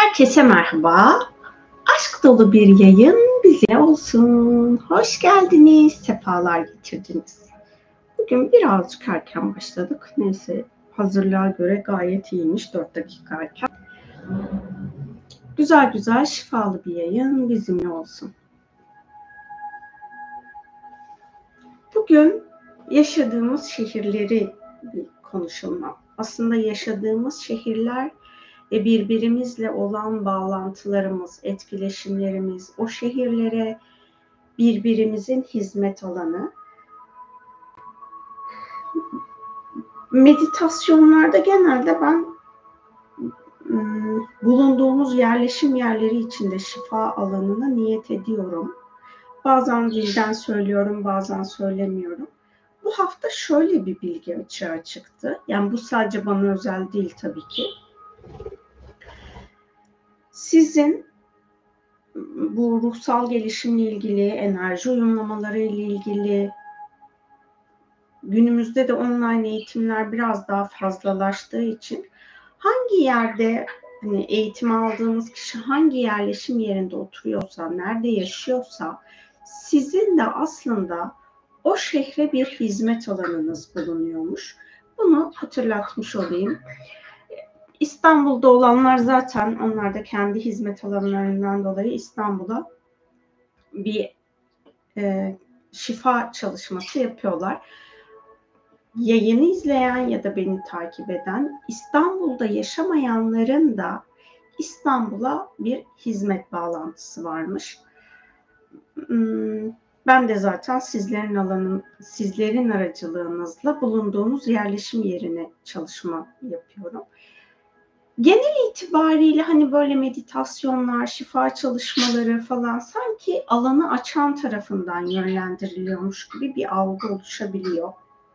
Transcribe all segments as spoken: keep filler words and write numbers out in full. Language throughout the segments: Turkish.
Herkese merhaba. Aşk dolu bir yayın bize olsun. Hoş geldiniz, sefalar getirdiniz. Bugün birazcık erken başladık. Neyse, hazırlığa göre gayet iyiymiş, dört dakika erken. Güzel güzel şifalı bir yayın bizimle olsun. Bugün yaşadığımız şehirleri konuşalım. Aslında yaşadığımız şehirler ve birbirimizle olan bağlantılarımız, etkileşimlerimiz, o şehirlere birbirimizin hizmet alanı. Meditasyonlarda genelde ben bulunduğumuz yerleşim yerleri içinde şifa alanına niyet ediyorum. Bazen dilden söylüyorum, bazen söylemiyorum. Bu hafta şöyle bir bilgi açığa çıktı. Yani bu sadece bana özel değil tabii ki. Sizin bu ruhsal gelişimle ilgili, enerji uyumlamaları ile ilgili, günümüzde de online eğitimler biraz daha fazlalaştığı için hangi yerde hani eğitim aldığınız kişi hangi yerleşim yerinde oturuyorsa, nerede yaşıyorsa sizin de aslında o şehre bir hizmet alanınız bulunuyormuş. Bunu hatırlatmış olayım. İstanbul'da olanlar zaten onlar da kendi hizmet alanlarından dolayı İstanbul'a bir e, şifa çalışması yapıyorlar. Yayını izleyen ya da beni takip eden İstanbul'da yaşamayanların da İstanbul'a bir hizmet bağlantısı varmış. Ben de zaten sizlerin alanın, sizlerin aracılığınızla bulunduğunuz yerleşim yerine çalışma yapıyorum. Genel itibariyle hani böyle meditasyonlar, şifa çalışmaları falan sanki alanı açan tarafından yönlendiriliyormuş gibi bir algı oluşabiliyor.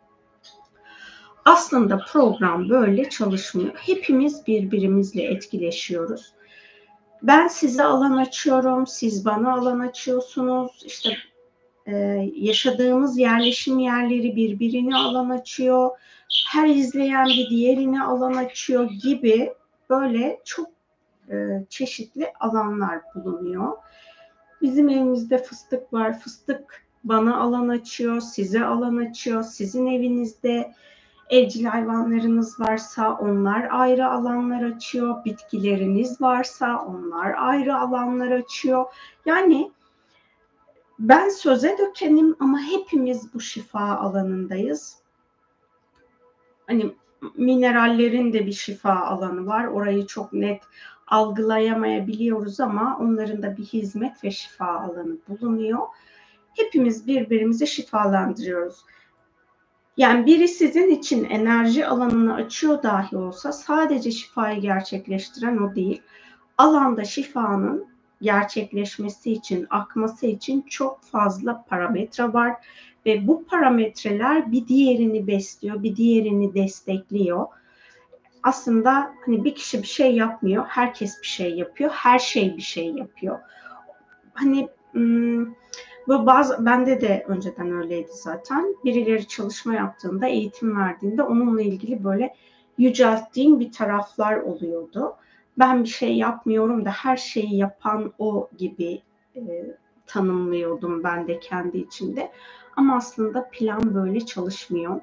Aslında program böyle çalışmıyor. Hepimiz birbirimizle etkileşiyoruz. Ben size alan açıyorum, siz bana alan açıyorsunuz. İşte e, yaşadığımız yerleşim yerleri birbirine alan açıyor. Her izleyen bir diğerine alan açıyor gibi böyle çok e, çeşitli alanlar bulunuyor. Bizim evimizde fıstık var. Fıstık bana alan açıyor, size alan açıyor. Sizin evinizde evcil hayvanlarınız varsa onlar ayrı alanlar açıyor. Bitkileriniz varsa onlar ayrı alanlar açıyor. Yani ben söze dökenim ama hepimiz bu şifa alanındayız. Hani minerallerin de bir şifa alanı var. Orayı çok net algılayamayabiliyoruz ama onların da bir hizmet ve şifa alanı bulunuyor. Hepimiz birbirimizi şifalandırıyoruz. Yani biri sizin için enerji alanını açıyor dahi olsa sadece şifayı gerçekleştiren o değil. Alanda şifanın gerçekleşmesi için, akması için çok fazla parametre var ve bu parametreler bir diğerini besliyor, bir diğerini destekliyor. Aslında hani bir kişi bir şey yapmıyor, herkes bir şey yapıyor, her şey bir şey yapıyor. Hani bu bazı, bende de önceden öyleydi zaten. Birileri çalışma yaptığında, eğitim verdiğinde onunla ilgili böyle yücelttiğim bir taraflar oluyordu. Ben bir şey yapmıyorum da her şeyi yapan o gibi e, tanımlıyordum ben de kendi içimde. Ama aslında plan böyle çalışmıyor.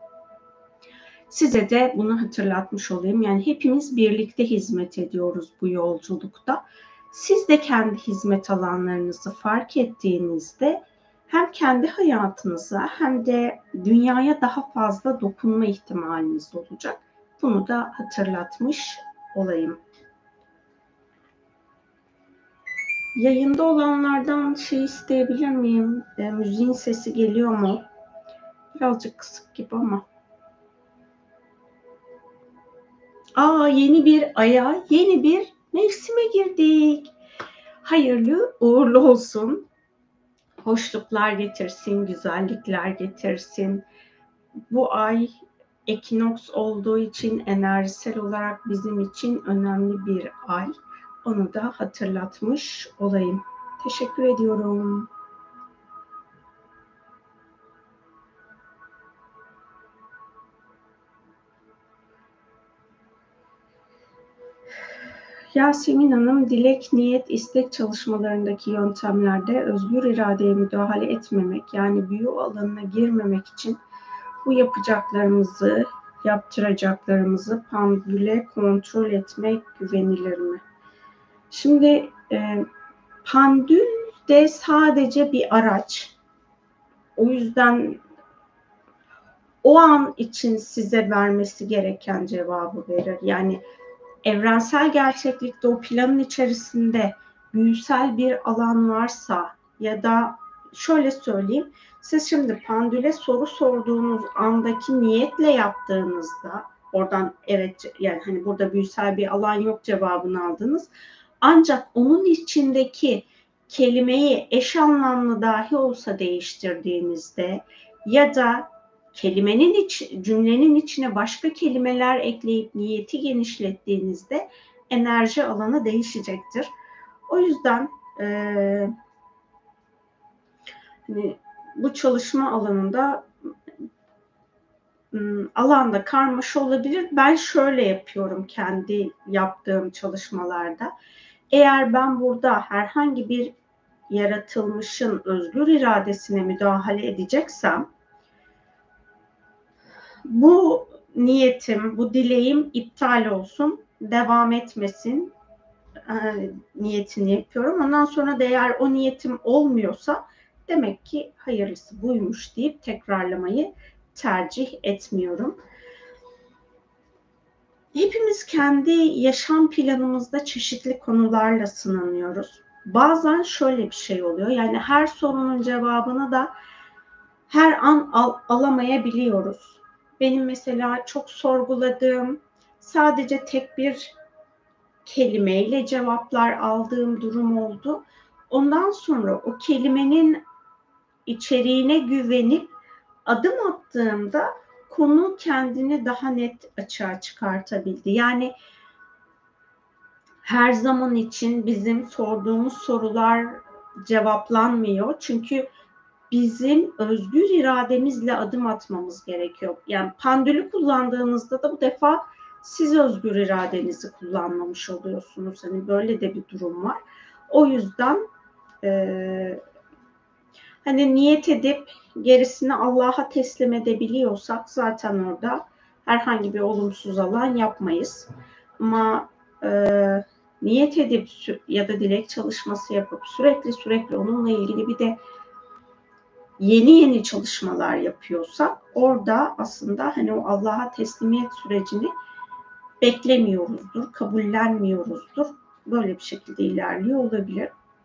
Size de bunu hatırlatmış olayım. Yani hepimiz birlikte hizmet ediyoruz bu yolculukta. Siz de kendi hizmet alanlarınızı fark ettiğinizde hem kendi hayatınıza hem de dünyaya daha fazla dokunma ihtimaliniz olacak. Bunu da hatırlatmış olayım. Yayında olanlardan şey isteyebilir miyim? E, müziğin sesi geliyor mu? Birazcık kısık gibi ama. Aa, yeni bir aya, yeni bir mevsime girdik. Hayırlı uğurlu olsun. Hoşluklar getirsin, güzellikler getirsin. Bu ay ekinoks olduğu için enerjisel olarak bizim için önemli bir ay. Onu da hatırlatmış olayım. Teşekkür ediyorum. Yasemin Hanım, dilek, niyet, istek çalışmalarındaki yöntemlerde özgür iradeye müdahale etmemek, yani büyü alanına girmemek için bu yapacaklarımızı, yaptıracaklarımızı pandüle kontrol etmek güvenilir mi? Şimdi e, pandül de sadece bir araç. O yüzden o an için size vermesi gereken cevabı verir. Yani evrensel gerçeklikte o planın içerisinde büyüsel bir alan varsa ya da şöyle söyleyeyim, siz şimdi pandüle soru sorduğunuz andaki niyetle yaptığınızda oradan evet, yani hani burada büyüsel bir alan yok cevabını aldınız. Ancak onun içindeki kelimeyi eş anlamlı dahi olsa değiştirdiğinizde ya da kelimenin iç, cümlenin içine başka kelimeler ekleyip niyeti genişlettiğinizde enerji alanı değişecektir. O yüzden e, hani bu çalışma alanında alanda karmaşa olabilir. Ben şöyle yapıyorum kendi yaptığım çalışmalarda. Eğer ben burada herhangi bir yaratılmışın özgür iradesine müdahale edeceksem, bu niyetim, bu dileğim iptal olsun, devam etmesin e, niyetini yapıyorum. Ondan sonra da eğer o niyetim olmuyorsa demek ki hayırlısı buymuş deyip tekrarlamayı tercih etmiyorum. Hepimiz kendi yaşam planımızda çeşitli konularla sınanıyoruz. Bazen şöyle bir şey oluyor. Yani her sorunun cevabını da her an al, alamayabiliyoruz. Benim mesela çok sorguladığım, sadece tek bir kelimeyle cevaplar aldığım durum oldu. Ondan sonra o kelimenin içeriğine güvenip adım attığımda konu kendini daha net açığa çıkartabildi. Yani her zaman için bizim sorduğumuz sorular cevaplanmıyor. Çünkü bizim özgür irademizle adım atmamız gerekiyor. Yani pandülü kullandığınızda da bu defa siz özgür iradenizi kullanmamış oluyorsunuz. Hani böyle de bir durum var. O yüzden e, hani niyet edip gerisini Allah'a teslim edebiliyorsak zaten orada herhangi bir olumsuz alan yapmayız. Ama e, niyet edip ya da dilek çalışması yapıp sürekli sürekli onunla ilgili bir de yeni yeni çalışmalar yapıyorsak orada aslında hani o Allah'a teslimiyet sürecini beklemiyoruzdur, kabullenmiyoruzdur. Böyle bir şekilde ilerliyor olabilir.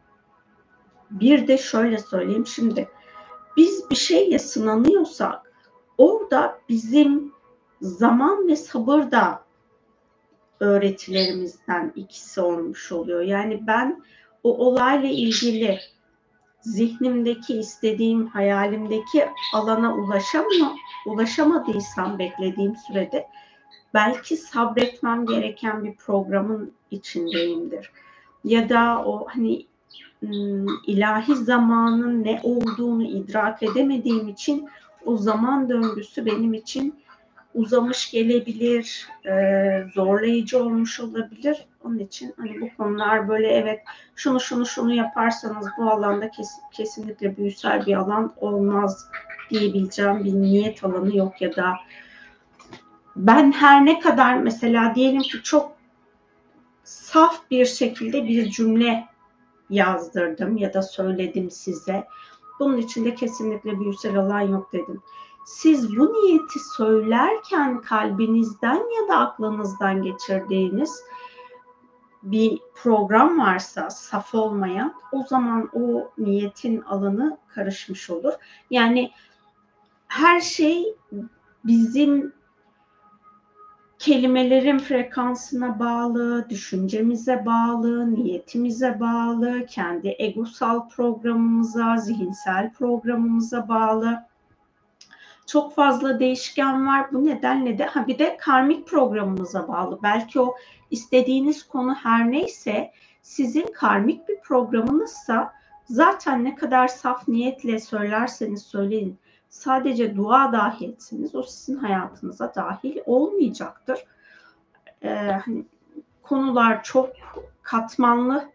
Bir de şöyle söyleyeyim, şimdi biz bir şeyle sınanıyorsak orada bizim zaman ve sabır da öğretilerimizden ikisi olmuş oluyor. Yani ben o olayla ilgili zihnimdeki istediğim, hayalimdeki alana ulaşamıyor, ulaşamadıysam beklediğim sürede belki sabretmem gereken bir programın içindeyimdir. Ya da o hani ilahi zamanın ne olduğunu idrak edemediğim için o zaman döngüsü benim için uzamış gelebilir, zorlayıcı olmuş olabilir. Onun için hani bu konular böyle evet şunu şunu şunu yaparsanız bu alanda kes, kesinlikle büyüsel bir alan olmaz diyebileceğim bir niyet alanı yok. Ya da ben her ne kadar mesela diyelim ki çok saf bir şekilde bir cümle yazdırdım ya da söyledim size. Bunun içinde kesinlikle büyüsel alan yok dedim. Siz bu niyeti söylerken kalbinizden ya da aklınızdan geçirdiğiniz bir program varsa saf olmayan, o zaman o niyetin alanı karışmış olur. Yani her şey bizim kelimelerin frekansına bağlı, düşüncemize bağlı, niyetimize bağlı, kendi egosal programımıza, zihinsel programımıza bağlı. Çok fazla değişken var. Bu nedenle de ha bir de karmik programımıza bağlı. Belki o istediğiniz konu her neyse sizin karmik bir programınızsa zaten ne kadar saf niyetle söylerseniz söyleyin, sadece dua dahi etseniz o sizin hayatınıza dahil olmayacaktır. Ee, hani konular çok katmanlı.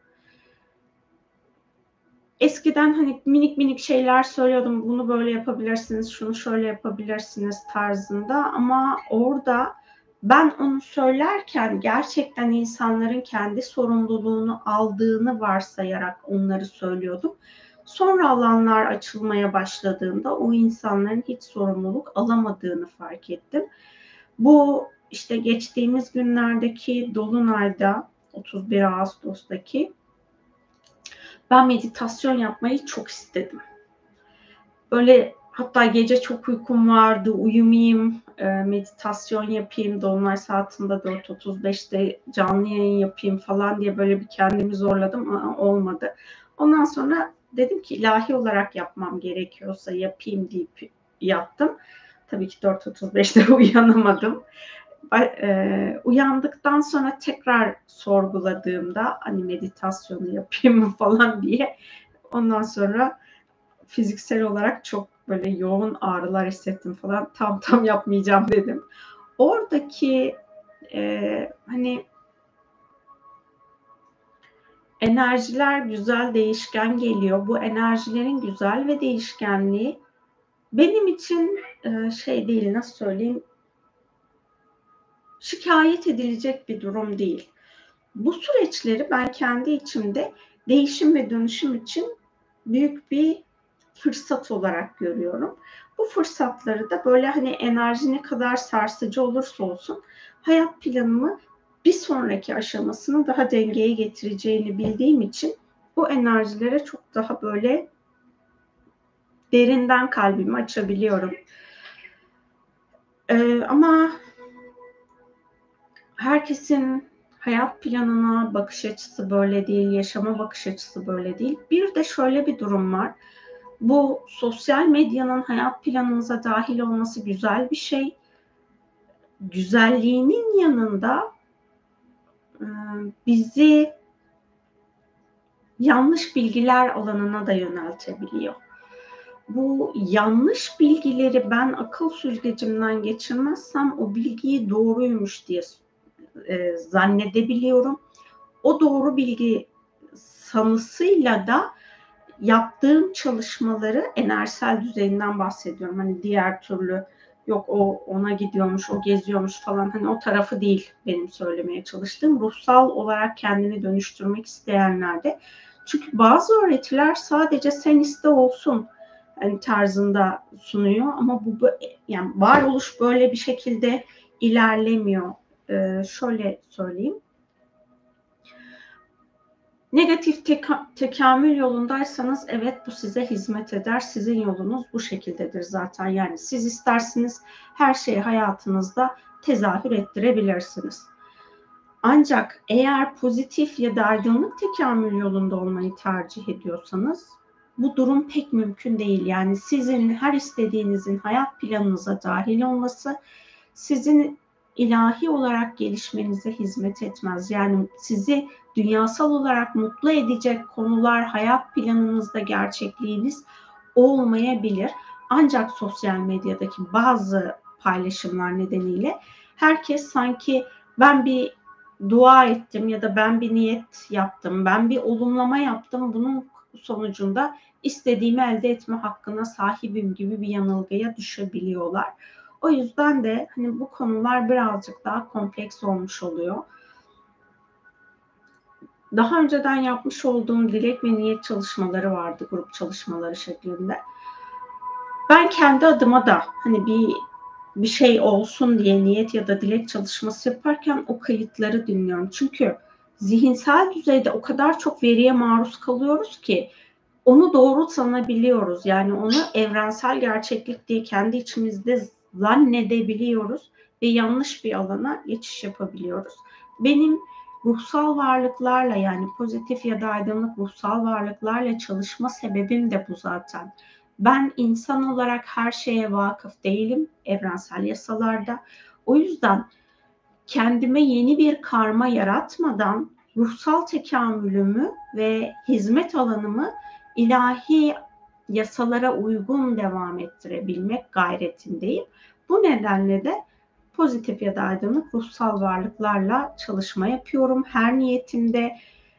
Eskiden hani minik minik şeyler söylüyordum. Bunu böyle yapabilirsiniz, şunu şöyle yapabilirsiniz tarzında. Ama orada ben onu söylerken gerçekten insanların kendi sorumluluğunu aldığını varsayarak onları söylüyordum. Sonra alanlar açılmaya başladığında o insanların hiç sorumluluk alamadığını fark ettim. Bu işte geçtiğimiz günlerdeki Dolunay'da otuz bir Ağustos'taki ben meditasyon yapmayı çok istedim. Böyle hatta gece çok uykum vardı, uyumayayım, meditasyon yapayım, dolunay saatinde dört otuz beşte canlı yayın yapayım falan diye böyle bir kendimi zorladım ama olmadı. Ondan sonra dedim ki ilahi olarak yapmam gerekiyorsa yapayım deyip yaptım. Tabii ki dört otuz beşte uyanamadım. E, uyandıktan sonra tekrar sorguladığımda hani meditasyonu yapayım mı falan diye ondan sonra fiziksel olarak çok böyle yoğun ağrılar hissettim falan. Tam tam yapmayacağım dedim. Oradaki e, hani enerjiler güzel, değişken geliyor. Bu enerjilerin güzel ve değişkenliği benim için e, şey değil, nasıl söyleyeyim, şikayet edilecek bir durum değil. Bu süreçleri ben kendi içimde değişim ve dönüşüm için büyük bir fırsat olarak görüyorum. Bu fırsatları da böyle hani enerji ne kadar sarsıcı olursa olsun hayat planımı bir sonraki aşamasını daha dengeye getireceğini bildiğim için bu enerjilere çok daha böyle derinden kalbimi açabiliyorum. Ee, ama herkesin hayat planına bakış açısı böyle değil, yaşama bakış açısı böyle değil. Bir de şöyle bir durum var. Bu sosyal medyanın hayat planımıza dahil olması güzel bir şey. Güzelliğinin yanında bizi yanlış bilgiler alanına da yöneltebiliyor. Bu yanlış bilgileri ben akıl süzgecimden geçirmezsem o bilgiyi doğruymuş diye e, zannedebiliyorum. O doğru bilgi sanısıyla da yaptığım çalışmaları enerjisel düzeyinden bahsediyorum. Hani diğer türlü yok o ona gidiyormuş, o geziyormuş falan, hani o tarafı değil benim söylemeye çalıştığım. Ruhsal olarak kendini dönüştürmek isteyenlerde. Çünkü bazı öğretiler sadece sen iste olsun yani tarzında sunuyor ama bu yani varoluş böyle bir şekilde ilerlemiyor. Ee, şöyle söyleyeyim. Negatif teka- tekamül yolundaysanız evet bu size hizmet eder. Sizin yolunuz bu şekildedir zaten. Yani siz istersiniz her şeyi hayatınızda tezahür ettirebilirsiniz. Ancak eğer pozitif ya da aydınlık tekamül yolunda olmayı tercih ediyorsanız bu durum pek mümkün değil. Yani sizin her istediğinizin hayat planınıza dahil olması sizin ilahi olarak gelişmenize hizmet etmez. Yani sizi dünyasal olarak mutlu edecek konular hayat planınızda gerçekliğiniz olmayabilir. Ancak sosyal medyadaki bazı paylaşımlar nedeniyle herkes sanki ben bir dua ettim ya da ben bir niyet yaptım, ben bir olumlama yaptım, bunun sonucunda istediğimi elde etme hakkına sahibim gibi bir yanılgıya düşebiliyorlar. O yüzden de hani bu konular birazcık daha kompleks olmuş oluyor. Daha önceden yapmış olduğum dilek ve niyet çalışmaları vardı, grup çalışmaları şeklinde. Ben kendi adıma da hani bir bir şey olsun diye niyet ya da dilek çalışması yaparken o kayıtları dinliyorum. Çünkü zihinsel düzeyde o kadar çok veriye maruz kalıyoruz ki onu doğru sanabiliyoruz. Yani onu evrensel gerçeklik diye kendi içimizde zannedebiliyoruz ve yanlış bir alana geçiş yapabiliyoruz. Benim ruhsal varlıklarla, yani pozitif ya da aydınlık ruhsal varlıklarla çalışma sebebim de bu zaten. Ben insan olarak her şeye vakıf değilim evrensel yasalarda. O yüzden kendime yeni bir karma yaratmadan ruhsal tekamülümü ve hizmet alanımı ilahi yasalara uygun devam ettirebilmek gayretindeyim. Bu nedenle de pozitif ya da aydınlık ruhsal varlıklarla çalışma yapıyorum. Her niyetimde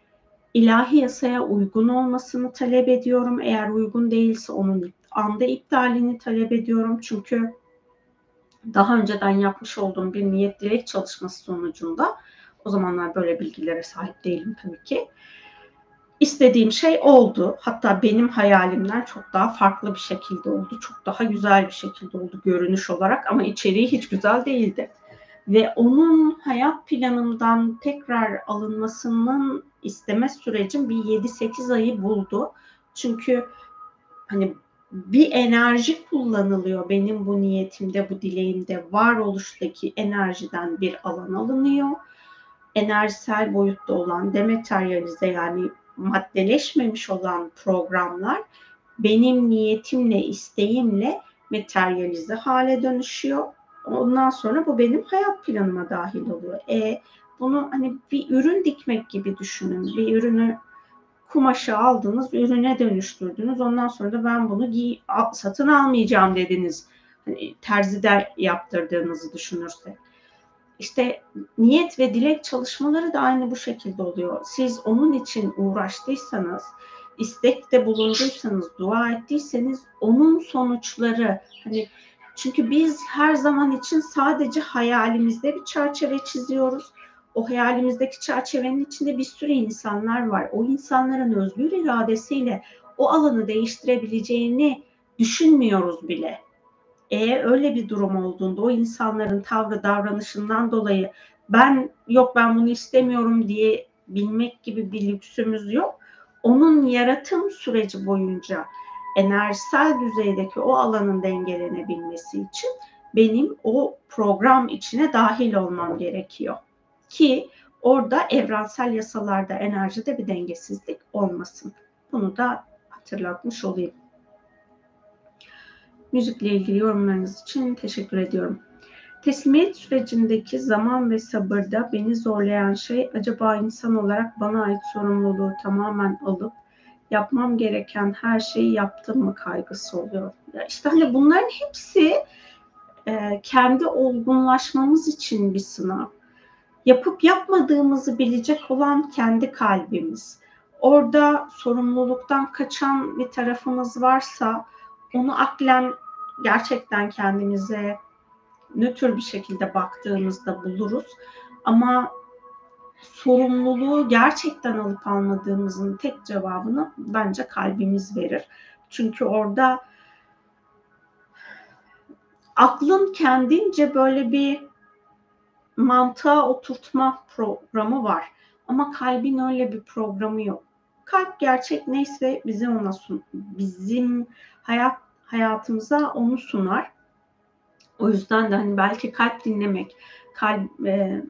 ilahi yasaya uygun olmasını talep ediyorum. Eğer uygun değilse onun anda iptalini talep ediyorum. Çünkü daha önceden yapmış olduğum bir niyet dilek çalışması sonucunda, o zamanlar böyle bilgilere sahip değilim tabii ki, İstediğim şey oldu. Hatta benim hayalimden çok daha farklı bir şekilde oldu. Çok daha güzel bir şekilde oldu görünüş olarak, ama içeriği hiç güzel değildi. Ve onun hayat planımdan tekrar alınmasının isteme sürecim bir yedi sekiz ayı buldu. Çünkü hani bir enerji kullanılıyor benim bu niyetimde, bu dileğimde, varoluştaki enerjiden bir alan alınıyor. Enerjisel boyutta olan, dematerialize yani maddeleşmemiş olan programlar benim niyetimle, isteğimle materyalize hale dönüşüyor. Ondan sonra bu benim hayat planıma dahil oluyor. E, bunu hani bir ürün dikmek gibi düşünün. Bir ürünü, kumaşı aldınız, ürüne dönüştürdünüz. Ondan sonra da ben bunu giy, satın almayacağım dediniz. Hani terzide yaptırdığınızı düşünürsek. İşte niyet ve dilek çalışmaları da aynı bu şekilde oluyor. Siz onun için uğraştıysanız, istekte bulunduysanız, dua ettiyseniz onun sonuçları, hani çünkü biz her zaman için sadece hayalimizde bir çerçeve çiziyoruz. O hayalimizdeki çerçevenin içinde bir sürü insanlar var. O insanların özgür iradesiyle o alanı değiştirebileceğini düşünmüyoruz bile. Eğer öyle bir durum olduğunda, o insanların tavrı, davranışından dolayı ben yok ben bunu istemiyorum diye bilmek gibi bir lüksümüz yok. Onun yaratım süreci boyunca enerjisel düzeydeki o alanın dengelenebilmesi için benim o program içine dahil olmam gerekiyor. Ki orada evrensel yasalarda, enerjide bir dengesizlik olmasın. Bunu da hatırlatmış olayım. Müzikle ilgili yorumlarınız için teşekkür ediyorum. Teslimiyet sürecindeki zaman ve sabırda beni zorlayan şey, acaba insan olarak bana ait sorumluluğu tamamen alıp yapmam gereken her şeyi yaptım mı kaygısı oluyor. Ya işte hani bunların hepsi e, kendi olgunlaşmamız için bir sınav. Yapıp yapmadığımızı bilecek olan kendi kalbimiz. Orada sorumluluktan kaçan bir tarafımız varsa onu aklen gerçekten kendimize nötr bir şekilde baktığımızda buluruz. Ama sorumluluğu gerçekten alıp almadığımızın tek cevabını bence kalbimiz verir. Çünkü orada aklın kendince böyle bir mantığa oturtma programı var. Ama kalbin öyle bir programı yok. Kalp gerçek neyse bize ona sun, bizim hayat hayatımıza onu sunar. O yüzden de hani belki kalp dinlemek, kalp e,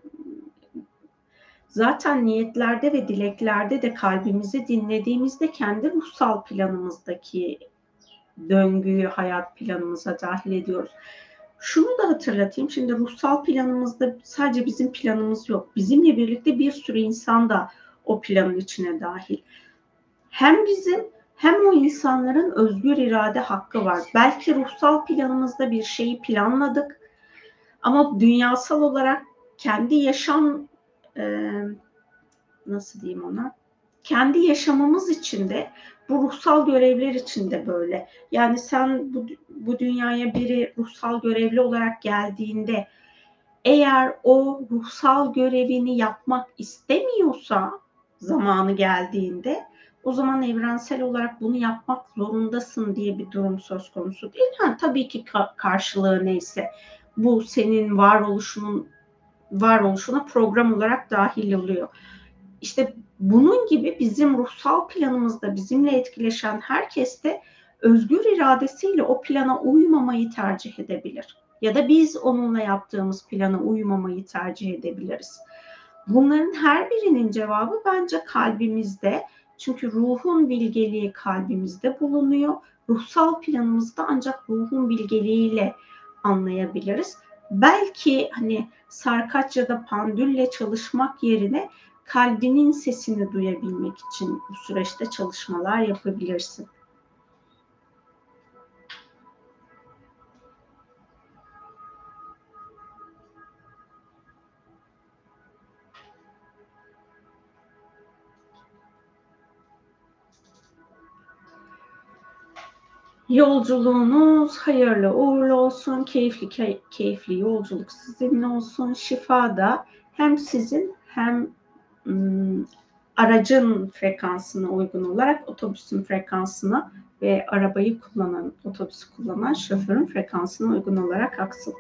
zaten niyetlerde ve dileklerde de kalbimizi dinlediğimizde kendi ruhsal planımızdaki döngüyü hayat planımıza dahil ediyoruz. Şunu da hatırlatayım. Şimdi ruhsal planımızda sadece bizim planımız yok. Bizimle birlikte bir sürü insan da o planın içine dahil. Hem bizim hem o insanların özgür irade hakkı var. Belki ruhsal planımızda bir şeyi planladık ama dünyasal olarak kendi yaşam e, nasıl diyeyim ona? Kendi yaşamımız içinde, bu ruhsal görevler içinde böyle. Yani sen bu, bu dünyaya biri ruhsal görevli olarak geldiğinde, eğer o ruhsal görevini yapmak istemiyorsa zamanı geldiğinde, o zaman evrensel olarak bunu yapmak zorundasın diye bir durum söz konusu değil. Ha, tabii ki ka- karşılığı neyse, bu senin varoluşunun varoluşuna program olarak dahil oluyor. İşte bunun gibi bizim ruhsal planımızda bizimle etkileşen herkes de özgür iradesiyle o plana uymamayı tercih edebilir. Ya da biz onunla yaptığımız plana uymamayı tercih edebiliriz. Bunların her birinin cevabı bence kalbimizde. Çünkü ruhun bilgeliği kalbimizde bulunuyor. Ruhsal planımızda ancak ruhun bilgeliğiyle anlayabiliriz. Belki hani sarkaç ya da pandülle çalışmak yerine kalbinin sesini duyabilmek için bu süreçte çalışmalar yapabilirsin. Yolculuğunuz hayırlı uğurlu olsun, keyifli key, keyifli yolculuk sizinle olsun. Şifa da hem sizin hem ım, aracın frekansına uygun olarak otobüsün frekansına ve arabayı kullanan, otobüsü kullanan şoförün frekansına uygun olarak aksın.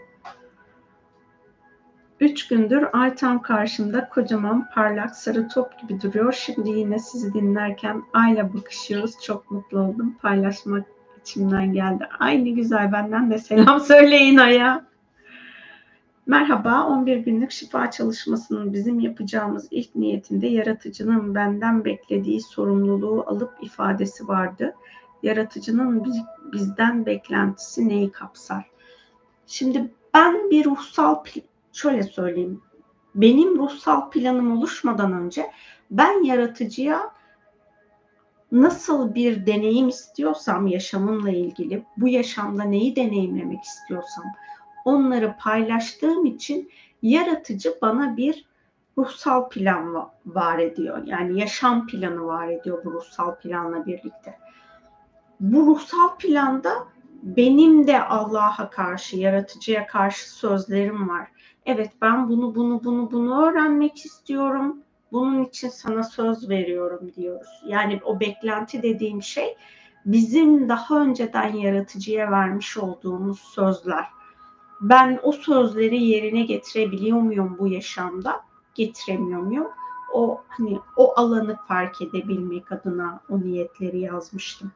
Üç gündür ay tam karşımda kocaman parlak sarı top gibi duruyor. Şimdi yine sizi dinlerken ayla bakışıyoruz. Çok mutlu oldum. Paylaşmak içimden geldi. Ay ne güzel, benden de selam söyleyin aya. Merhaba, on bir günlük şifa çalışmasının bizim yapacağımız ilk niyetinde yaratıcının benden beklediği sorumluluğu alıp ifadesi vardı. Yaratıcının bizden beklentisi neyi kapsar? Şimdi ben bir ruhsal, şöyle söyleyeyim, benim ruhsal planım oluşmadan önce ben yaratıcıya nasıl bir deneyim istiyorsam yaşamımla ilgili, bu yaşamda neyi deneyimlemek istiyorsam onları paylaştığım için yaratıcı bana bir ruhsal plan var ediyor. Yani yaşam planı var ediyor bu ruhsal planla birlikte. Bu ruhsal planda benim de Allah'a karşı, yaratıcıya karşı sözlerim var. Evet, ben bunu bunu bunu bunu öğrenmek istiyorum. Bunun için sana söz veriyorum diyoruz. Yani o beklenti dediğim şey bizim daha önceden yaratıcıya vermiş olduğumuz sözler. Ben o sözleri yerine getirebiliyor muyum bu yaşamda? Getiremiyor muyum? O hani o alanı fark edebilmek adına o niyetleri yazmıştım.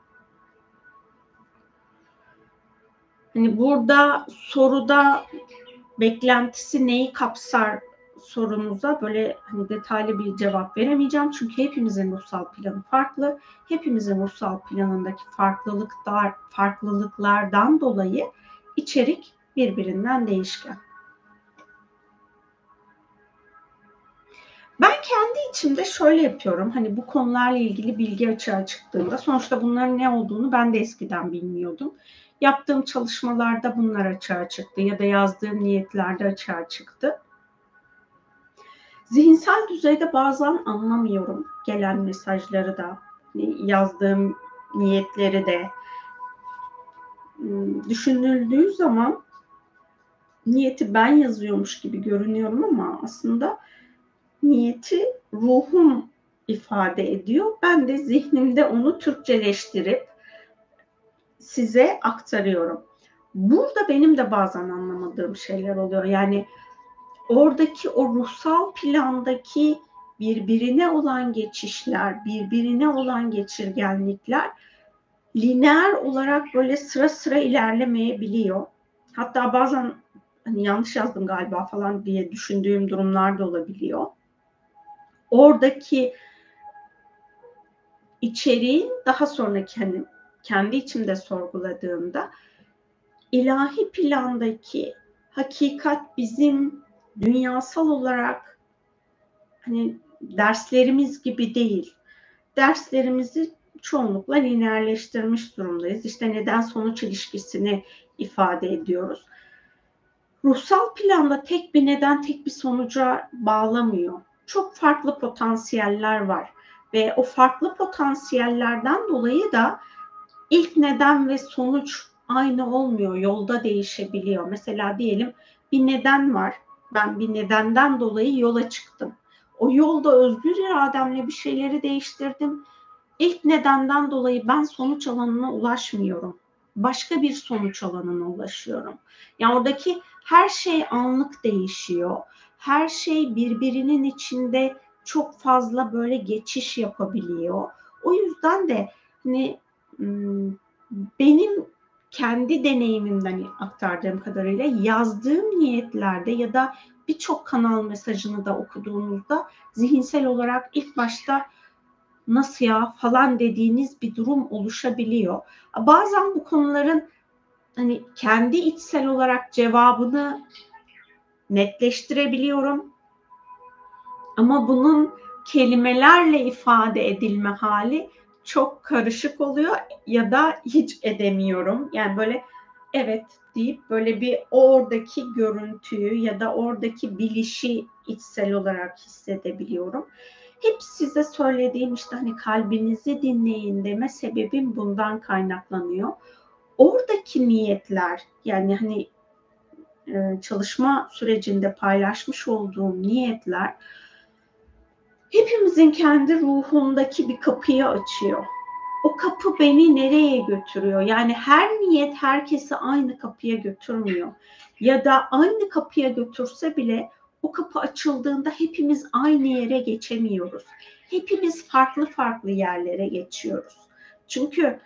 Hani burada soruda beklentisi neyi kapsar sorunuza böyle hani detaylı bir cevap veremeyeceğim. Çünkü hepimizin ruhsal planı farklı. Hepimizin ruhsal planındaki farklılıklar, farklılıklardan dolayı içerik birbirinden değişken. Ben kendi içimde şöyle yapıyorum. Hani bu konularla ilgili bilgi açığa çıktığında sonuçta bunların ne olduğunu ben de eskiden bilmiyordum. Yaptığım çalışmalarda bunlar açığa çıktı ya da yazdığım niyetlerde açığa çıktı. Zihinsel düzeyde bazen anlamıyorum gelen mesajları da, yazdığım niyetleri de. Düşünüldüğü zaman niyeti ben yazıyormuş gibi görünüyorum ama aslında niyeti ruhum ifade ediyor. Ben de zihnimde onu Türkçeleştirip size aktarıyorum. Burada benim de bazen anlamadığım şeyler oluyor. Yani oradaki o ruhsal plandaki birbirine olan geçişler, birbirine olan geçirgenlikler lineer olarak böyle sıra sıra ilerlemeyebiliyor. Hatta bazen hani yanlış yazdım galiba falan diye düşündüğüm durumlar da olabiliyor. Oradaki içeriğin daha sonraki hani kendi içimde sorguladığımda ilahi plandaki hakikat bizim dünyasal olarak hani derslerimiz gibi değil. Derslerimizi çoğunlukla lineerleştirmiş durumdayız. İşte neden sonuç ilişkisini ifade ediyoruz. Ruhsal planda tek bir neden tek bir sonuca bağlamıyor. Çok farklı potansiyeller var ve o farklı potansiyellerden dolayı da ilk neden ve sonuç aynı olmuyor. Yolda değişebiliyor. Mesela diyelim bir neden var. Ben bir nedenden dolayı yola çıktım. O yolda özgür irademle bir şeyleri değiştirdim. İlk nedenden dolayı ben sonuç alanına ulaşmıyorum. Başka bir sonuç alanına ulaşıyorum. Yani oradaki her şey anlık değişiyor. Her şey birbirinin içinde çok fazla böyle geçiş yapabiliyor. O yüzden de hani benim kendi deneyimimden aktardığım kadarıyla yazdığım niyetlerde ya da birçok kanal mesajını da okuduğunuzda zihinsel olarak ilk başta nasıl ya falan dediğiniz bir durum oluşabiliyor. Bazen bu konuların hani kendi içsel olarak cevabını netleştirebiliyorum. Ama bunun kelimelerle ifade edilme hali çok karışık oluyor ya da hiç edemiyorum. Yani böyle evet deyip böyle bir oradaki görüntüyü ya da oradaki bilişi içsel olarak hissedebiliyorum. Hep size söylediğim işte hani kalbinizi dinleyin deme sebebim bundan kaynaklanıyor. Oradaki niyetler, yani hani çalışma sürecinde paylaşmış olduğum niyetler hepimizin kendi ruhundaki bir kapıyı açıyor. O kapı beni nereye götürüyor? Yani her niyet herkesi aynı kapıya götürmüyor. Ya da aynı kapıya götürse bile o kapı açıldığında hepimiz aynı yere geçemiyoruz. Hepimiz farklı farklı yerlere geçiyoruz. Çünkü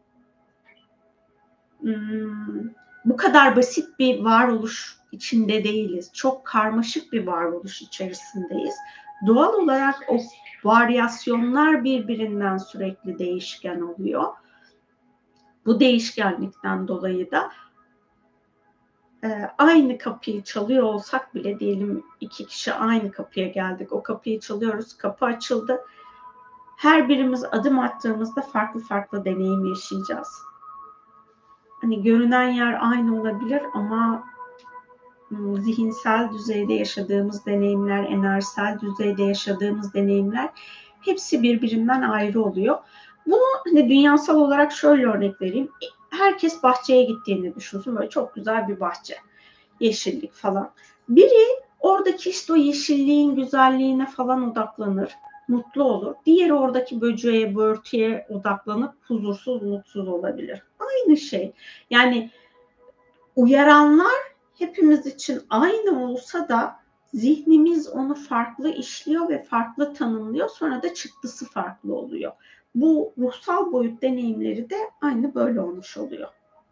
hmm, bu kadar basit bir varoluş içinde değiliz. Çok karmaşık bir varoluş içerisindeyiz. Doğal olarak o varyasyonlar birbirinden sürekli değişken oluyor. Bu değişkenlikten dolayı da e, aynı kapıyı çalıyor olsak bile, diyelim iki kişi aynı kapıya geldik. O kapıyı çalıyoruz, kapı açıldı. Her birimiz adım attığımızda farklı farklı deneyim yaşayacağız. Hani görünen yer aynı olabilir ama zihinsel düzeyde yaşadığımız deneyimler, enerjisel düzeyde yaşadığımız deneyimler hepsi birbirinden ayrı oluyor. Bunu hani dünyasal olarak şöyle örnek vereyim. Herkes bahçeye gittiğini düşünsün. Böyle çok güzel bir bahçe. Yeşillik falan. Biri oradaki işte o yeşilliğin güzelliğine falan odaklanır. Mutlu olur. Diğeri oradaki böceğe, börtüye odaklanıp huzursuz, mutsuz olabilir. Aynı şey. Yani uyaranlar hepimiz için aynı olsa da zihnimiz onu farklı işliyor ve farklı tanımlıyor. Sonra da çıktısı farklı oluyor. Bu ruhsal boyut deneyimleri de aynı böyle olmuş oluyor.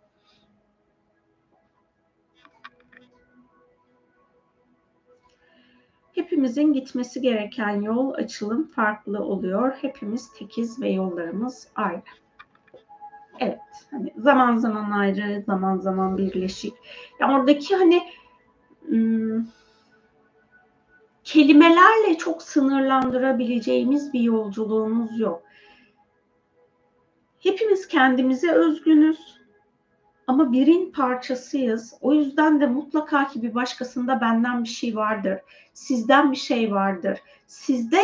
Hepimizin gitmesi gereken yol, açılım farklı oluyor. Hepimiz tekiz ve yollarımız ayrı. Evet, hani zaman zaman ayrı, zaman zaman birleşik. Ya oradaki hani ım, kelimelerle çok sınırlandırabileceğimiz bir yolculuğumuz yok. Hepimiz kendimize özgünüz ama birin parçasıyız. O yüzden de mutlaka ki bir başkasında benden bir şey vardır. Sizden bir şey vardır. Sizde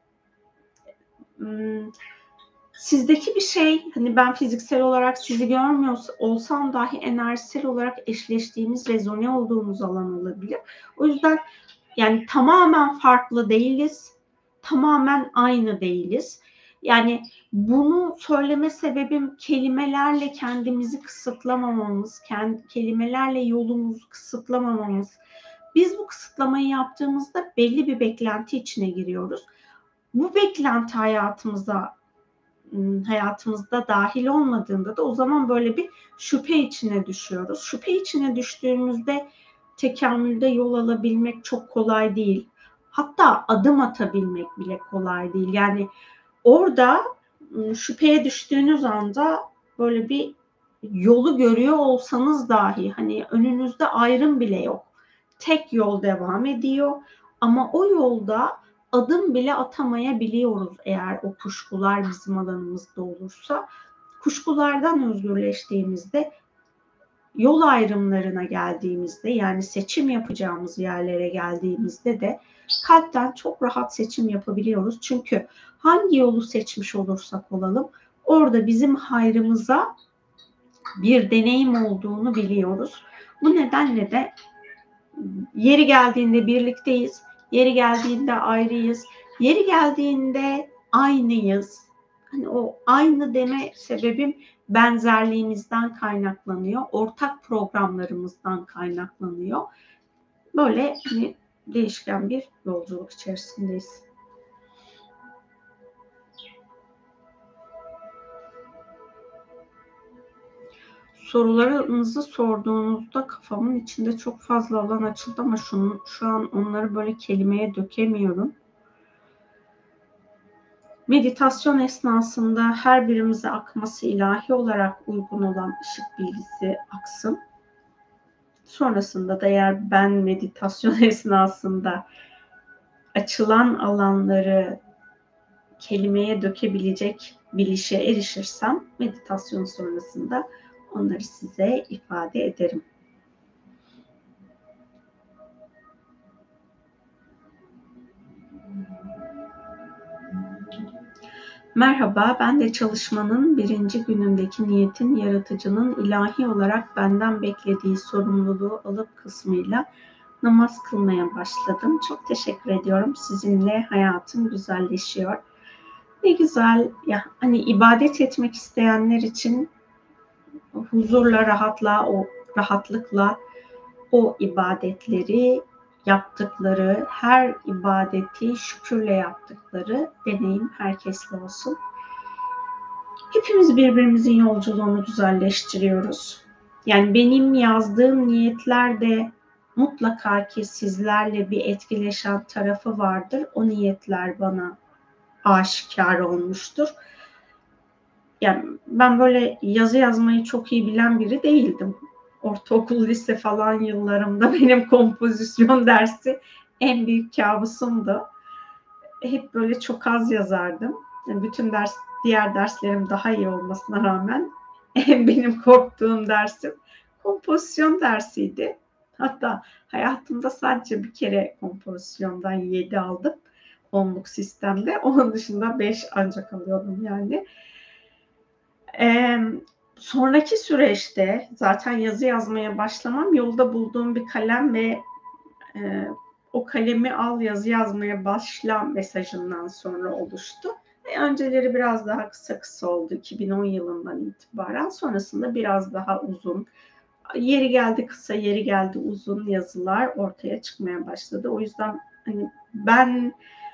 sizdeki bir şey, hani ben fiziksel olarak sizi görmüyor olsam dahi enerjisel olarak eşleştiğimiz, rezone olduğumuz alan olabilir. O yüzden yani tamamen farklı değiliz, tamamen aynı değiliz. Yani bunu söyleme sebebim kelimelerle kendimizi kısıtlamamamız, kendi kelimelerle yolumuzu kısıtlamamamız. Biz bu kısıtlamayı yaptığımızda belli bir beklenti içine giriyoruz. Bu beklenti hayatımıza hayatımızda dahil olmadığında da o zaman böyle bir şüphe içine düşüyoruz. Şüphe içine düştüğümüzde tekamülde yol alabilmek çok kolay değil. Hatta adım atabilmek bile kolay değil. Yani orada şüpheye düştüğünüz anda böyle bir yolu görüyor olsanız dahi hani önünüzde ayrım bile yok. Tek yol devam ediyor ama o yolda adım bile atamayabiliyoruz eğer o kuşkular bizim alanımızda olursa. Kuşkulardan özgürleştiğimizde, yol ayrımlarına geldiğimizde, yani seçim yapacağımız yerlere geldiğimizde de kalpten çok rahat seçim yapabiliyoruz. Çünkü hangi yolu seçmiş olursak olalım orada bizim hayrımıza bir deneyim olduğunu biliyoruz. Bu nedenle de yeri geldiğinde birlikteyiz, yeri geldiğinde ayrıyız, yeri geldiğinde aynıyız. Hani o aynı deme sebebim benzerliğimizden kaynaklanıyor, ortak programlarımızdan kaynaklanıyor. Böyle hani değişken bir yolculuk içerisindeyiz. Sorularınızı sorduğunuzda kafamın içinde çok fazla alan açıldı ama şunu, şu an onları böyle kelimeye dökemiyorum. Meditasyon esnasında her birimize akması ilahi olarak uygun olan ışık bilgisi aksın. Sonrasında da eğer ben meditasyon esnasında açılan alanları kelimeye dökebilecek bilişe erişirsem meditasyon sonrasında onları size ifade ederim. Merhaba, ben de çalışmanın birinci günündeki niyetin yaratıcının ilahi olarak benden beklediği sorumluluğu alıp kısmıyla namaz kılmaya başladım. Çok teşekkür ediyorum. Sizinle hayatım güzelleşiyor. Ne güzel ya, hani ibadet etmek isteyenler için huzurla, rahatla, o rahatlıkla o ibadetleri yaptıkları, her ibadeti şükürle yaptıkları deneyim herkesle olsun. Hepimiz birbirimizin yolculuğunu güzelleştiriyoruz. Yani benim yazdığım niyetler de mutlaka ki sizlerle bir etkileşen tarafı vardır. O niyetler bana aşikar olmuştur. Yani ben böyle yazı yazmayı çok iyi bilen biri değildim. Ortaokul, lise falan yıllarımda benim kompozisyon dersi en büyük kabusumdu. Hep böyle çok az yazardım. Yani bütün ders, diğer derslerim daha iyi olmasına rağmen benim korktuğum dersim kompozisyon dersiydi. Hatta hayatımda sadece bir kere kompozisyondan yedi aldım. Onluk sistemde. Onun dışında beş ancak alıyordum yani. Ee, sonraki süreçte zaten yazı yazmaya başlamam yolda bulduğum bir kalem ve e, o kalemi al yazı yazmaya başla mesajından sonra oluştu. E, önceleri biraz daha kısa kısa oldu iki bin on yılından itibaren. Sonrasında biraz daha uzun, yeri geldi kısa, yeri geldi uzun yazılar ortaya çıkmaya başladı. O yüzden hani ben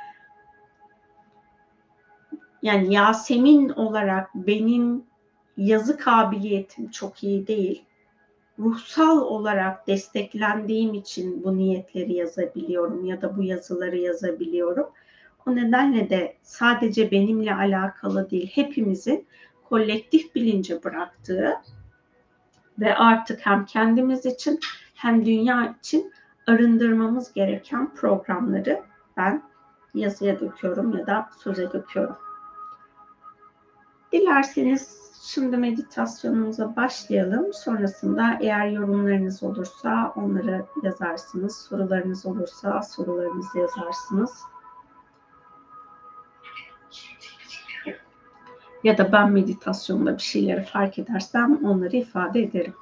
yani Yasemin olarak benim yazı kabiliyetim çok iyi değil. Ruhsal olarak desteklendiğim için bu niyetleri yazabiliyorum ya da bu yazıları yazabiliyorum. O nedenle de sadece benimle alakalı değil, hepimizin kolektif bilince bıraktığı ve artık hem kendimiz için hem dünya için arındırmamız gereken programları ben yazıya döküyorum ya da söze döküyorum. Dilerseniz şimdi meditasyonumuza başlayalım. Sonrasında eğer yorumlarınız olursa onları yazarsınız. Sorularınız olursa sorularınızı yazarsınız. Ya da ben meditasyonda bir şeyleri fark edersem onları ifade ederim.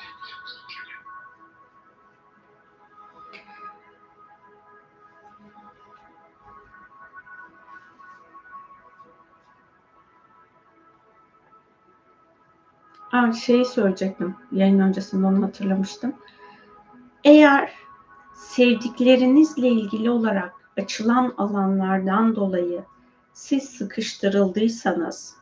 Aa, şeyi söyleyecektim. Yayın öncesinde onu hatırlamıştım. Eğer sevdiklerinizle ilgili olarak açılan alanlardan dolayı siz sıkıştırıldıysanız,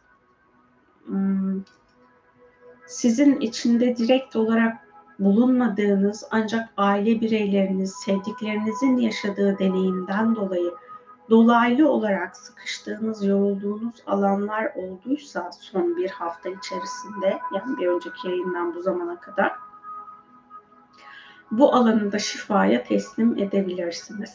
sizin içinde direkt olarak bulunmadığınız ancak aile bireyleriniz, sevdiklerinizin yaşadığı deneyimden dolayı dolaylı olarak sıkıştığınız, yorulduğunuz alanlar olduysa son bir hafta içerisinde, yani bir önceki yayından bu zamana kadar, bu alanı da şifaya teslim edebilirsiniz.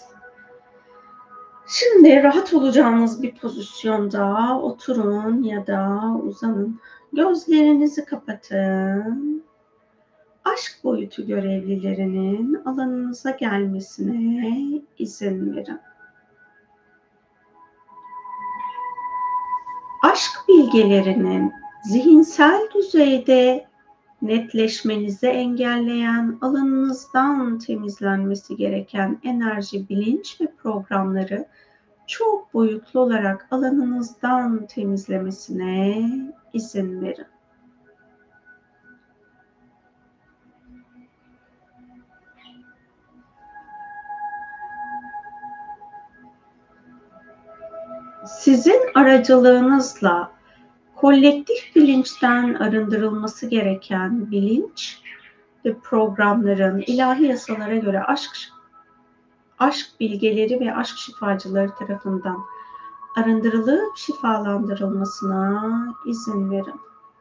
Şimdi rahat olacağınız bir pozisyonda oturun ya da uzanın. Gözlerinizi kapatın. Aşk boyutu görevlilerinin alanınıza gelmesine izin verin. Aşk bilgelerinin zihinsel düzeyde netleşmenizi engelleyen, alanınızdan temizlenmesi gereken enerji, bilinç ve programları çok boyutlu olarak alanınızdan temizlemesine izin verin. Sizin aracılığınızla kolektif bilinçten arındırılması gereken bilinç ve programların ilahi yasalara göre aşk aşk bilgeleri ve aşk şifacıları tarafından arındırılıp şifalandırılmasına izin verin.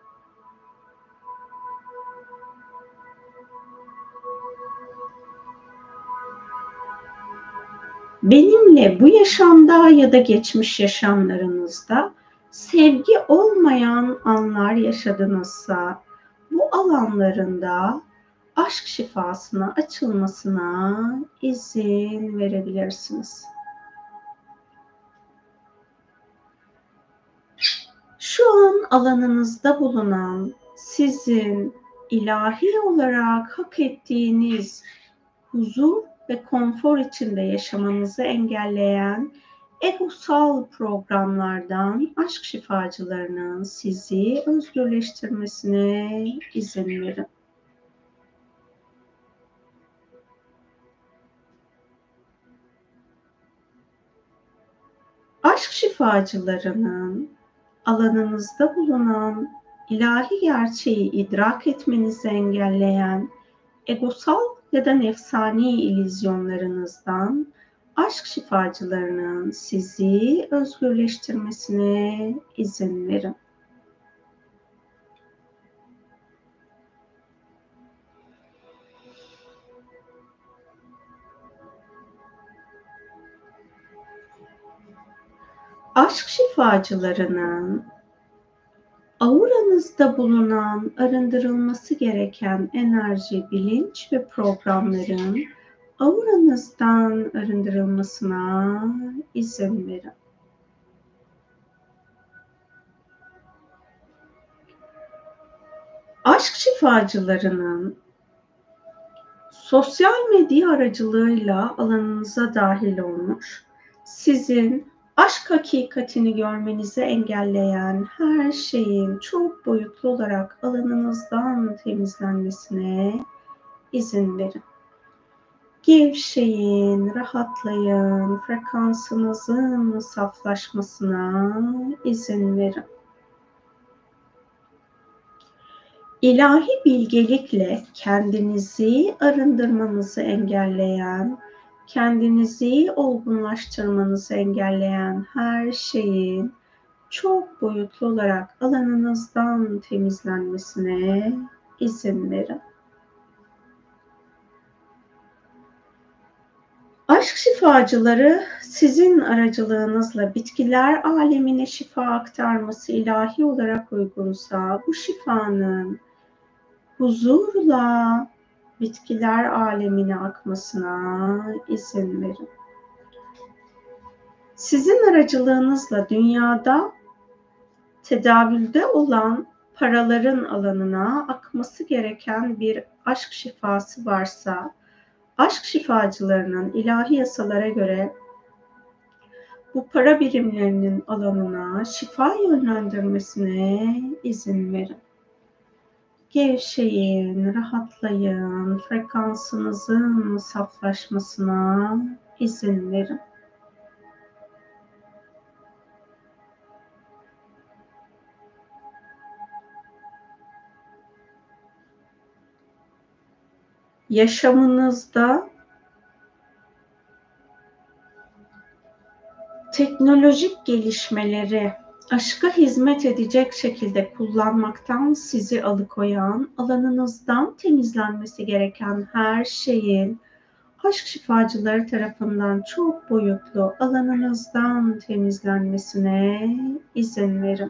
Benimle bu yaşamda ya da geçmiş yaşamlarınızda sevgi olmayan anlar yaşadınızsa bu alanlarında aşk şifasına açılmasına izin verebilirsiniz. Şu an alanınızda bulunan, sizin ilahi olarak hak ettiğiniz huzur ve konfor içinde yaşamanızı engelleyen egosal programlardan aşk şifacılarının sizi özgürleştirmesine izin verin. Aşk şifacılarının alanınızda bulunan ilahi gerçeği idrak etmenizi engelleyen egosal ya da nefsani illüzyonlarınızdan aşk şifacılarının sizi özgürleştirmesine izin verin. Aşk şifacılarının auranızda bulunan arındırılması gereken enerji, bilinç ve programların auranızdan arındırılmasına izin verin. Aşk şifacılarının sosyal medya aracılığıyla alanınıza dahil olmuş, sizin aşk hakikatini görmenizi engelleyen her şeyin çok boyutlu olarak alanınızdan temizlenmesine izin verin. Gevşeyin, rahatlayın, frekansınızın saflaşmasına izin verin. İlahi bilgelikle kendinizi arındırmanızı engelleyen, kendinizi olgunlaştırmanızı engelleyen her şeyin çok boyutlu olarak alanınızdan temizlenmesine izin verin. Aşk şifacıları sizin aracılığınızla bitkiler alemine şifa aktarması ilahi olarak uygunsa bu şifanın huzurla bitkiler alemine akmasına izin verin. Sizin aracılığınızla dünyada tedavülde olan paraların alanına akması gereken bir aşk şifası varsa, aşk şifacılarının ilahi yasalara göre bu para birimlerinin alanına şifa yönlendirmesine izin verin. Gevşeyin, rahatlayın, frekansınızın saflaşmasına izin verin. Yaşamınızda teknolojik gelişmeleri aşka hizmet edecek şekilde kullanmaktan sizi alıkoyan, alanınızdan temizlenmesi gereken her şeyin aşk şifacıları tarafından çok boyutlu alanınızdan temizlenmesine izin verin.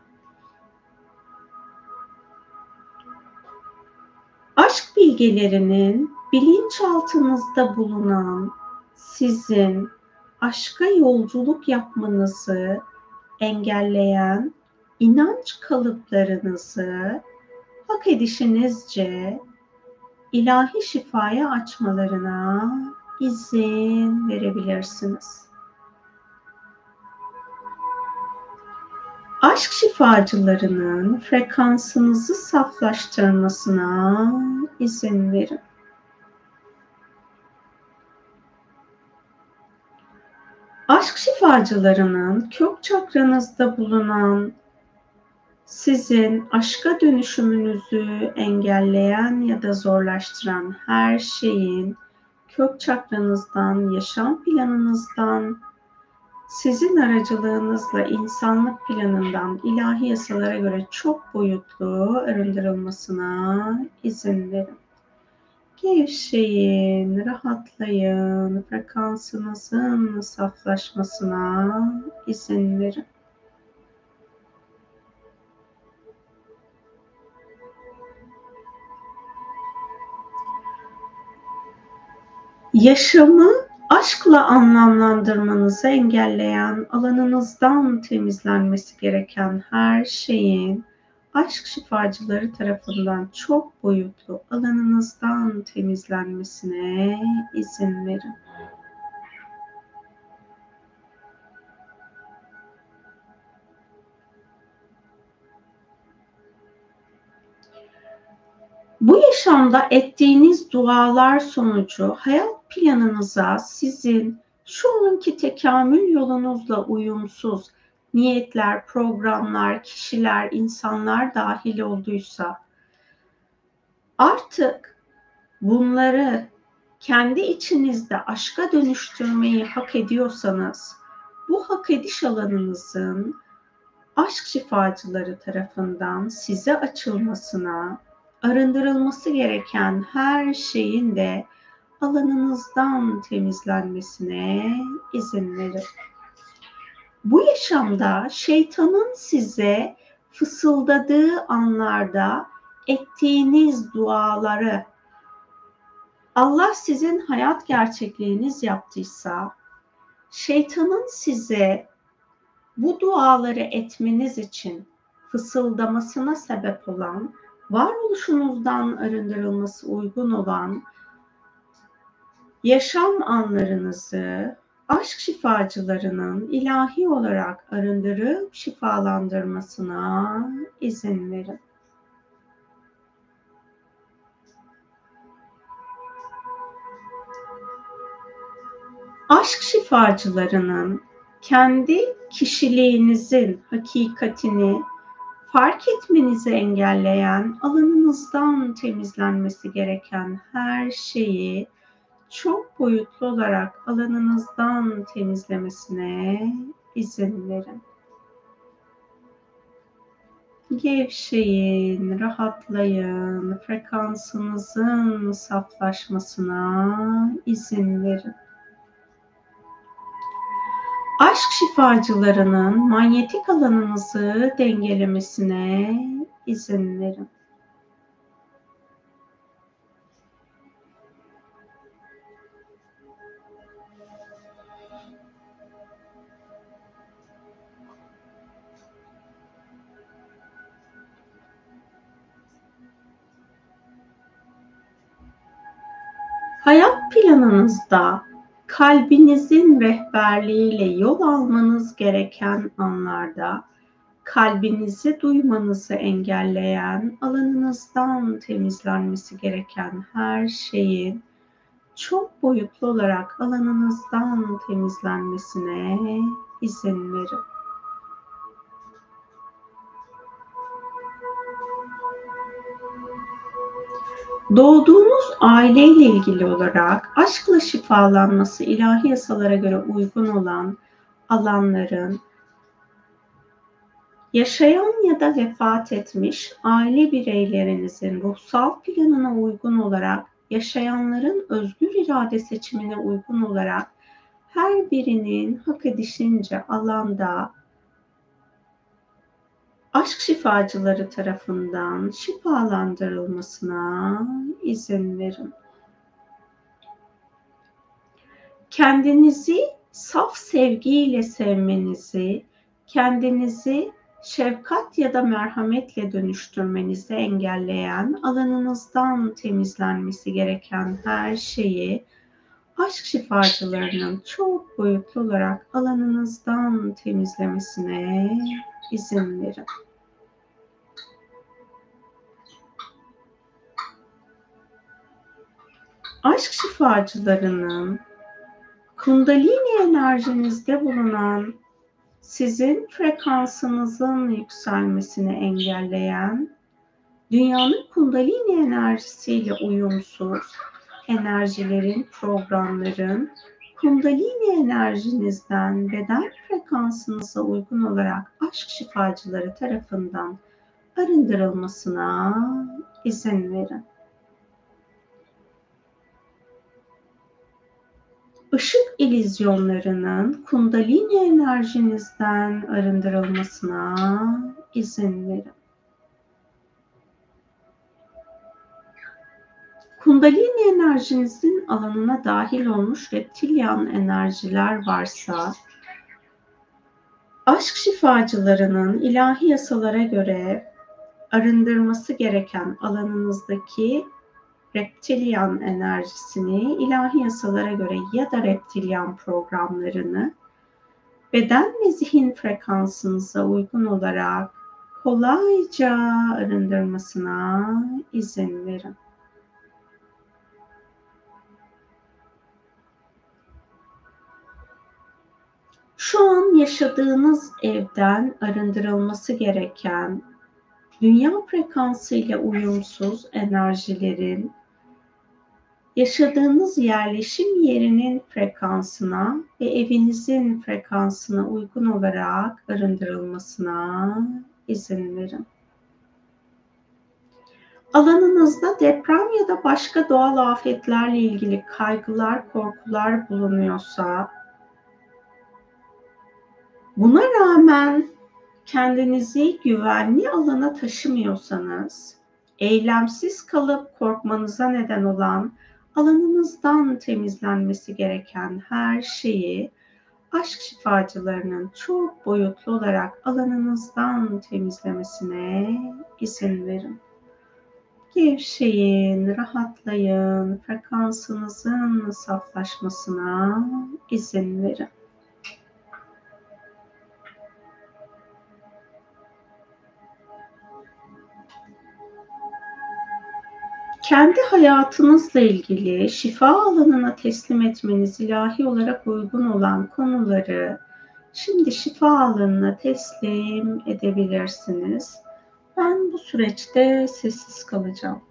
Aşk bilgelerinin bilinçaltınızda bulunan sizin aşka yolculuk yapmanızı engelleyen inanç kalıplarınızı hak edişinizce ilahi şifaya açmalarına izin verebilirsiniz. Aşk şifacılarının frekansınızı saflaştırmasına izin verin. Aşk şifacılarının kök çakranızda bulunan sizin aşka dönüşümünüzü engelleyen ya da zorlaştıran her şeyin kök çakranızdan, yaşam planınızdan, sizin aracılığınızla insanlık planından ilahi yasalara göre çok boyutlu arındırılmasına izin verin. Gevşeyin, rahatlayın, frekansınızın saflaşmasına izin verin. Yaşamı aşkla anlamlandırmanızı engelleyen, alanınızdan temizlenmesi gereken her şeyin aşk şifacıları tarafından çok boyutlu alanınızdan temizlenmesine izin verin. Bu yaşamda ettiğiniz dualar sonucu hayat planınıza sizin şu anki tekamül yolunuzla uyumsuz niyetler, programlar, kişiler, insanlar dahil olduysa artık bunları kendi içinizde aşka dönüştürmeyi hak ediyorsanız bu hak ediş alanınızın aşk şifacıları tarafından size açılmasına, arındırılması gereken her şeyin de alanınızdan temizlenmesine izin verin. Bu yaşamda şeytanın size fısıldadığı anlarda ettiğiniz duaları Allah sizin hayat gerçekliğiniz yaptıysa, şeytanın size bu duaları etmeniz için fısıldamasına sebep olan, varoluşunuzdan arındırılması uygun olan yaşam anlarınızı aşk şifacılarının ilahi olarak arındırıp şifalandırmasına izin verin. Aşk şifacılarının kendi kişiliğinizin hakikatini fark etmenizi engelleyen, alanınızdan temizlenmesi gereken her şeyi çok boyutlu olarak alanınızdan temizlemesine izin verin. Gevşeyin, rahatlayın, frekansınızın saflaşmasına izin verin. Aşk şifacılarının manyetik alanınızı dengelemesine izin verin. Hayat planınızda kalbinizin rehberliğiyle yol almanız gereken anlarda kalbinizi duymanızı engelleyen, alanınızdan temizlenmesi gereken her şeyin çok boyutlu olarak alanınızdan temizlenmesine izin verin. Doğduğunuz aileyle ilgili olarak aşkla şifalanması ilahi yasalara göre uygun olan alanların yaşayan ya da vefat etmiş aile bireylerinizin ruhsal planına uygun olarak yaşayanların özgür irade seçimine uygun olarak her birinin hak edişince alanda aşk şifacıları tarafından şifalandırılmasına izin verin. Kendinizi saf sevgiyle sevmenizi, kendinizi şefkat ya da merhametle dönüştürmenizi engelleyen, alanınızdan temizlenmesi gereken her şeyi aşk şifacılarının çok boyutlu olarak alanınızdan temizlemesine izin verin. Aşk şifacılarının Kundalini enerjinizde bulunan, sizin frekansınızın yükselmesini engelleyen, dünyanın Kundalini enerjisiyle uyumsuz enerjilerin, programların, Kundalini enerjinizden beden frekansınıza uygun olarak aşk şifacıları tarafından arındırılmasına izin verin. Işık illüzyonlarının Kundalini enerjinizden arındırılmasına izin verin. Kundalini enerjinizin alanına dahil olmuş reptilyan enerjiler varsa, aşk şifacılarının ilahi yasalara göre arındırması gereken alanınızdaki reptilyan enerjisini ilahi yasalara göre ya da reptilyan programlarını beden ve zihin frekansınıza uygun olarak kolayca arındırmasına izin verin. Şu an yaşadığınız evden arındırılması gereken dünya frekansı ile uyumsuz enerjilerin yaşadığınız yerleşim yerinin frekansına ve evinizin frekansına uygun olarak arındırılmasına izin verin. Alanınızda deprem ya da başka doğal afetlerle ilgili kaygılar, korkular bulunuyorsa, buna rağmen kendinizi güvenli alana taşımıyorsanız, eylemsiz kalıp korkmanıza neden olan alanınızdan temizlenmesi gereken her şeyi aşk şifacılarının çok boyutlu olarak alanınızdan temizlemesine izin verin. Gevşeyin, rahatlayın, frekansınızın saflaşmasına izin verin. Kendi hayatınızla ilgili şifa alanına teslim etmeniz ilahi olarak uygun olan konuları şimdi şifa alanına teslim edebilirsiniz. Ben bu süreçte sessiz kalacağım.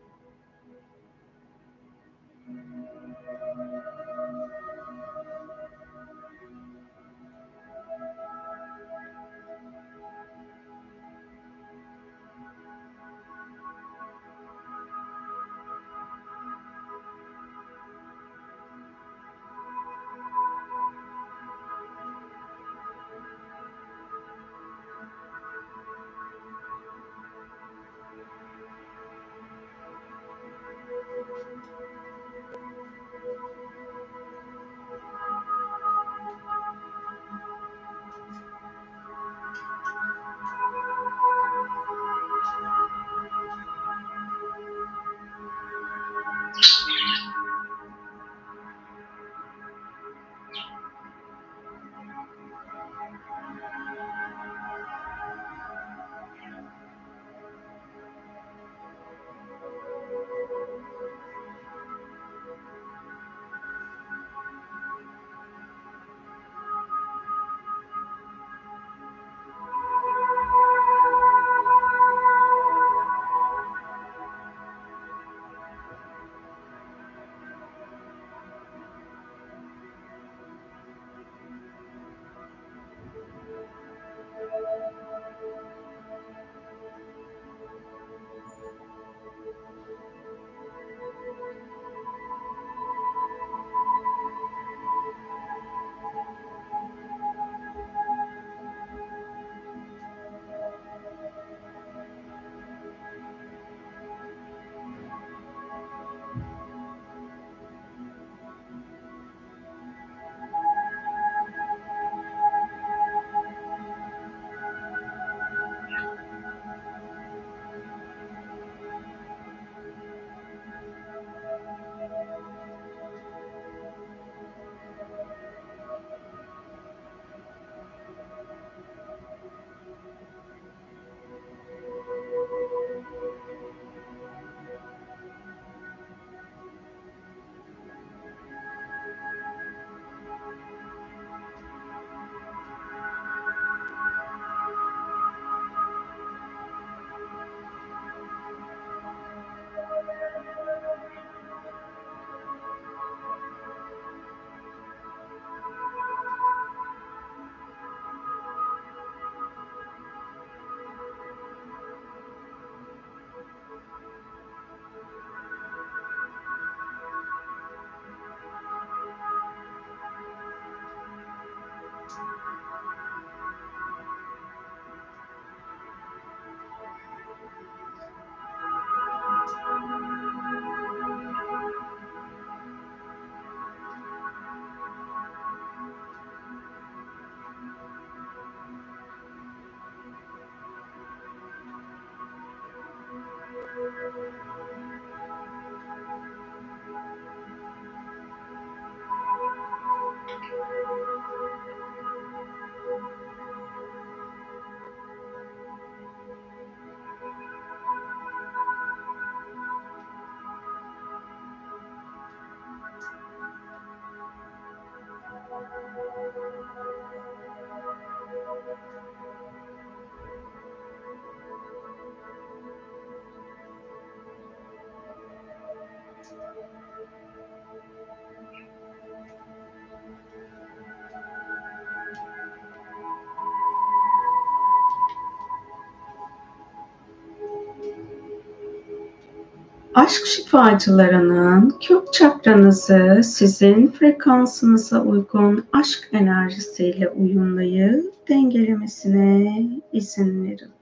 Aşk şifacılarının kök çakranızı sizin frekansınıza uygun aşk enerjisiyle uyumlayıp dengelemesine izin verin.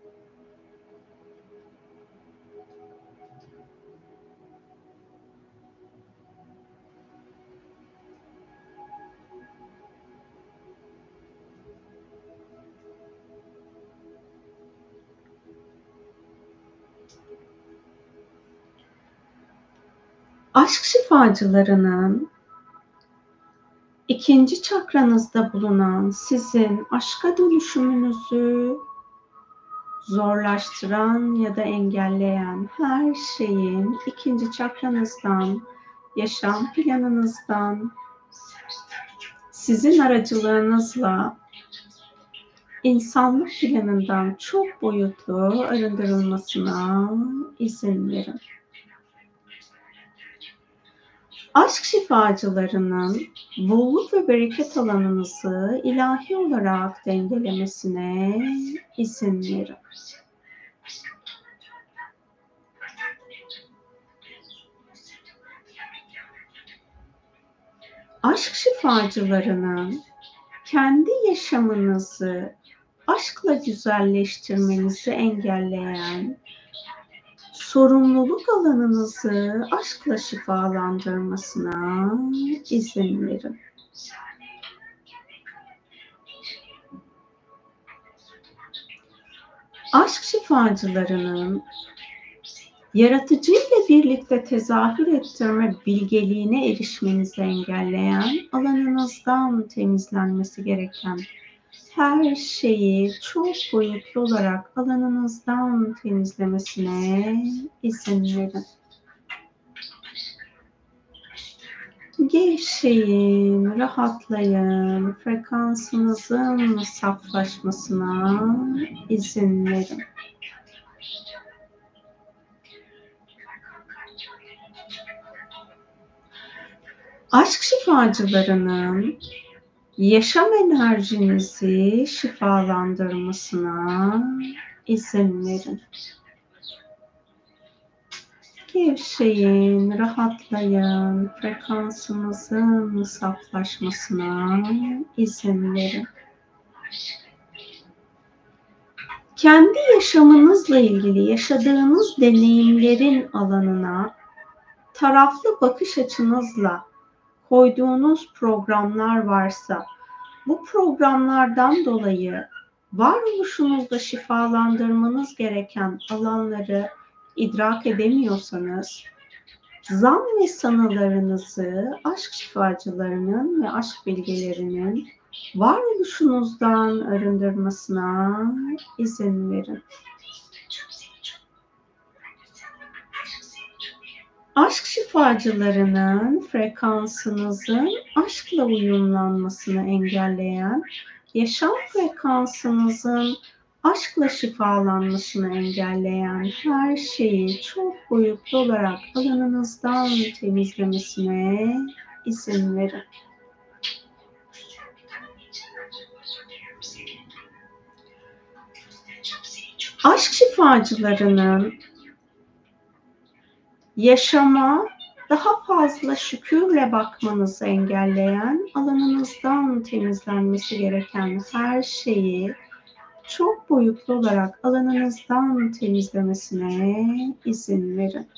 Aşk şifacılarının ikinci çakranızda bulunan sizin aşka dönüşümünüzü zorlaştıran ya da engelleyen her şeyin ikinci çakranızdan, yaşam planınızdan, sizin aracılığınızla insanlık planından çok boyutlu arındırılmasına izin verin. Aşk şifacılarının bolluk ve bereket alanınızı ilahi olarak dengelemesine izin verin. Aşk şifacılarının kendi yaşamınızı aşkla güzelleştirmenizi engelleyen, sorumluluk alanınızı aşkla şifalandırmasına izin verin. Aşk şifacılarının yaratıcı ile birlikte tezahür ettirme bilgeliğine erişmenizi engelleyen, alanınızdan temizlenmesi gereken her şeyi çok boyutlu olarak alanınızdan temizlemesine izin verin. Gevşeyin, rahatlayın, frekansınızın saflaşmasına izin verin. Aşk şifacılarının yaşam enerjinizi şifalandırmasına izin verin. Gevşeyin, rahatlayın, frekansınızın saflaşmasına izin verin. Kendi yaşamınızla ilgili yaşadığınız deneyimlerin alanına taraflı bakış açınızla koyduğunuz programlar varsa, bu programlardan dolayı varoluşunuzda şifalandırmanız gereken alanları idrak edemiyorsanız, zan ve sanılarınızı aşk şifacılarının ve aşk bilgelerinin varoluşunuzdan arındırmasına izin verin. Aşk şifacılarının frekansınızın aşkla uyumlanmasını engelleyen, yaşam frekansınızın aşkla şifalanmasını engelleyen her şeyi çok boyutlu olarak alanınızdan temizlemesine izin verin. Aşk şifacılarının yaşama daha fazla şükürle bakmanızı engelleyen, alanınızdan temizlenmesi gereken her şeyi çok boyutlu olarak alanınızdan temizlemesine izin verin.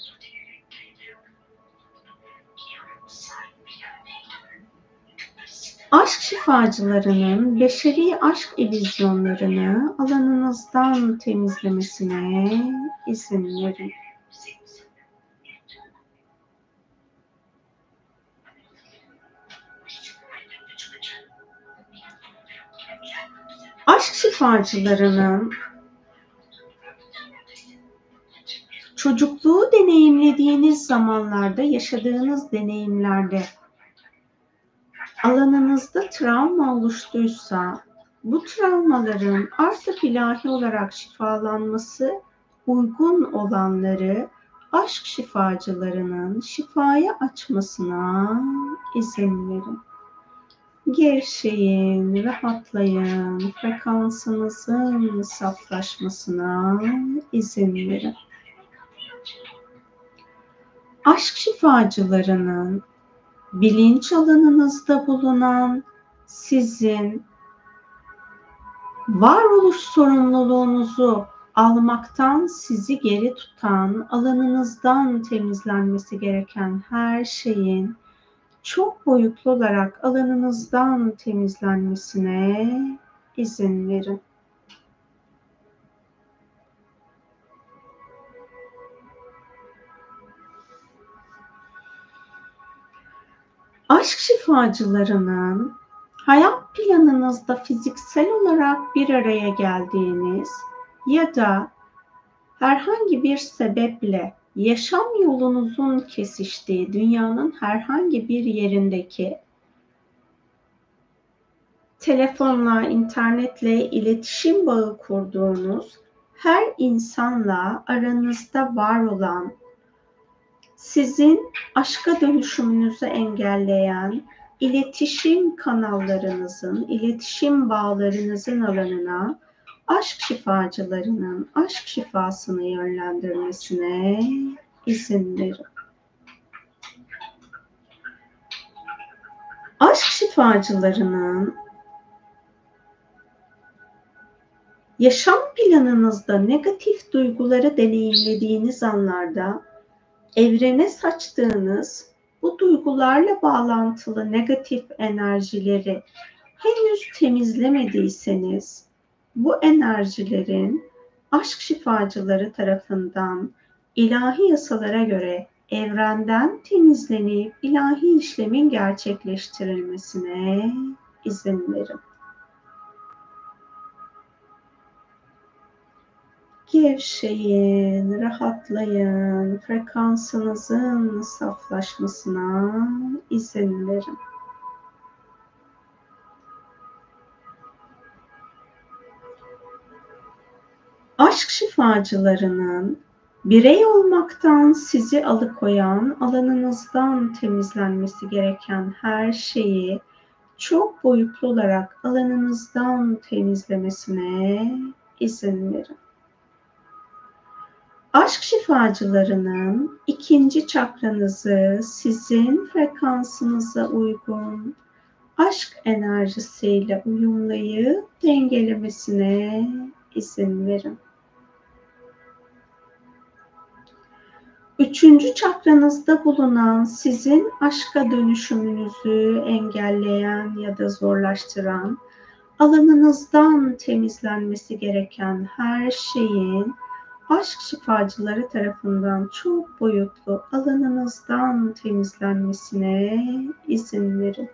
Aşk şifacılarının beşeri aşk illüzyonlarını alanınızdan temizlemesine izin verin. Aşk şifacılarının çocukluğu deneyimlediğiniz zamanlarda, yaşadığınız deneyimlerde alanınızda travma oluştuysa, bu travmaların artık ilahi olarak şifalanması uygun olanları aşk şifacılarının şifaya açmasına izin verin. Gevşeyin, rahatlayın, frekansınızın saflaşmasına izin verin. aşk şifacılarının bilinç alanınızda bulunan, sizin varoluş sorumluluğunuzu almaktan sizi geri tutan, alanınızdan temizlenmesi gereken her şeyin çok boyutlu olarak alanınızdan temizlenmesine izin verin. Aşk şifacılarının hayat planınızda fiziksel olarak bir araya geldiğiniz ya da herhangi bir sebeple yaşam yolunuzun kesiştiği dünyanın herhangi bir yerindeki telefonla, internetle iletişim bağı kurduğunuz her insanla aranızda var olan, sizin aşka dönüşümünüzü engelleyen iletişim kanallarınızın, iletişim bağlarınızın alanına aşk şifacılarının aşk şifasını yönlendirmesine izin verin. Aşk şifacılarının yaşam planınızda negatif duyguları deneyimlediğiniz anlarda evrene saçtığınız bu duygularla bağlantılı negatif enerjileri henüz temizlemediyseniz, bu enerjilerin aşk şifacıları tarafından ilahi yasalara göre evrenden temizlenip ilahi işlemin gerçekleştirilmesine izin verin. Gevşeyin, rahatlayın, frekansınızın saflaşmasına izin verin. Aşk şifacılarının birey olmaktan sizi alıkoyan, alanınızdan temizlenmesi gereken her şeyi çok boyutlu olarak alanınızdan temizlemesine izin verin. Aşk şifacılarının ikinci çakranızı sizin frekansınıza uygun aşk enerjisiyle uyumlayıp dengelemesine izin verin. Üçüncü çakranızda bulunan sizin aşka dönüşümünüzü engelleyen ya da zorlaştıran, alanınızdan temizlenmesi gereken her şeyin aşk şifacıları tarafından çok boyutlu alanınızdan temizlenmesine izin verin.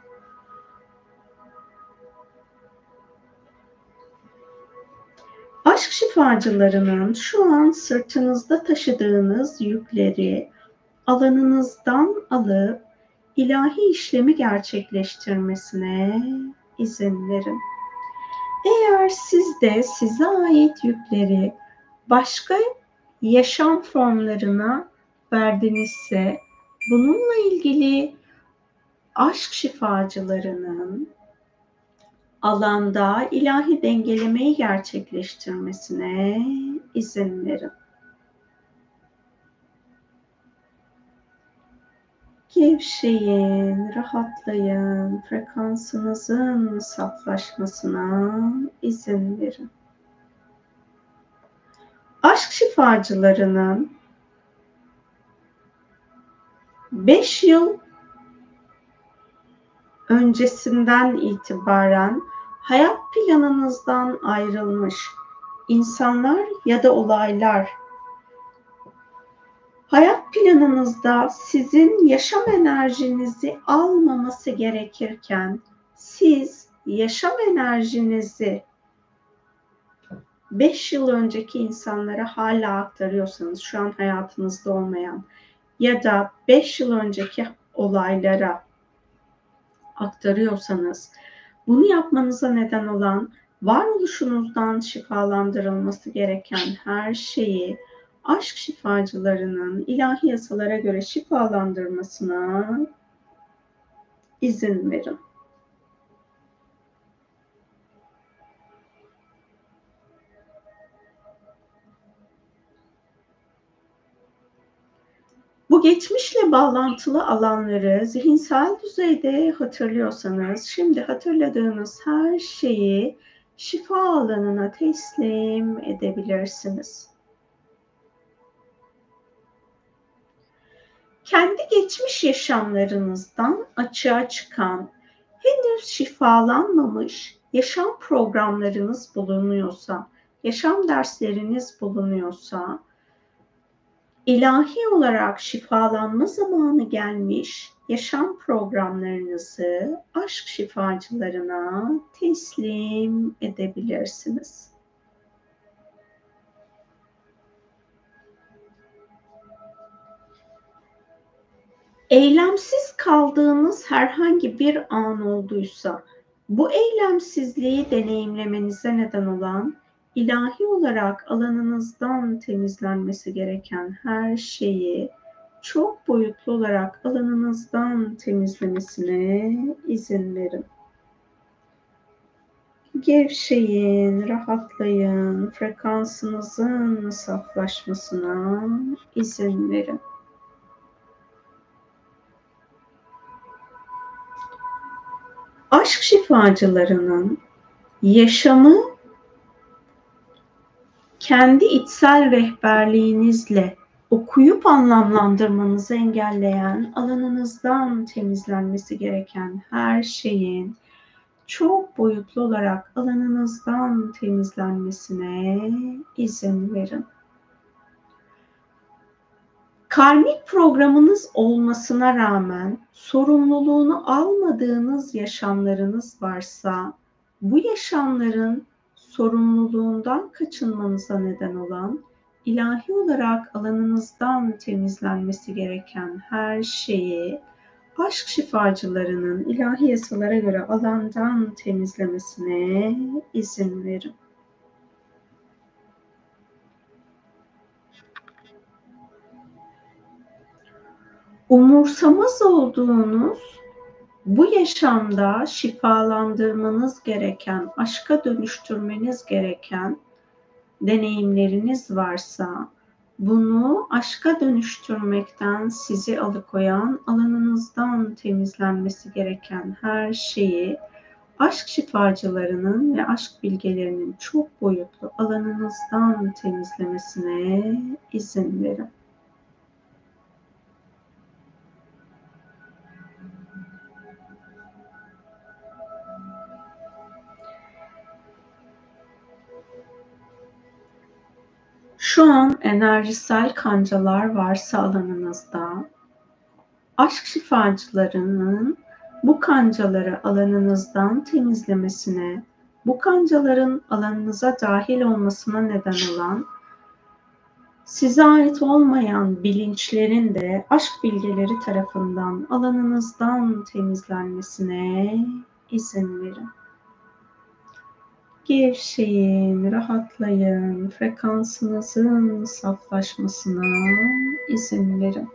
Aşk şifacılarının şu an sırtınızda taşıdığınız yükleri alanınızdan alıp ilahi işlemi gerçekleştirmesine izin verin. Eğer siz de size ait yükleri başka yaşam formlarına verdinizse, bununla ilgili aşk şifacılarının alanda ilahi dengelemeyi gerçekleştirmesine izin verin. Gevşeyin, rahatlayın, frekansınızın saflaşmasına izin verin. Aşk şifacılarının beş yıl öncesinden itibaren hayat planınızdan ayrılmış insanlar ya da olaylar, hayat planınızda sizin yaşam enerjinizi almaması gerekirken siz yaşam enerjinizi beş yıl önceki insanlara hala aktarıyorsanız, şu an hayatınızda olmayan ya da beş yıl önceki olaylara aktarıyorsanız, bunu yapmanıza neden olan varoluşunuzdan şifalandırılması gereken her şeyi aşk şifacılarının ilahi yasalara göre şifalandırmasına izin verin. Bu geçmişle bağlantılı alanları zihinsel düzeyde hatırlıyorsanız, şimdi hatırladığınız her şeyi şifa alanına teslim edebilirsiniz. Kendi geçmiş yaşamlarınızdan açığa çıkan, henüz şifalanmamış yaşam programlarınız bulunuyorsa, yaşam dersleriniz bulunuyorsa, ilahi olarak şifalanma zamanı gelmiş yaşam programlarınızı aşk şifacılarına teslim edebilirsiniz. Eylemsiz kaldığınız herhangi bir an olduysa, bu eylemsizliği deneyimlemenize neden olan, ilahi olarak alanınızdan temizlenmesi gereken her şeyi çok boyutlu olarak alanınızdan temizlemesine izin verin. Gevşeyin, rahatlayın, frekansınızın saflaşmasına izin verin. Aşk şifacılarının yaşamı kendi içsel rehberliğinizle okuyup anlamlandırmanızı engelleyen, alanınızdan temizlenmesi gereken her şeyin çok boyutlu olarak alanınızdan temizlenmesine izin verin. Karmik programınız olmasına rağmen sorumluluğunu almadığınız yaşamlarınız varsa, bu yaşamların sorumluluğundan kaçınmanıza neden olan, ilahi olarak alanınızdan temizlenmesi gereken her şeyi aşk şifacılarının ilahi yasalara göre alandan temizlemesine izin verin. Umursamaz olduğunuz, bu yaşamda şifalandırmanız gereken, aşka dönüştürmeniz gereken deneyimleriniz varsa, bunu aşka dönüştürmekten sizi alıkoyan, alanınızdan temizlenmesi gereken her şeyi aşk şifacılarının ve aşk bilgelerinin çok boyutlu alanınızdan temizlemesine izin verin. Şu an enerjisel kancalar varsa alanınızda, aşk şifacılarının bu kancaları alanınızdan temizlemesine, bu kancaların alanınıza dahil olmasına neden olan, size ait olmayan bilinçlerin de aşk bilgeleri tarafından alanınızdan temizlenmesine izin verin. Gevşeyin, rahatlayın, frekansınızın saflaşmasına izin verin.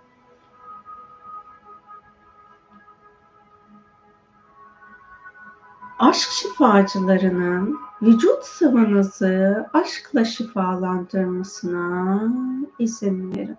Aşk şifacılarının vücut sıvınızı aşkla şifalandırmasına izin verin.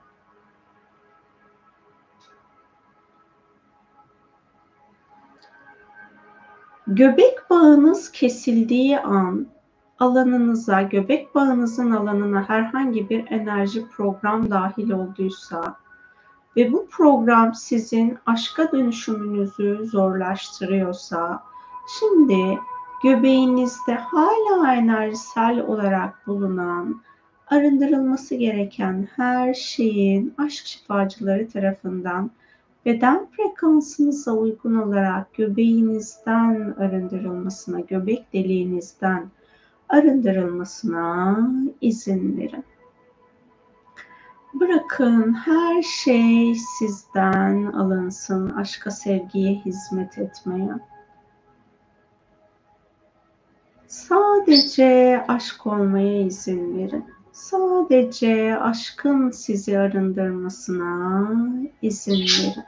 Göbek bağınız kesildiği an, alanınıza, göbek bağınızın alanına herhangi bir enerji program dahil olduysa ve bu program sizin aşka dönüşümünüzü zorlaştırıyorsa, şimdi göbeğinizde hala enerjisel olarak bulunan, arındırılması gereken her şeyin aşk şifacıları tarafından beden frekansınıza uygun olarak göbeğinizden arındırılmasına, göbek deliğinizden arındırılmasına izin verin. Bırakın her şey sizden alınsın, aşka, sevgiye hizmet etmeye. Sadece aşk olmaya izin verin. Sadece aşkın sizi arındırmasına izin verin.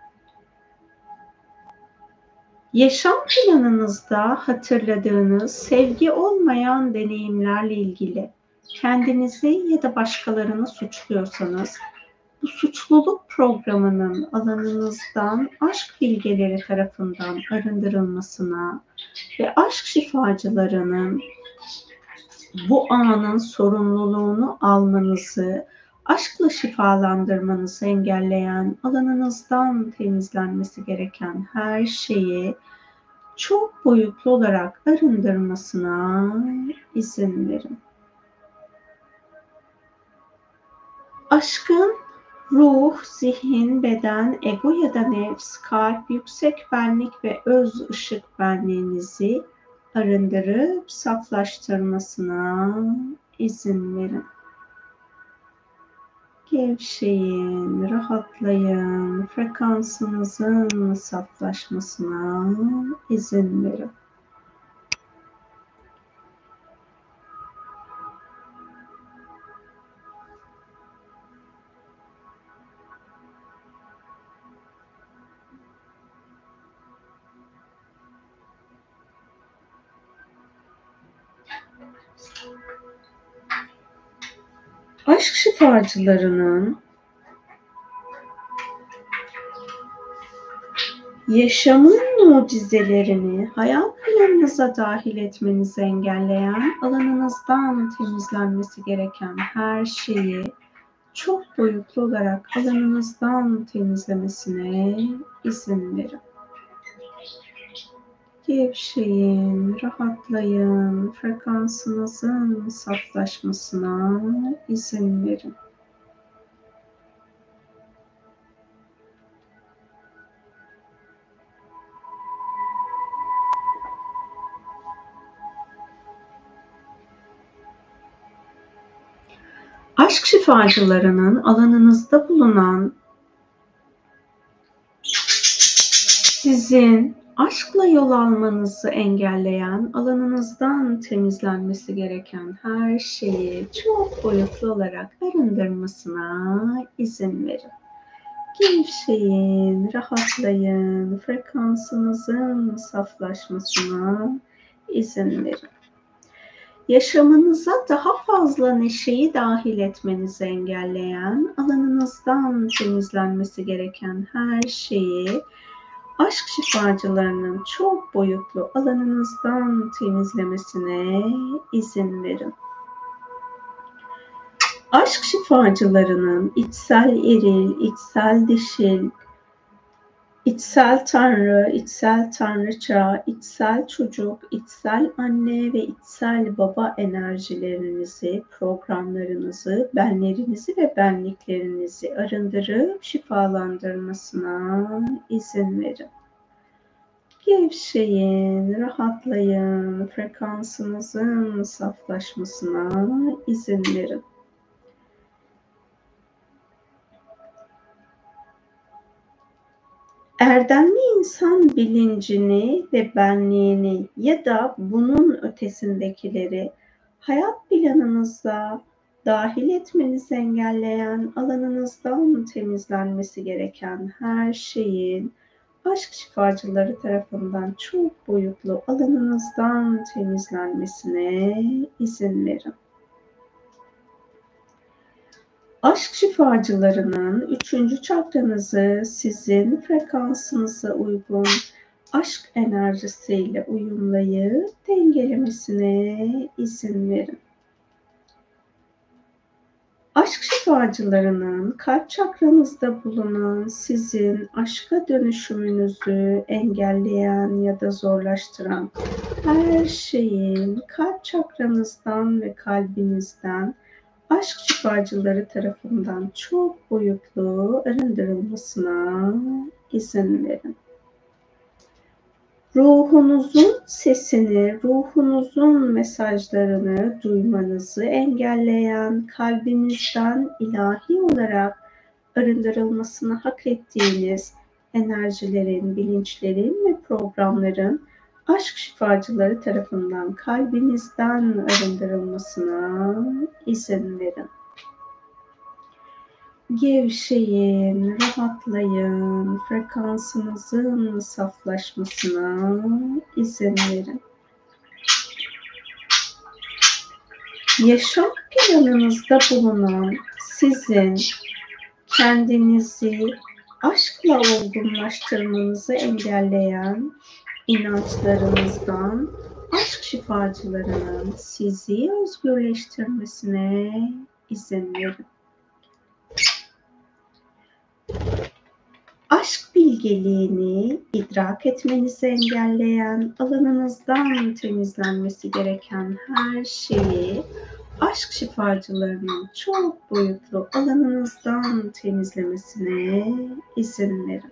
Yaşam planınızda hatırladığınız sevgi olmayan deneyimlerle ilgili kendinizi ya da başkalarını suçluyorsanız, bu suçluluk programının alanınızdan aşk bilgeleri tarafından arındırılmasına ve aşk şifacılarının bu anın sorumluluğunu almanızı, aşkla şifalandırmanızı engelleyen, alanınızdan temizlenmesi gereken her şeyi çok boyutlu olarak arındırmasına izin verin. Aşkın ruh, zihin, beden, ego ya da nefs, kalp, yüksek benlik ve öz ışık benliğinizi arındırıp saflaştırmasına izin verin. Gevşeyin, rahatlayın, frekansınızın saflaşmasına izin verin. Aşk şifacılarının yaşamın mucizelerini hayat planınıza dahil etmenizi engelleyen, alanınızdan temizlenmesi gereken her şeyi çok boyutlu olarak alanınızdan temizlemesine izin verin. Gevşeyin, rahatlayın, frekansınızın saflaşmasına izin verin. Aşk şifacılarının alanınızda bulunan, sizin aşkla yol almanızı engelleyen, alanınızdan temizlenmesi gereken her şeyi çok boyutlu olarak arındırmasına izin verin. Gevşeyin, rahatlayın, frekansınızın saflaşmasına izin verin. Yaşamınıza daha fazla neşeyi dahil etmenizi engelleyen, alanınızdan temizlenmesi gereken her şeyi aşk şifacılarının çok boyutlu alanınızdan temizlemesine izin verin. Aşk şifacılarının içsel eril, içsel dişil, içsel tanrı, içsel tanrıça, içsel çocuk, içsel anne ve içsel baba enerjilerinizi, programlarınızı, benlerinizi ve benliklerinizi arındırıp şifalandırmasına izin verin. Gevşeyin, rahatlayın, frekansınızın saflaşmasına izin verin. Erdemli insan bilincini ve benliğini ya da bunun ötesindekileri hayat planınıza dahil etmenizi engelleyen, alanınızdan temizlenmesi gereken her şeyin aşk şifacıları tarafından çok boyutlu alanınızdan temizlenmesine izin verin. Aşk şifacılarının üçüncü çakranızı sizin frekansınıza uygun aşk enerjisiyle uyumlayıp dengelemesine izin verin. Aşk şifacılarının kalp çakranızda bulunan sizin aşka dönüşümünüzü engelleyen ya da zorlaştıran her şeyin kalp çakranızdan ve kalbinizden aşk şifacıları tarafından çok boyutlu arındırılmasına izin verin. Ruhunuzun sesini, ruhunuzun mesajlarını duymanızı engelleyen, kalbinizden ilahi olarak arındırılmasını hak ettiğiniz enerjilerin, bilinçlerin ve programların aşk şifacıları tarafından kalbinizden arındırılmasına izin verin. Gevşeyin, rahatlayın, frekansınızın saflaşmasına izin verin. Yaşam planınızda bulunan sizin kendinizi aşkla olgunlaştırmanızı engelleyen inançlarınızdan aşk şifacılarının sizi özgürleştirmesine izin verin. Aşk bilgeliğini idrak etmenizi engelleyen, alanınızdan temizlenmesi gereken her şeyi aşk şifacılarının çok boyutlu alanınızdan temizlemesine izin verin.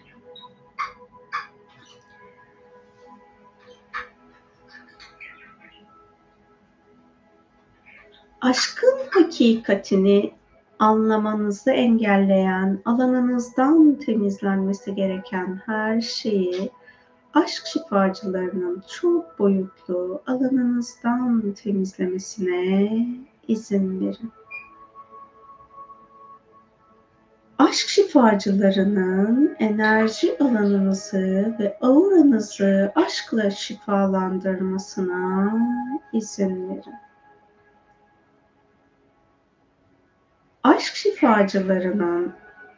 Aşkın hakikatini anlamanızı engelleyen, alanınızdan temizlenmesi gereken her şeyi aşk şifacılarının çok boyutlu alanınızdan temizlemesine izin verin. Aşk şifacılarının enerji alanınızı ve auranızı aşkla şifalandırmasına izin verin. Aşk şifacılarının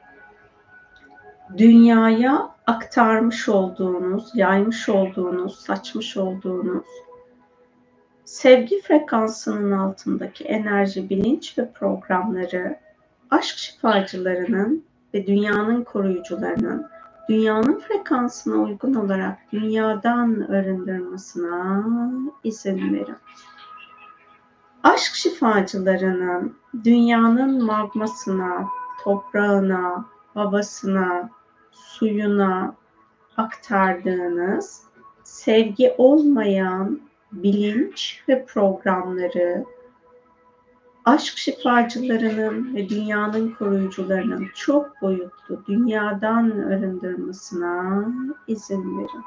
dünyaya aktarmış olduğunuz, yaymış olduğunuz, saçmış olduğunuz sevgi frekansının altındaki enerji, bilinç ve programları aşk şifacılarının ve dünyanın koruyucularının dünyanın frekansına uygun olarak dünyadan arındırmasına izin verin. Aşk şifacılarının dünyanın magmasına, toprağına, havasına, suyuna aktardığınız sevgi olmayan bilinç ve programları aşk şifacılarının ve dünyanın koruyucularının çok boyutlu dünyadan arındırmasına izin verin.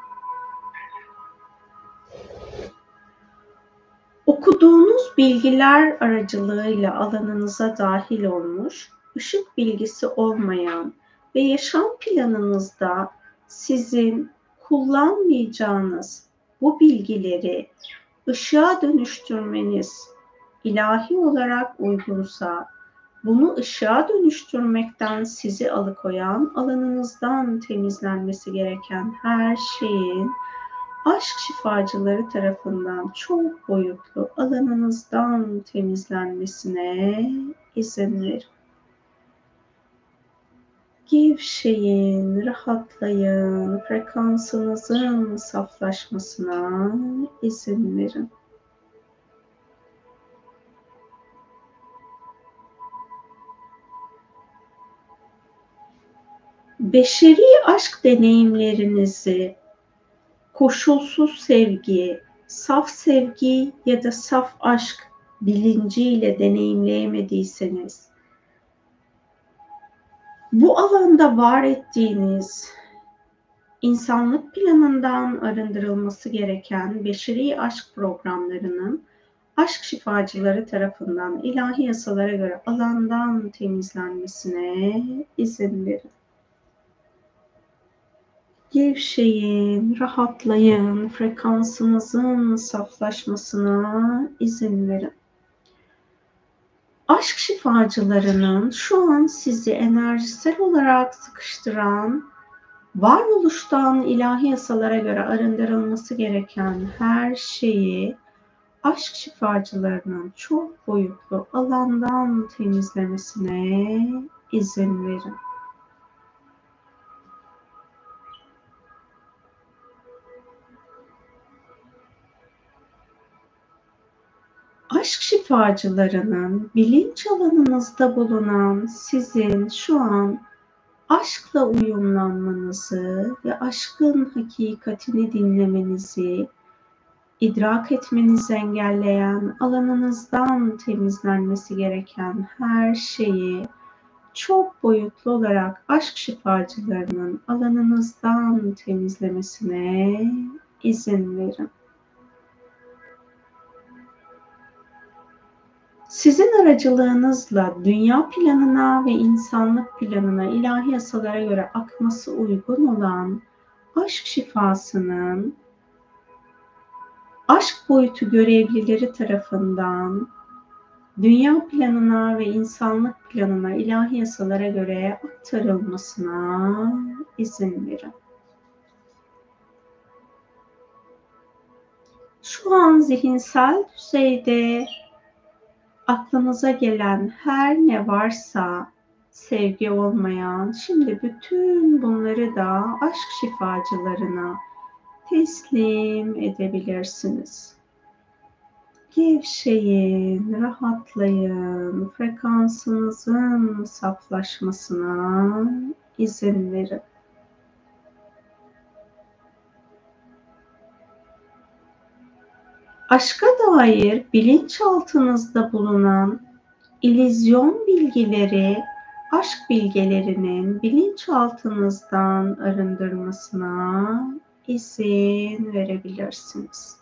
Okuduğunuz bilgiler aracılığıyla alanınıza dahil olmuş, ışık bilgisi olmayan ve yaşam planınızda sizin kullanmayacağınız bu bilgileri ışığa dönüştürmeniz ilahi olarak uygunsa, bunu ışığa dönüştürmekten sizi alıkoyan, alanınızdan temizlenmesi gereken her şeyin aşk şifacıları tarafından çok boyutlu alanınızdan temizlenmesine izin verin. Gevşeyin, rahatlayın, frekansınızın saflaşmasına izin verin. Beşeri aşk deneyimlerinizi koşulsuz sevgi, saf sevgi ya da saf aşk bilinciyle deneyimleyemediyseniz, bu alanda var ettiğiniz insanlık planından arındırılması gereken beşeri aşk programlarının aşk şifacıları tarafından ilahi yasalara göre alandan temizlenmesine izin verin. Gevşeyin, rahatlayın, frekansınızın saflaşmasına izin verin. Aşk şifacılarının şu an sizi enerjisel olarak sıkıştıran, varoluştan ilahi yasalara göre arındırılması gereken her şeyi aşk şifacılarının çok boyutlu alandan temizlemesine izin verin. Aşk şifacılarının bilinç alanınızda bulunan sizin şu an aşkla uyumlanmanızı ve aşkın hakikatini dinlemenizi, idrak etmenizi engelleyen, alanınızdan temizlenmesi gereken her şeyi çok boyutlu olarak aşk şifacılarının alanınızdan temizlemesine izin verin. Sizin aracılığınızla dünya planına ve insanlık planına ilahi yasalara göre akması uygun olan aşk şifasının aşk boyutu görevlileri tarafından dünya planına ve insanlık planına, ilahi yasalara göre aktarılmasına izin verin. Şu an zihinsel düzeyde aklınıza gelen her ne varsa sevgi olmayan, şimdi bütün bunları da aşk şifacılarına teslim edebilirsiniz. Gevşeyin, rahatlayın, frekansınızın saflaşmasına izin verin. Aşka dair bilinçaltınızda bulunan illüzyon bilgileri, aşk bilgelerinin bilinçaltınızdan arındırmasına izin verebilirsiniz.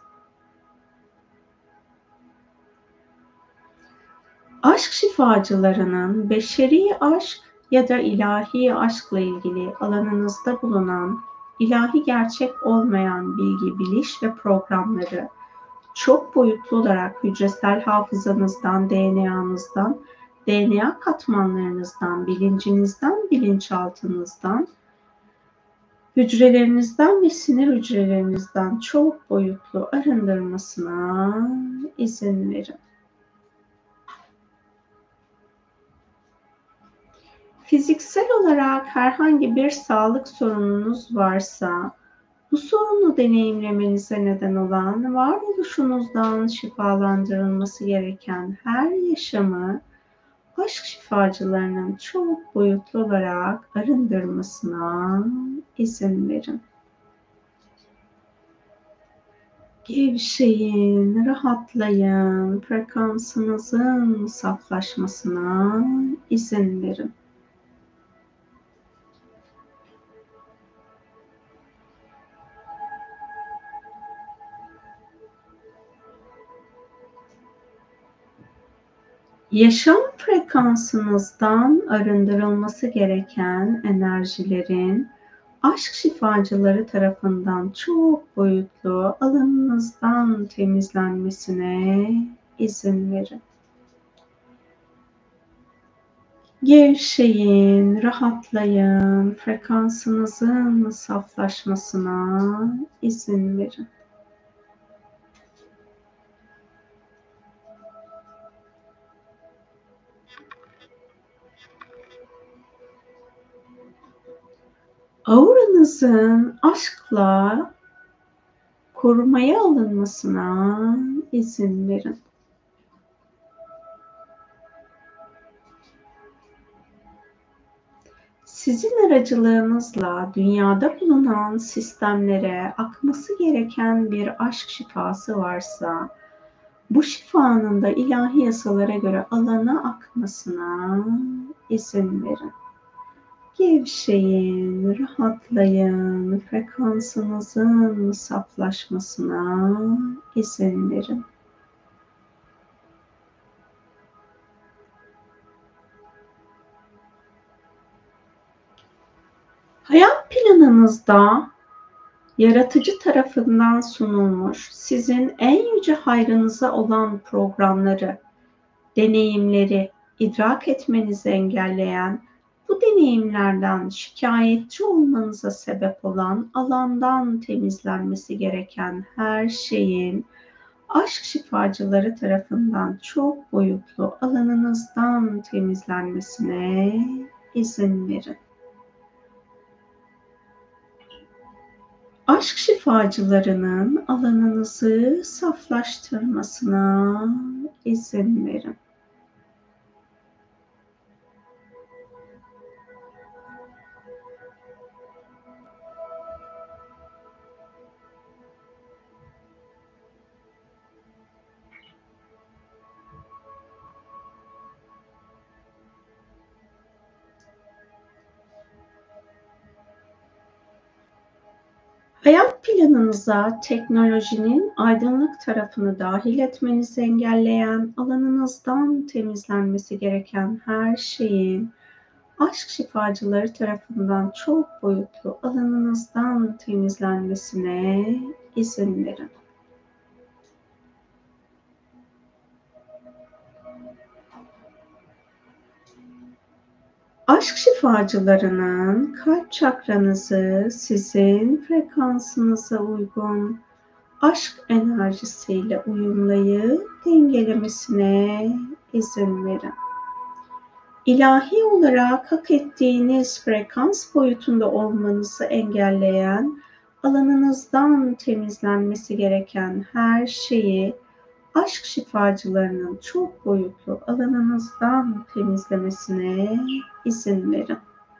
Aşk şifacılarının beşeri aşk ya da ilahi aşkla ilgili alanınızda bulunan ilahi gerçek olmayan bilgi, biliş ve programları çok boyutlu olarak hücresel hafızanızdan, D N A'nızdan, D N A katmanlarınızdan, bilincinizden, bilinçaltınızdan, hücrelerinizden ve sinir hücrelerinizden çok boyutlu arındırmasına izin verin. Fiziksel olarak herhangi bir sağlık sorununuz varsa, bu sorunu deneyimlemenize neden olan, varoluşunuzdan şifalandırılması gereken her yaşamı aşk şifacılarının çok boyutlu olarak arındırmasına izin verin. Gevşeyin, rahatlayın, frekansınızın saflaşmasına izin verin. Yaşam frekansınızdan arındırılması gereken enerjilerin aşk şifacıları tarafından çok boyutlu alanınızdan temizlenmesine izin verin. Gevşeyin, rahatlayın, frekansınızın saflaşmasına izin verin. Auranızın aşkla korumaya alınmasına izin verin. Sizin aracılığınızla dünyada bulunan sistemlere akması gereken bir aşk şifası varsa, bu şifanın da ilahi yasalara göre alana akmasına izin verin. Gevşeyin, rahatlayın, frekansınızın saflaşmasına izin verin. Hayat planınızda yaratıcı tarafından sunulmuş, sizin en yüce hayrınıza olan programları, deneyimleri idrak etmenizi engelleyen, bu deneyimlerden şikayetçi olmanıza sebep olan alandan temizlenmesi gereken her şeyin aşk şifacıları tarafından çok boyutlu alanınızdan temizlenmesine izin verin. Aşk şifacılarının alanınızı saflaştırmasına izin verin. Hayat planınıza teknolojinin aydınlık tarafını dahil etmenizi engelleyen, alanınızdan temizlenmesi gereken her şeyin aşk şifacıları tarafından çok boyutlu alanınızdan temizlenmesine izin verin. Aşk şifacılarının kalp çakranızı sizin frekansınıza uygun aşk enerjisiyle uyumlayıp dengelemesine izin verin. İlahi olarak hak ettiğiniz frekans boyutunda olmanızı engelleyen, alanınızdan temizlenmesi gereken her şeyi aşk şifacılarının çok boyutlu alanınızdan temizlemesine izin verin.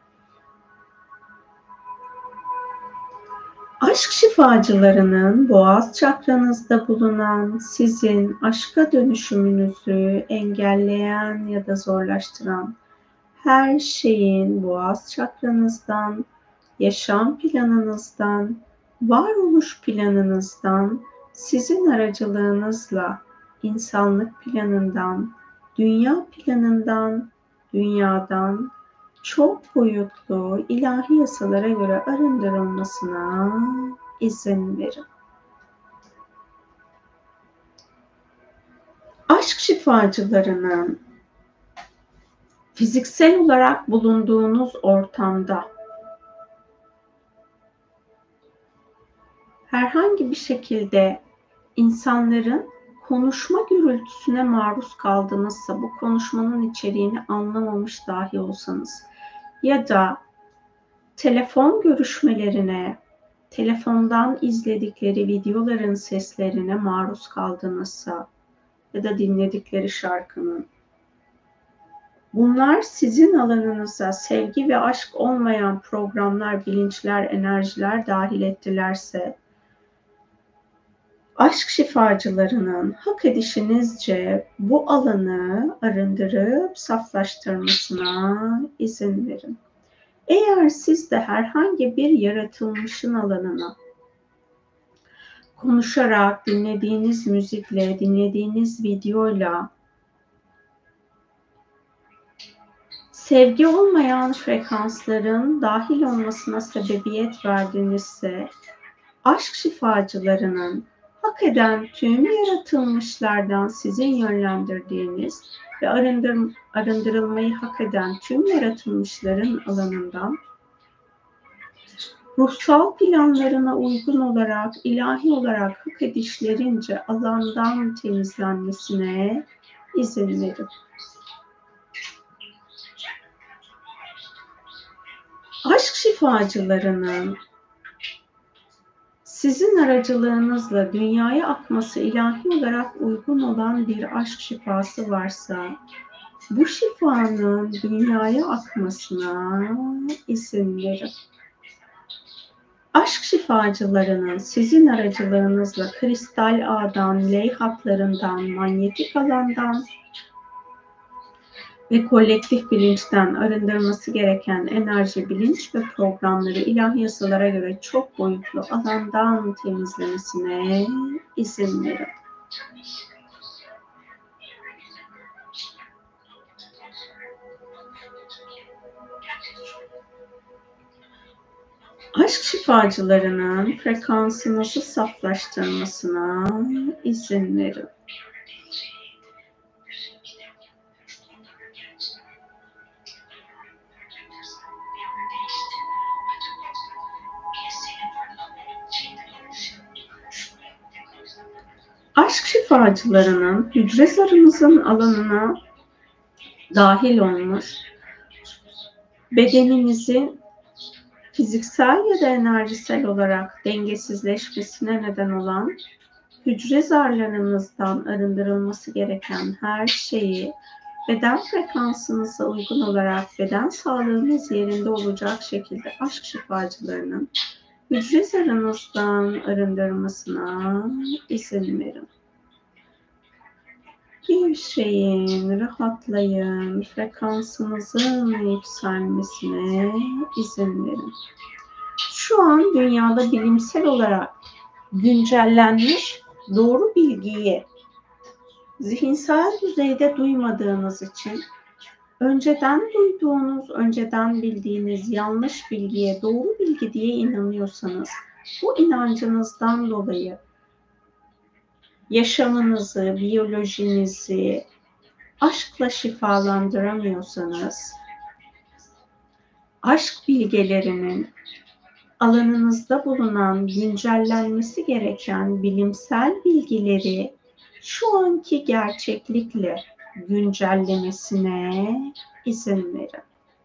Aşk şifacılarının boğaz çakranızda bulunan, sizin aşka dönüşümünüzü engelleyen ya da zorlaştıran her şeyin boğaz çakranızdan, yaşam planınızdan, varoluş planınızdan, sizin aracılığınızla insanlık planından, dünya planından, dünyadan çok boyutlu ilahi yasalara göre arındırılmasına izin verin. Aşk şifacılarının fiziksel olarak bulunduğunuz ortamda herhangi bir şekilde insanların konuşma gürültüsüne maruz kaldınızsa, bu konuşmanın içeriğini anlamamış dahi olsanız ya da telefon görüşmelerine, telefondan izledikleri videoların seslerine maruz kaldınızsa ya da dinledikleri şarkının, bunlar sizin alanınıza sevgi ve aşk olmayan programlar, bilinçler, enerjiler dahil ettilerse, aşk şifacılarının hak edişinizce bu alanı arındırıp saflaştırmasına izin verin. Eğer siz de herhangi bir yaratılmışın alanına konuşarak, dinlediğiniz müzikle, dinlediğiniz videoyla sevgi olmayan frekansların dahil olmasına sebebiyet verdiğinizse, aşk şifacılarının hak eden tüm yaratılmışlardan sizin yönlendirdiğiniz ve arındır, arındırılmayı hak eden tüm yaratılmışların alanından ruhsal planlarına uygun olarak, ilahi olarak hak edişlerince alandan temizlenmesine izin verin. Aşk şifacılarının sizin aracılığınızla dünyaya akması ilahi olarak uygun olan bir aşk şifası varsa, bu şifanın dünyaya akmasına izin verin. Aşk şifacılarının sizin aracılığınızla kristal ağdan, ley hatlarından, manyetik alandan ve kolektif bilinçten arındırması gereken enerji, bilinç ve programları ilahi yasalara göre çok boyutlu alandan temizlemesine izin verin. Aşk şifacılarının frekansınızı saflaştırmasına izin verin. Aşk şifacılarının hücre zarınızın alanına dahil olmuş, bedeninizin fiziksel ya da enerjisel olarak dengesizleşmesine neden olan hücre zarlarınızdan arındırılması gereken her şeyi beden frekansınıza uygun olarak beden sağlığınız yerinde olacak şekilde aşk şifacılarının hücre zarınızdan arındırmasına izin verin. Gevşeyin, rahatlayın, frekansınızın yükselmesine izin verin. Şu an dünyada bilimsel olarak güncellenmiş doğru bilgiyi zihinsel düzeyde duymadığınız için önceden duyduğunuz, önceden bildiğiniz yanlış bilgiye doğru bilgi diye inanıyorsanız, bu inancınızdan dolayı yaşamınızı, biyolojinizi, aşkla şifalandıramıyorsanız, aşk bilgelerinin alanınızda bulunan güncellenmesi gereken bilimsel bilgileri şu anki gerçeklikle güncellemesine izin verin.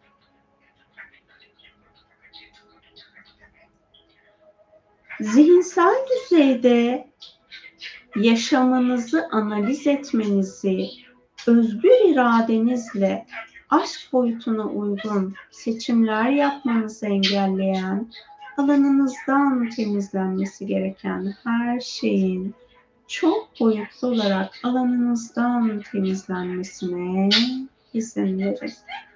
Zihinsel düzeyde yaşamınızı analiz etmenizi özgür iradenizle aşk boyutuna uygun seçimler yapmanızı engelleyen, alanınızdan temizlenmesi gereken her şeyin çok boyutlu olarak alanınızdan temizlenmesine izin verin.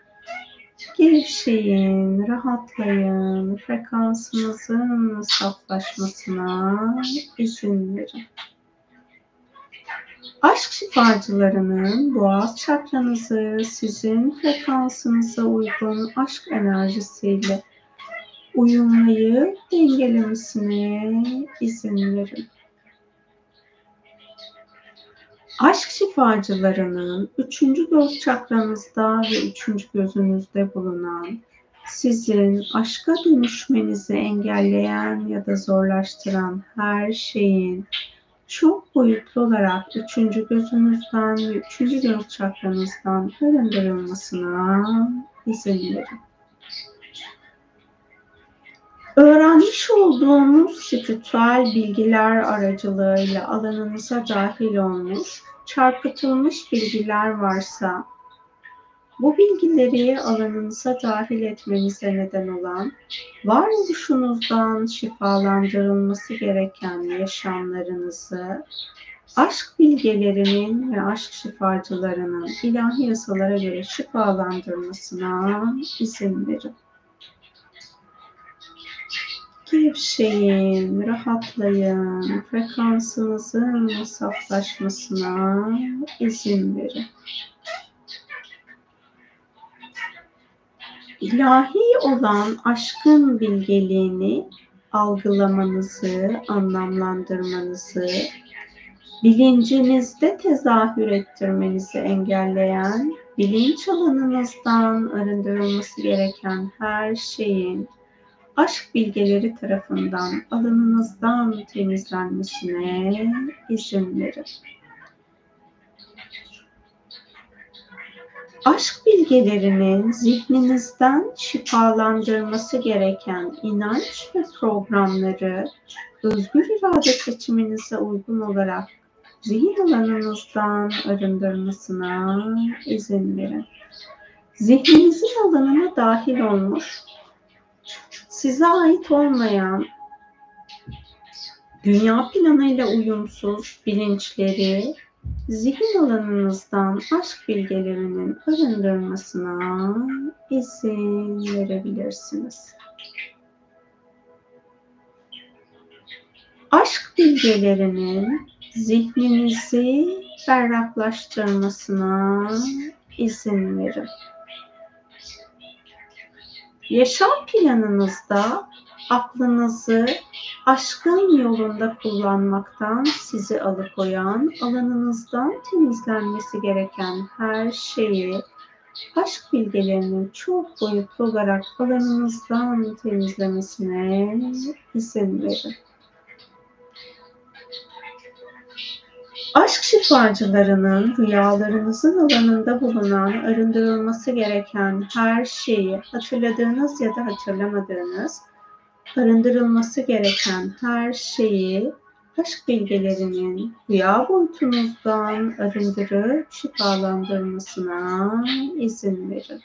Gevşeyin, rahatlayın, frekansınızın saflaşmasına izin verin. Aşk şifacılarının boğaz çakranızı sizin frekansınıza uygun aşk enerjisiyle uyumlayıp dengelemesine izin verin. Aşk şifacılarının üçüncü göz çakranızda ve üçüncü gözünüzde bulunan, sizin aşka dönüşmenizi engelleyen ya da zorlaştıran her şeyin çok boyutlu olarak üçüncü gözünüzden ve üçüncü göz çakranızdan arındırılmasına izin verin. Öğrenmiş olduğunuz spiritüel bilgiler aracılığıyla alanınıza dahil olmuş, çarpıtılmış bilgiler varsa, bu bilgileri alanınıza dahil etmenize neden olan, varoluşunuzdan şifalandırılması gereken yaşamlarınızı, aşk bilgelerinin ve aşk şifacılarının ilahi yasalara göre şifalandırmasına izin verin. Gevşeyin, rahatlayın, frekansınızın saflaşmasına izin verin. İlahi olan aşkın bilgeliğini algılamanızı, anlamlandırmanızı, bilincinizde tezahür ettirmenizi engelleyen, bilinç alanınızdan arındırılması gereken her şeyin aşk bilgeleri tarafından alanınızdan temizlenmesine izin verin. Aşk bilgelerinin zihninizden şifalandırması gereken inanç ve programları özgür irade seçiminize uygun olarak zihin alanınızdan arındırmasına izin verin. Zihninizin alanına dahil olmuş, size ait olmayan, dünya planıyla uyumsuz bilinçleri zihin alanınızdan aşk bilgelerinin arındırmasına izin verebilirsiniz. Aşk bilgelerinin zihninizi berraklaştırmasına izin verin. Yaşam planınızda aklınızı aşkın yolunda kullanmaktan sizi alıkoyan, alanınızdan temizlenmesi gereken her şeyi aşk bilgelerinin çok boyutlu olarak alanınızdan temizlemesine izin verin. Aşk şifacılarının rüyalarınızın alanında bulunan, arındırılması gereken her şeyi, hatırladığınız ya da hatırlamadığınız, arındırılması gereken her şeyi aşk bilgelerinin rüya boyutunuzdan arındırıp şifalandırmasına izin verin.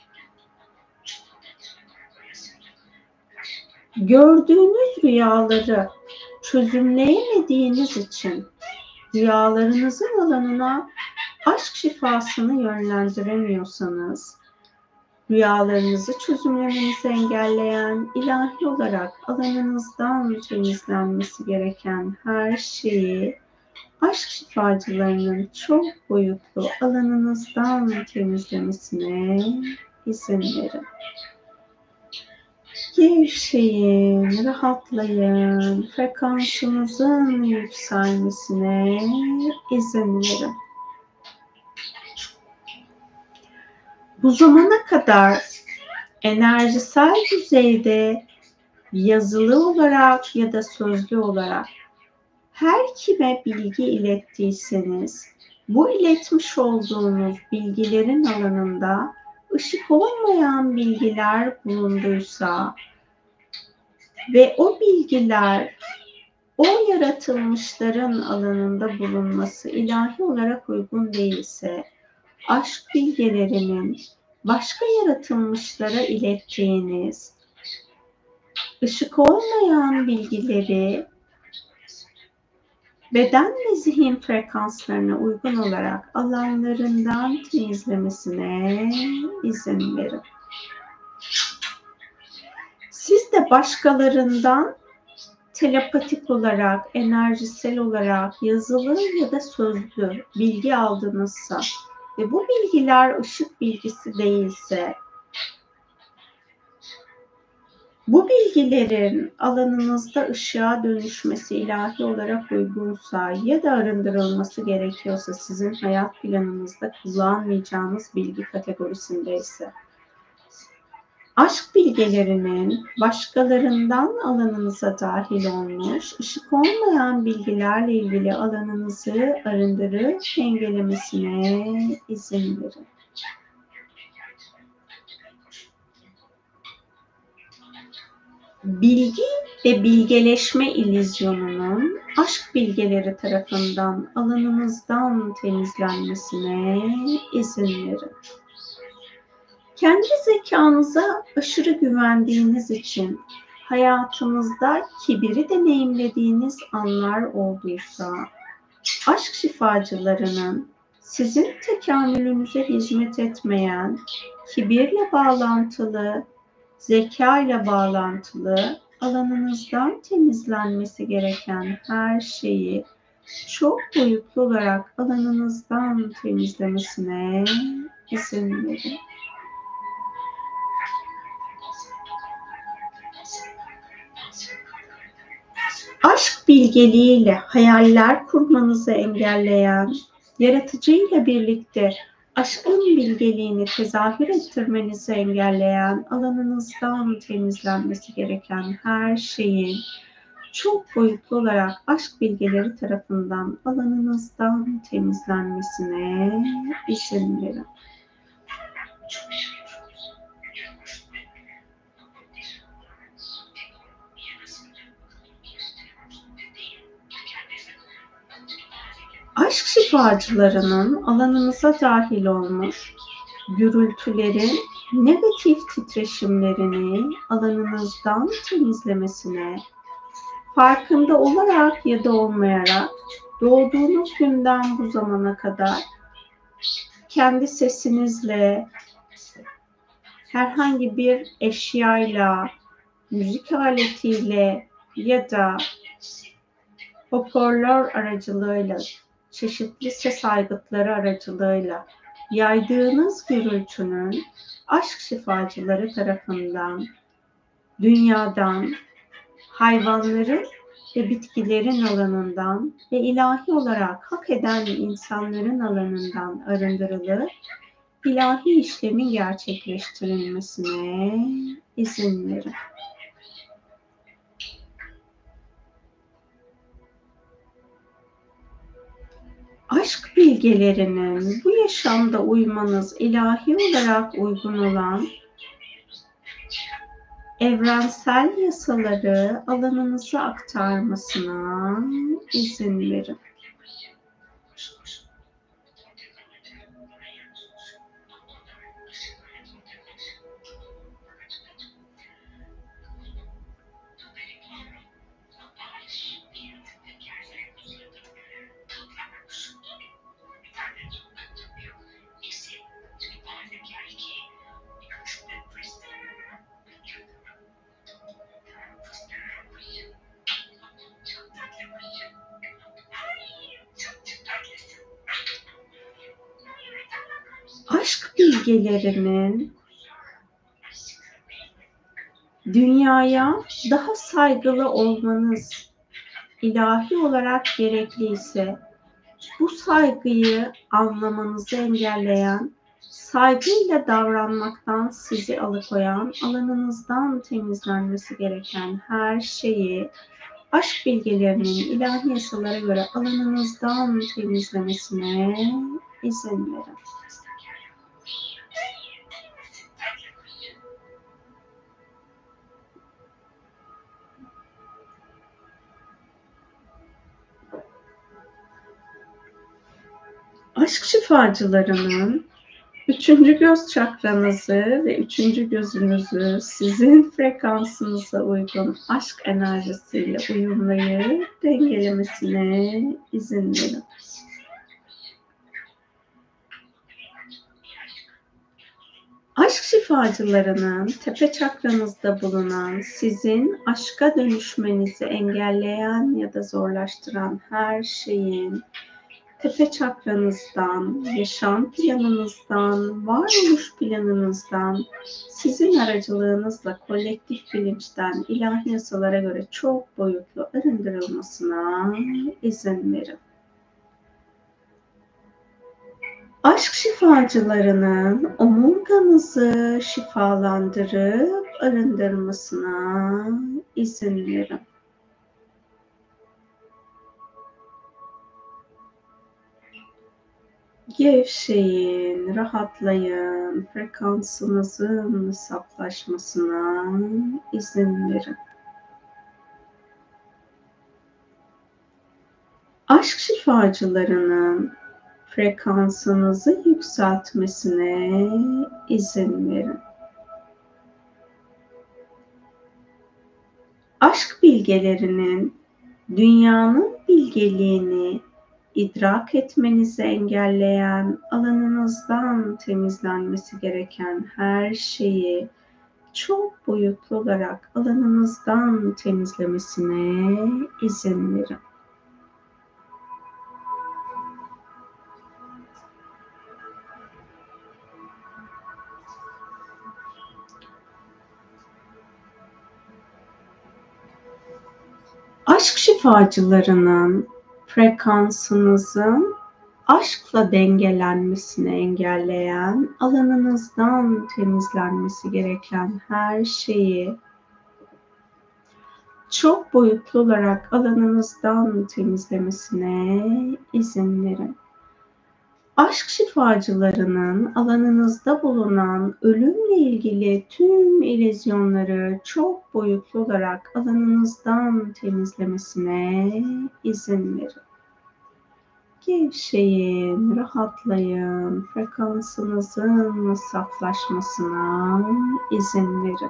Gördüğünüz rüyaları çözümleyemediğiniz için rüyalarınızın alanına aşk şifasını yönlendiremiyorsanız, rüyalarınızı çözümlemenizi engelleyen, ilahi olarak alanınızdan temizlenmesi gereken her şeyi aşk şifacılarının çok boyutlu alanınızdan temizlemesine izin verin. Gevşeyin, rahatlayın, frekansınızın yükselmesine izin verin. bu zamana kadar enerjisel düzeyde yazılı olarak ya da sözlü olarak her kime bilgi ilettiyseniz, bu iletmiş olduğunuz bilgilerin alanında ışık olmayan bilgiler bulunduysa ve o bilgiler o yaratılmışların alanında bulunması ilahi olarak uygun değilse, aşk bilgelerinin başka yaratılmışlara ilettiğiniz ışık olmayan bilgileri beden ve zihin frekanslarına uygun olarak alanlarından temizlemesine izin verin. Siz de başkalarından telepatik olarak, enerjisel olarak, yazılı ya da sözlü bilgi aldınızsa ve bu bilgiler ışık bilgisi değilse, bu bilgilerin alanınızda ışığa dönüşmesi ilahi olarak uygunsa ya da arındırılması gerekiyorsa, sizin hayat planınızda kullanmayacağınız bilgi kategorisindeyse, aşk bilgelerinin başkalarından alanınıza dahil olmuş, ışık olmayan bilgilerle ilgili alanınızı arındırıp dengelemesine izin verin. Bilgi ve bilgeleşme illüzyonunun aşk bilgeleri tarafından alanınızdan temizlenmesine izin verin. Kendi zekanıza aşırı güvendiğiniz için hayatınızda kibiri deneyimlediğiniz anlar olduysa, aşk şifacılarının sizin tekamülünüze hizmet etmeyen, kibirle bağlantılı, zeka ile bağlantılı alanınızdan temizlenmesi gereken her şeyi çok boyutlu olarak alanınızdan temizlemesine izin verin. Aşk bilgeliğiyle hayaller kurmanızı engelleyen, yaratıcıyla birlikte aşkın bilgeliğini tezahür ettirmenizi engelleyen, alanınızdan temizlenmesi gereken her şeyin çok boyutlu olarak aşk bilgeleri tarafından alanınızdan temizlenmesine izin verin. Aşk şifacılarının alanınıza dahil olmuş gürültülerin negatif titreşimlerini alanınızdan temizlemesine, farkında olarak ya da olmayarak doğduğunuz günden bu zamana kadar kendi sesinizle, herhangi bir eşyayla, müzik aletiyle ya da hoparlör aracılığıyla, çeşitli ses aygıtları aracılığıyla yaydığınız gürültünün aşk şifacıları tarafından dünyadan, hayvanların ve bitkilerin alanından ve ilahi olarak hak eden insanların alanından arındırılıp ilahi işlemin gerçekleştirilmesine izin verin. Aşk bilgelerinin bu yaşamda uymanız ilahi olarak uygun olan evrensel yasaları alanınıza aktarmasına izin verin. Aşk bilgelerinin dünyaya daha saygılı olmanız ilahi olarak gerekliyse, bu saygıyı anlamanızı engelleyen saygıyla davranmaktan sizi alıkoyan, alanınızdan temizlenmesi gereken her şeyi aşk bilgelerinin ilahi yasalara göre alanınızdan temizlemesine izin verin. Aşk şifacılarının üçüncü göz çakranızı ve üçüncü gözünüzü sizin frekansınıza uygun aşk enerjisiyle uyumlayıp dengelemesine izin verin. Aşk şifacılarının tepe çakranızda bulunan, sizin aşka dönüşmenizi engelleyen ya da zorlaştıran her şeyin tepe çakranızdan, yaşam planınızdan, varoluş planınızdan, sizin aracılığınızla kolektif bilinçten ilahi yasalara göre çok boyutlu arındırılmasına izin verin. Aşk şifacılarının omurganızı şifalandırıp arındırmasına izin verin. Gevşeyin, rahatlayın, frekansınızın saflaşmasına izin verin. Aşk şifacılarının frekansınızı yükseltmesine izin verin. Aşk bilgelerinin dünyanın bilgeliğini idrak etmenizi engelleyen, alanınızdan temizlenmesi gereken her şeyi çok boyutlu olarak alanınızdan temizlemesine izin verin. Aşk şifacılarının frekansınızın aşkla dengelenmesini engelleyen, alanınızdan temizlenmesi gereken her şeyi çok boyutlu olarak alanınızdan temizlemesine izin verin. Aşk şifacılarının alanınızda bulunan ölümle ilgili tüm illüzyonları çok boyutlu olarak alanınızdan temizlemesine izin verin. Gevşeyin, rahatlayın, frekansınızın saflaşmasına izin verin.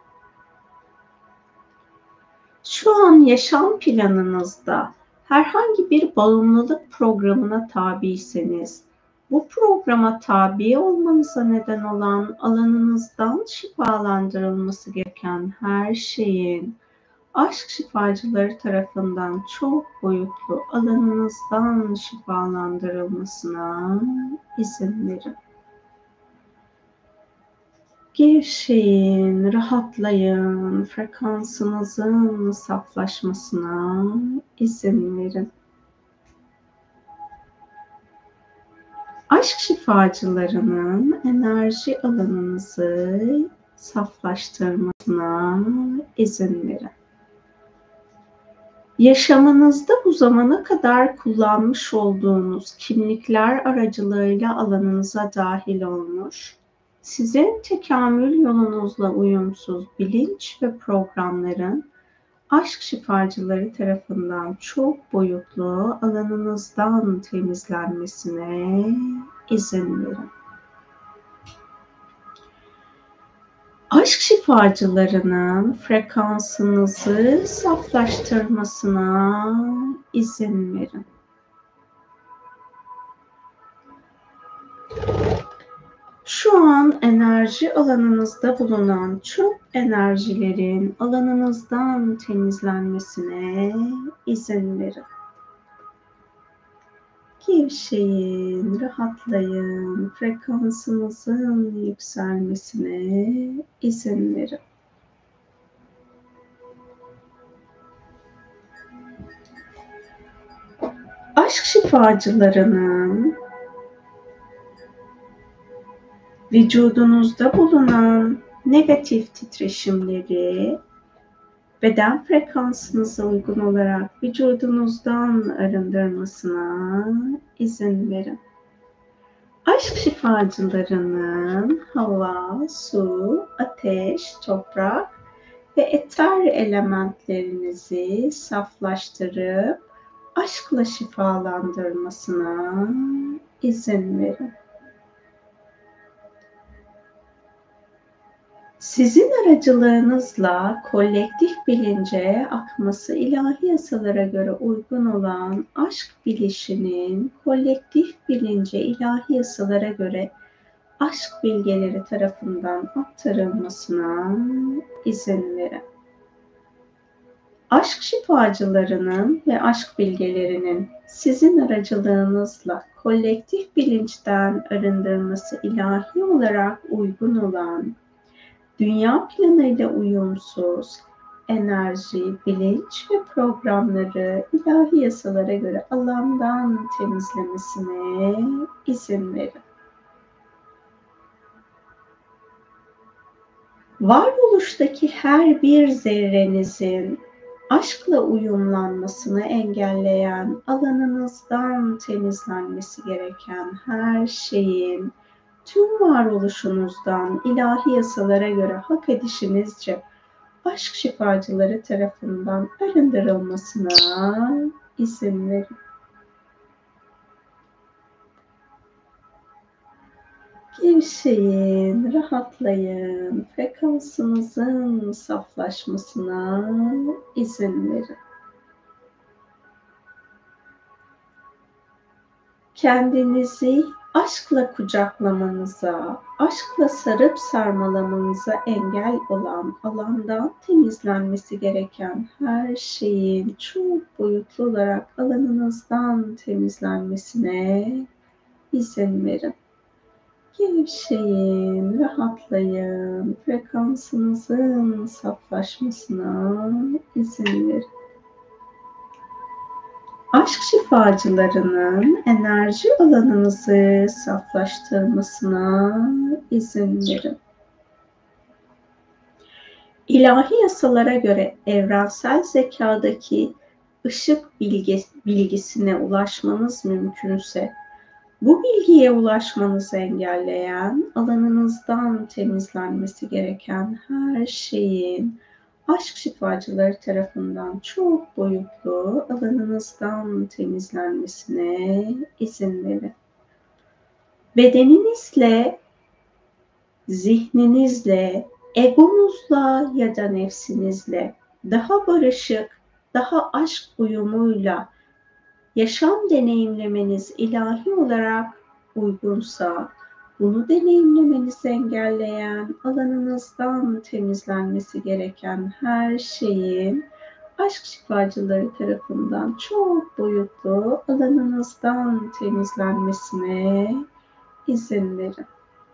Şu an yaşam planınızda herhangi bir bağımlılık programına tabiyseniz, bu programa tabi olmanıza neden olan alanınızdan şifalandırılması gereken her şeyin aşk şifacıları tarafından çok boyutlu alanınızdan şifalandırılmasına izin verin. Gevşeyin, rahatlayın, frekansınızın saflaşmasına izin verin. Aşk şifacılarının enerji alanınızı saflaştırmasına izin verin. Yaşamınızda bu zamana kadar kullanmış olduğunuz kimlikler aracılığıyla alanınıza dahil olmuş, sizin tekamül yolunuzla uyumsuz bilinç ve programların aşk şifacıları tarafından çok boyutlu alanınızdan temizlenmesine izin verin. Aşk şifacılarının frekansınızı saflaştırmasına izin verin. Şu an enerji alanınızda bulunan çok enerjilerin alanınızdan temizlenmesine izin verin. Gevşeyin, rahatlayın, frekansınızın yükselmesine izin verin. Aşk şifacılarının vücudunuzda bulunan negatif titreşimleri beden frekansınıza uygun olarak vücudunuzdan arındırmasına izin verin. Aşk şifacılarının hava, su, ateş, toprak ve eter elementlerinizi saflaştırıp aşkla şifalandırmasına izin verin. Sizin aracılığınızla kolektif bilince akması ilahi yasalara göre uygun olan aşk bilişinin kolektif bilince ilahi yasalara göre aşk bilgeleri tarafından aktarılmasına izin verin. Aşk şifacılarının ve aşk bilgelerinin sizin aracılığınızla kolektif bilinçten arındırması ilahi olarak uygun olan dünya planıyla uyumsuz enerji, bilinç ve programları ilahi yasalara göre alandan temizlemesine izin verin. Varoluştaki her bir zerrenizin aşkla uyumlanmasını engelleyen, alanınızdan temizlenmesi gereken her şeyin tüm varoluşunuzdan ilahi yasalara göre hak edişinizce aşk şifacıları tarafından arındırılmasına izin verin. Gevşeyin, rahatlayın, frekansınızın saflaşmasına izin verin. Kendinizi aşkla kucaklamanıza, aşkla sarıp sarmalamanıza engel olan alandan temizlenmesi gereken her şeyin çok boyutlu olarak alanınızdan temizlenmesine izin verin. Gevşeyin, rahatlayın, frekansınızın saflaşmasına izin verin. Aşk şifacılarının enerji alanınızı saflaştırmasına izin verin. İlahi yasalara göre evrensel zekadaki ışık bilgi, bilgisine ulaşmanız mümkünse, bu bilgiye ulaşmanızı engelleyen, alanınızdan temizlenmesi gereken her şeyin aşk şifacıları tarafından çok boyutlu alanınızdan temizlenmesine izin verin. Bedeninizle, zihninizle, egonuzla ya da nefsinizle daha barışık, daha aşk uyumuyla yaşam deneyimlemeniz ilahi olarak uygunsa, bunu deneyimlemenizi engelleyen, alanınızdan temizlenmesi gereken her şeyin aşk şifacıları tarafından çok boyutlu alanınızdan temizlenmesine izin verin.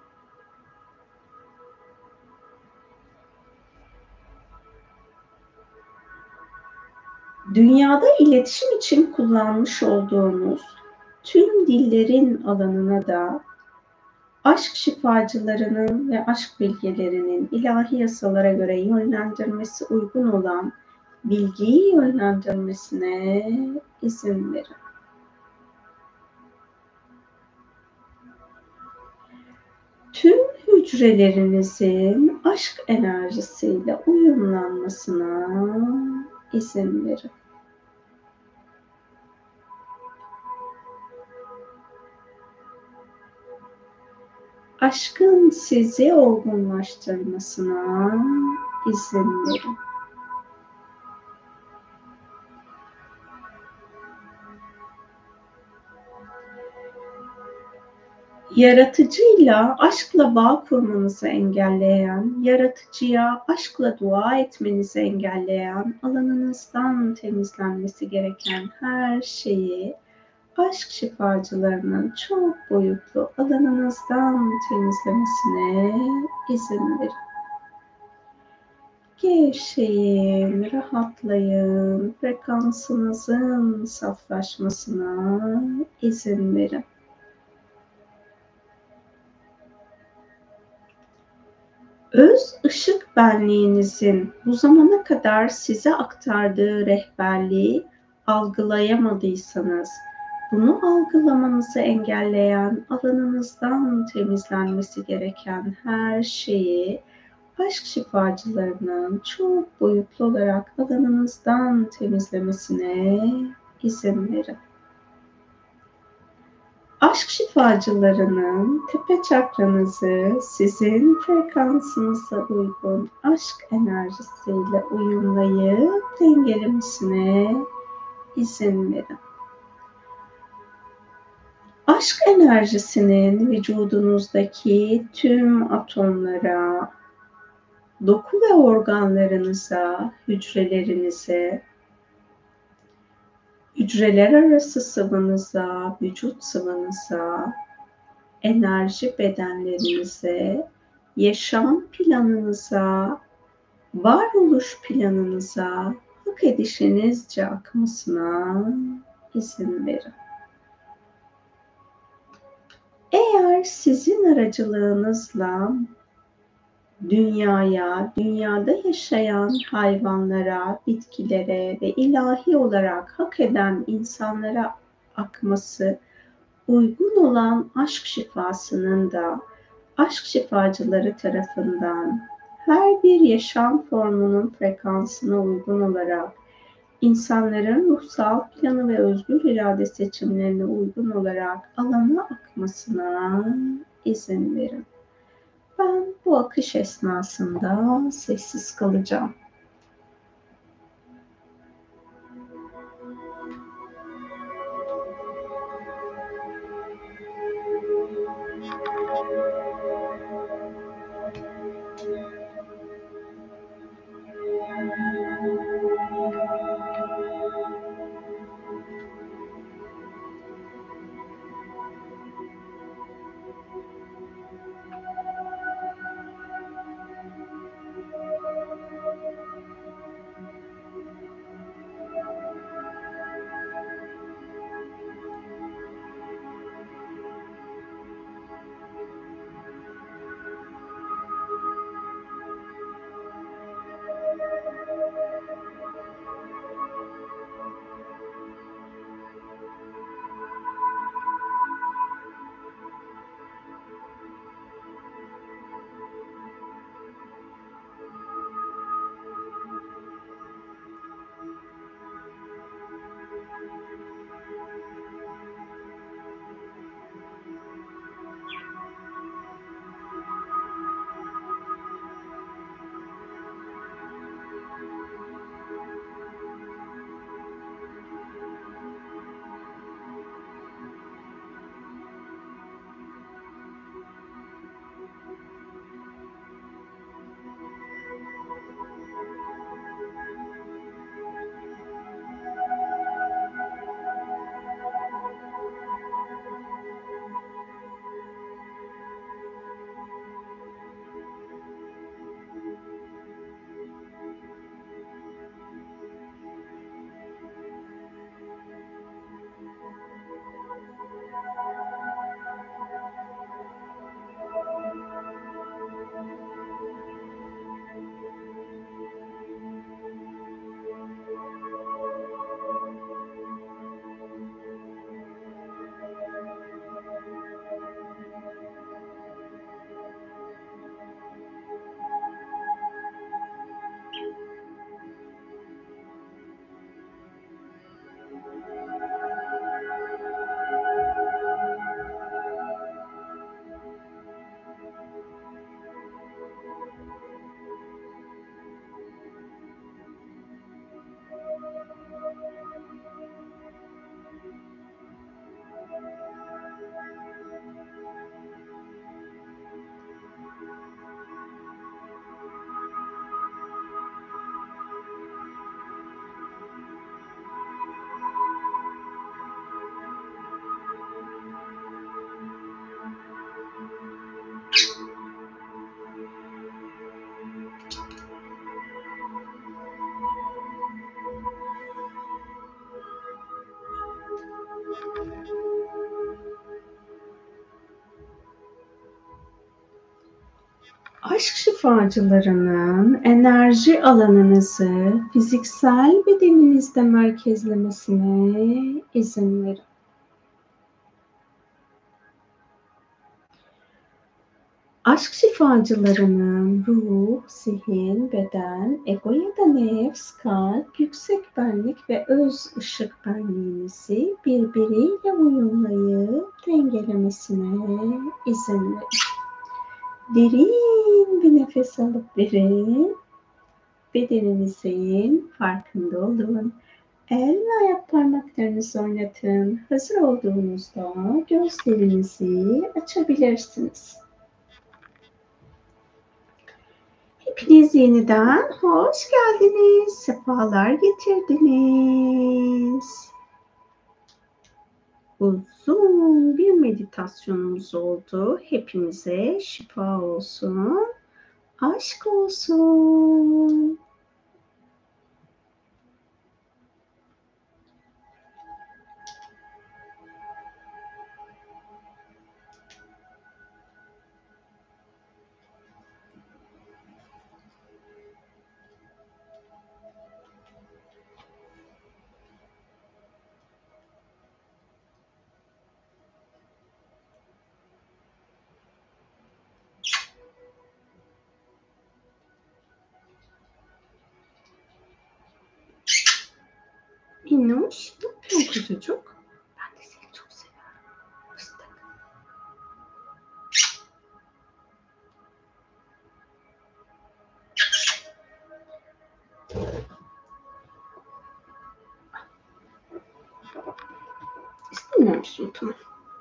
Dünyada iletişim için kullanmış olduğunuz tüm dillerin alanına da aşk şifacılarının ve aşk bilgelerinin ilahi yasalara göre yönlendirmesi uygun olan bilgiyi yönlendirmesine izin verin. Tüm hücrelerinizin aşk enerjisiyle uyumlanmasına izin verin. Aşkın sizi olgunlaştırmasına izin verin. Yaratıcıyla aşkla bağ kurmanızı engelleyen, yaratıcıya aşkla dua etmenizi engelleyen, alanınızdan temizlenmesi gereken her şeyi aşk şifacılarının çok boyutlu alanınızdan temizlemesine izin verin. Gevşeyin, rahatlayın, frekansınızın saflaşmasına izin verin. Öz ışık benliğinizin bu zamana kadar size aktardığı rehberliği algılayamadıysanız, bunu algılamanızı engelleyen, alanınızdan temizlenmesi gereken her şeyi aşk şifacılarının çok boyutlu olarak alanınızdan temizlemesine izin verin. Aşk şifacılarının tepe çakranızı sizin frekansınıza uygun aşk enerjisiyle uyumlayıp dengelemesine izin verin. Aşk enerjisinin vücudunuzdaki tüm atomlara, doku ve organlarınıza, hücrelerinize, hücreler arası sıvınıza, vücut sıvınıza, enerji bedenlerinize, yaşam planınıza, varoluş planınıza hak edişinizce akmasına izin verin. Eğer sizin aracılığınızla dünyaya, dünyada yaşayan hayvanlara, bitkilere ve ilahi olarak hak eden insanlara akması uygun olan aşk şifasının da aşk şifacıları tarafından her bir yaşam formunun frekansına uygun olarak insanların ruhsal planı ve özgür irade seçimlerine uygun olarak alana akmasına izin verin. Ben bu akış esnasında sessiz kalacağım. Aşk şifacılarının enerji alanınızı fiziksel bedeninizde merkezlemesine izin verin. Aşk şifacılarının ruh, zihin, beden, ego ya da nefs, kalp, yüksek benlik ve öz ışık benliğinizi birbiriyle uyumlayıp dengelemesine izin verin. Derin bir nefes alıp verin. Bedeninizin farkında olun. El ve ayak parmaklarınızı oynatın. Hazır olduğunuzda gözlerinizi açabilirsiniz. Hepiniz yeniden hoş geldiniz. Sefalar getirdiniz. Uzun bir meditasyonumuz oldu. Hepimize şifa olsun. Aşk olsun. Minnoş, ne yapıyorsun kuzucuk? Ben de seni çok seviyorum. Fıstık. İstemiyor musun? Tamam.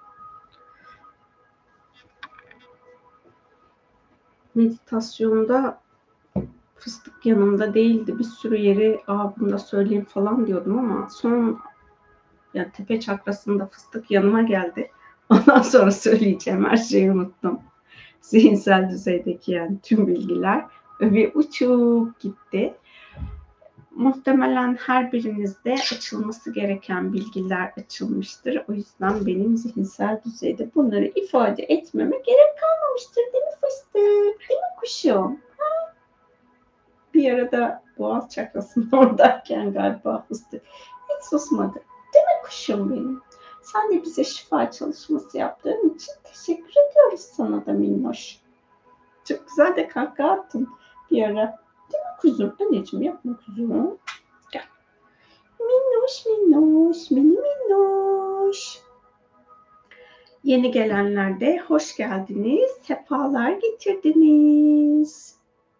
Meditasyonda fıstık yanımda değildi. Bir sürü yeri aa bunu da söyleyeyim falan diyordum ama son ya tepe çakrasında fıstık yanıma geldi. Ondan sonra söyleyeceğim her şeyi unuttum. Zihinsel düzeydeki yani tüm bilgiler bir uçup gitti. Muhtemelen her birinizde açılması gereken bilgiler açılmıştır. O yüzden benim zihinsel düzeyde bunları ifade etmeme gerek kalmamıştır. Değil mi fıstık? Değil mi kuşum? Ha? Bir arada boğaz çakrasının oradayken galiba fıstık hiç susmadı. Değil mi kuşum benim? Sen de bize şifa çalışması yaptığın için teşekkür ediyoruz sana da minnoş. Çok güzel de kahkaha attın bir ara. Değil mi kuzum? Anneciğim yapma kuzum. Gel. Minnoş minnoş, mini minnoş. Yeni gelenler de hoş geldiniz, sefalar getirdiniz.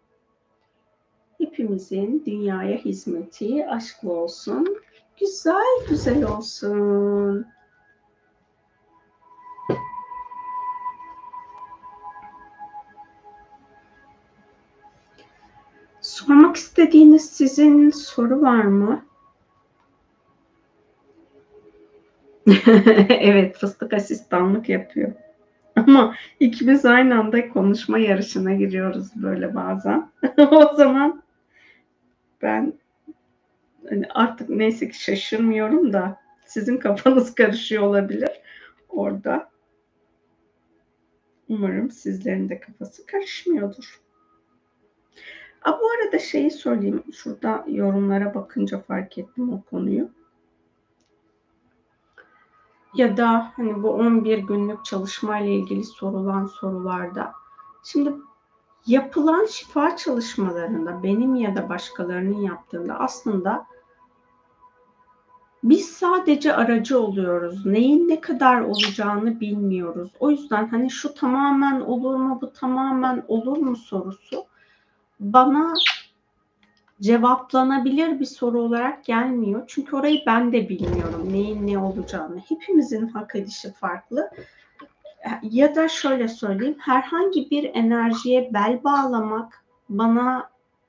Hepimizin dünyaya hizmeti aşklı olsun, güzel güzel olsun. Sormak istediğiniz sizin soru var mı? Evet, fıstık asistanlık yapıyor. Ama ikimiz aynı anda konuşma yarışına giriyoruz böyle bazen. O zaman ben hani artık neyse ki şaşırmıyorum da sizin kafanız karışıyor olabilir orada. Umarım sizlerin de kafası karışmıyordur. Aa, bu arada şeyi söyleyeyim. Şurada yorumlara bakınca fark ettim o konuyu. Ya da hani bu on bir günlük çalışmayla ilgili sorulan sorularda. Şimdi yapılan şifa çalışmalarında benim ya da başkalarının yaptığında aslında biz sadece aracı oluyoruz. Neyin ne kadar olacağını bilmiyoruz. O yüzden hani şu tamamen olur mu, bu tamamen olur mu sorusu bana cevaplanabilir bir soru olarak gelmiyor. Çünkü orayı ben de bilmiyorum. Neyin ne olacağını. Hepimizin hak edişi farklı. Ya da şöyle söyleyeyim. Herhangi bir enerjiye bel bağlamak bana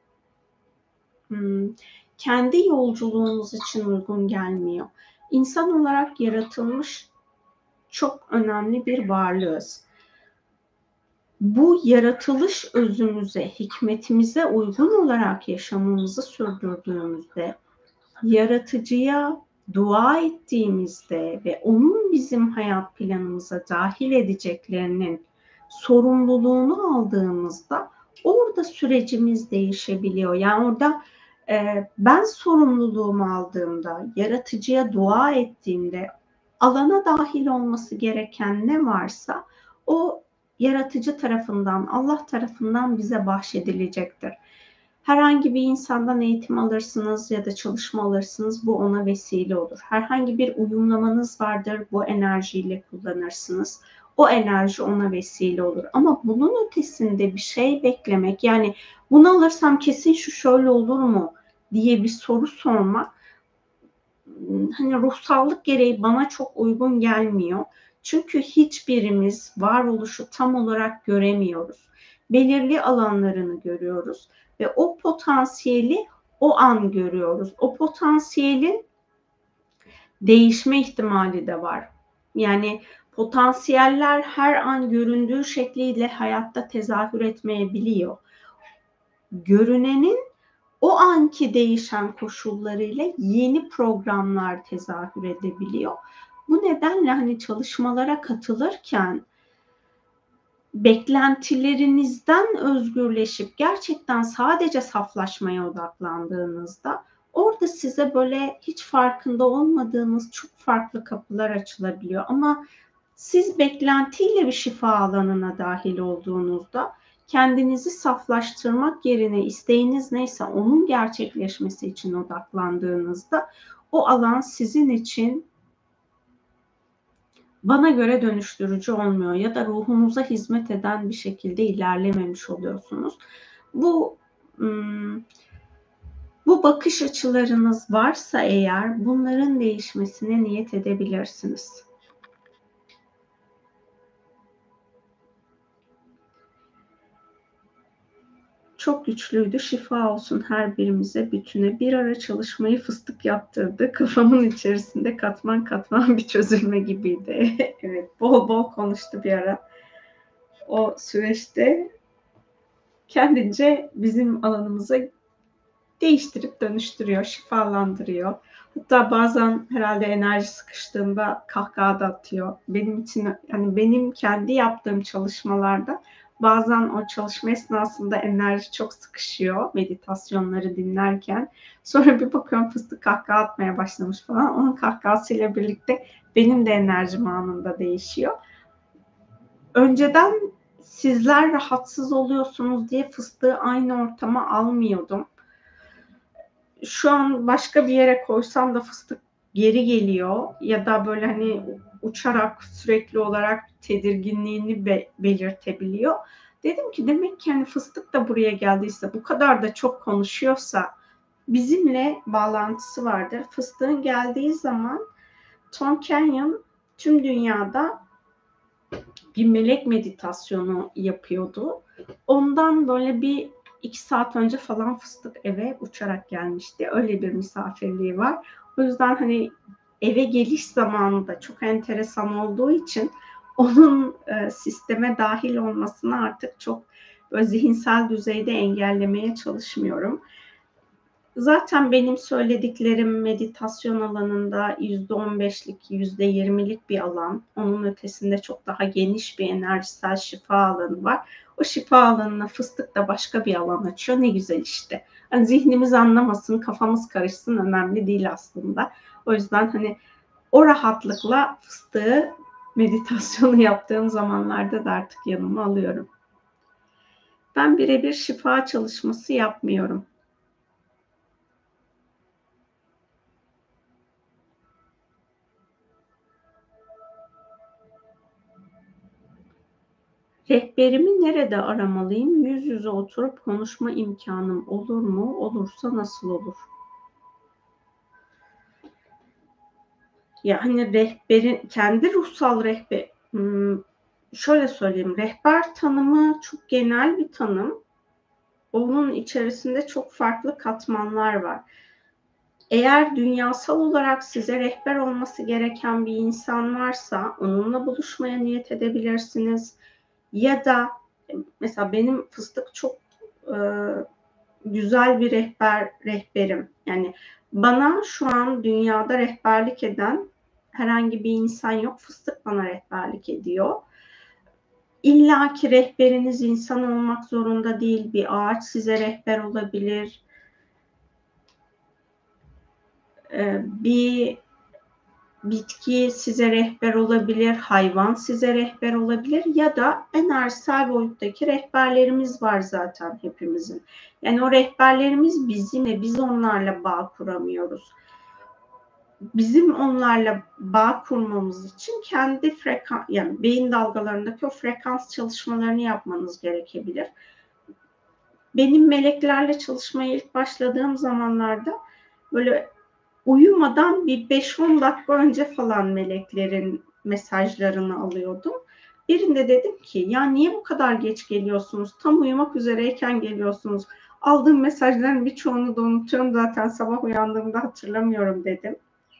hmm, kendi yolculuğumuz için uygun gelmiyor. İnsan olarak yaratılmış çok önemli bir varlığız. Bu yaratılış özümüze, hikmetimize uygun olarak yaşamımızı sürdürdüğümüzde, yaratıcıya dua ettiğimizde ve onun bizim hayat planımıza dahil edeceklerinin sorumluluğunu aldığımızda orada sürecimiz değişebiliyor. Yani orada e, ben sorumluluğumu aldığımda, yaratıcıya dua ettiğimde, alana dahil olması gereken ne varsa o yaratıcı tarafından, Allah tarafından bize bahşedilecektir. Herhangi bir insandan eğitim alırsınız ya da çalışma alırsınız, bu ona vesile olur. Herhangi bir uyumlamanız vardır, bu enerjiyle kullanırsınız. O enerji ona vesile olur. Ama bunun ötesinde bir şey beklemek, yani bunu alırsam kesin şu şöyle olur mu diye bir soru sormak, hani ruhsallık gereği bana çok uygun gelmiyor. Çünkü hiçbirimiz varoluşu tam olarak göremiyoruz. Belirli alanlarını görüyoruz ve o potansiyeli o an görüyoruz. O potansiyelin değişme ihtimali de var. Yani potansiyeller her an göründüğü şekliyle hayatta tezahür etmeyebiliyor. Görünenin o anki değişen koşullarıyla yeni programlar tezahür edebiliyor. Bu nedenle hani çalışmalara katılırken beklentilerinizden özgürleşip gerçekten sadece saflaşmaya odaklandığınızda orada size böyle hiç farkında olmadığınız çok farklı kapılar açılabiliyor. Ama siz beklentiyle bir şifa alanına dahil olduğunuzda kendinizi saflaştırmak yerine isteğiniz neyse onun gerçekleşmesi için odaklandığınızda o alan sizin için bana göre dönüştürücü olmuyor ya da ruhunuza hizmet eden bir şekilde ilerlememiş oluyorsunuz. Bu bu bakış açılarınız varsa eğer bunların değişmesine niyet edebilirsiniz. Çok güçlüydü. Şifa olsun her birimize, bütüne. Bir ara çalışmayı fıstık yaptırdı. Kafamın içerisinde katman katman bir çözülme gibiydi. Evet, bol bol konuştu bir ara. O süreçte kendince bizim alanımıza değiştirip dönüştürüyor, şifalandırıyor. Hatta bazen herhalde enerji sıkıştığında kahkaha da atıyor. Benim için, hani benim kendi yaptığım çalışmalarda bazen o çalışma esnasında enerji çok sıkışıyor meditasyonları dinlerken. Sonra bir bakıyorum fıstık kahkaha atmaya başlamış falan. Onun kahkahasıyla birlikte benim de enerjim anında değişiyor. Önceden sizler rahatsız oluyorsunuz diye fıstığı aynı ortama almıyordum. Şu an başka bir yere koysam da fıstık geri geliyor ya da böyle hani uçarak sürekli olarak tedirginliğini be- belirtebiliyor. Dedim ki demek ki hani fıstık da buraya geldiyse, bu kadar da çok konuşuyorsa bizimle bağlantısı vardır. Fıstığın geldiği zaman Tom Canyon tüm dünyada bir melek meditasyonu yapıyordu. Ondan böyle bir iki saat önce falan fıstık eve uçarak gelmişti. Öyle bir misafirliği var. O yüzden hani eve geliş zamanı da çok enteresan olduğu için onun e, sisteme dahil olmasını artık çok böyle zihinsel düzeyde engellemeye çalışmıyorum. Zaten benim söylediklerim meditasyon alanında yüzde on beşlik, yüzde yirmilik bir alan. Onun ötesinde çok daha geniş bir enerjisel şifa alanı var. O şifa alanına fıstık da başka bir alan açıyor. Ne güzel işte. Yani zihnimiz anlamasın, kafamız karışsın önemli değil aslında. O yüzden hani o rahatlıkla fıstığı meditasyonu yaptığım zamanlarda da artık yanıma alıyorum. Ben birebir şifa çalışması yapmıyorum. Rehberimi nerede aramalıyım? Yüz yüze oturup konuşma imkanım olur mu? Olursa nasıl olur? Ya hani rehberin, kendi ruhsal rehber, şöyle söyleyeyim, rehber tanımı çok genel bir tanım. Onun içerisinde çok farklı katmanlar var. Eğer dünyasal olarak size rehber olması gereken bir insan varsa onunla buluşmaya niyet edebilirsiniz. Ya da mesela benim fıstık çok e, güzel bir rehber rehberim. Yani bana şu an dünyada rehberlik eden herhangi bir insan yok. Fıstık bana rehberlik ediyor. İlla ki rehberiniz insan olmak zorunda değil. Bir ağaç size rehber olabilir. Ee, bir bitki size rehber olabilir, hayvan size rehber olabilir ya da enerjisel boyuttaki rehberlerimiz var zaten hepimizin. Yani o rehberlerimiz bizimle, biz onlarla bağ kuramıyoruz. Bizim onlarla bağ kurmamız için kendi frekans, yani beyin dalgalarındaki o frekans çalışmalarını yapmanız gerekebilir. Benim meleklerle çalışmaya ilk başladığım zamanlarda böyle uyumadan bir beş on dakika önce falan meleklerin mesajlarını alıyordum. Birinde dedim ki ya niye bu kadar geç geliyorsunuz? Tam uyumak üzereyken geliyorsunuz. Aldığım mesajların birçoğunu da unutuyorum. Zaten sabah uyandığımda hatırlamıyorum dedim.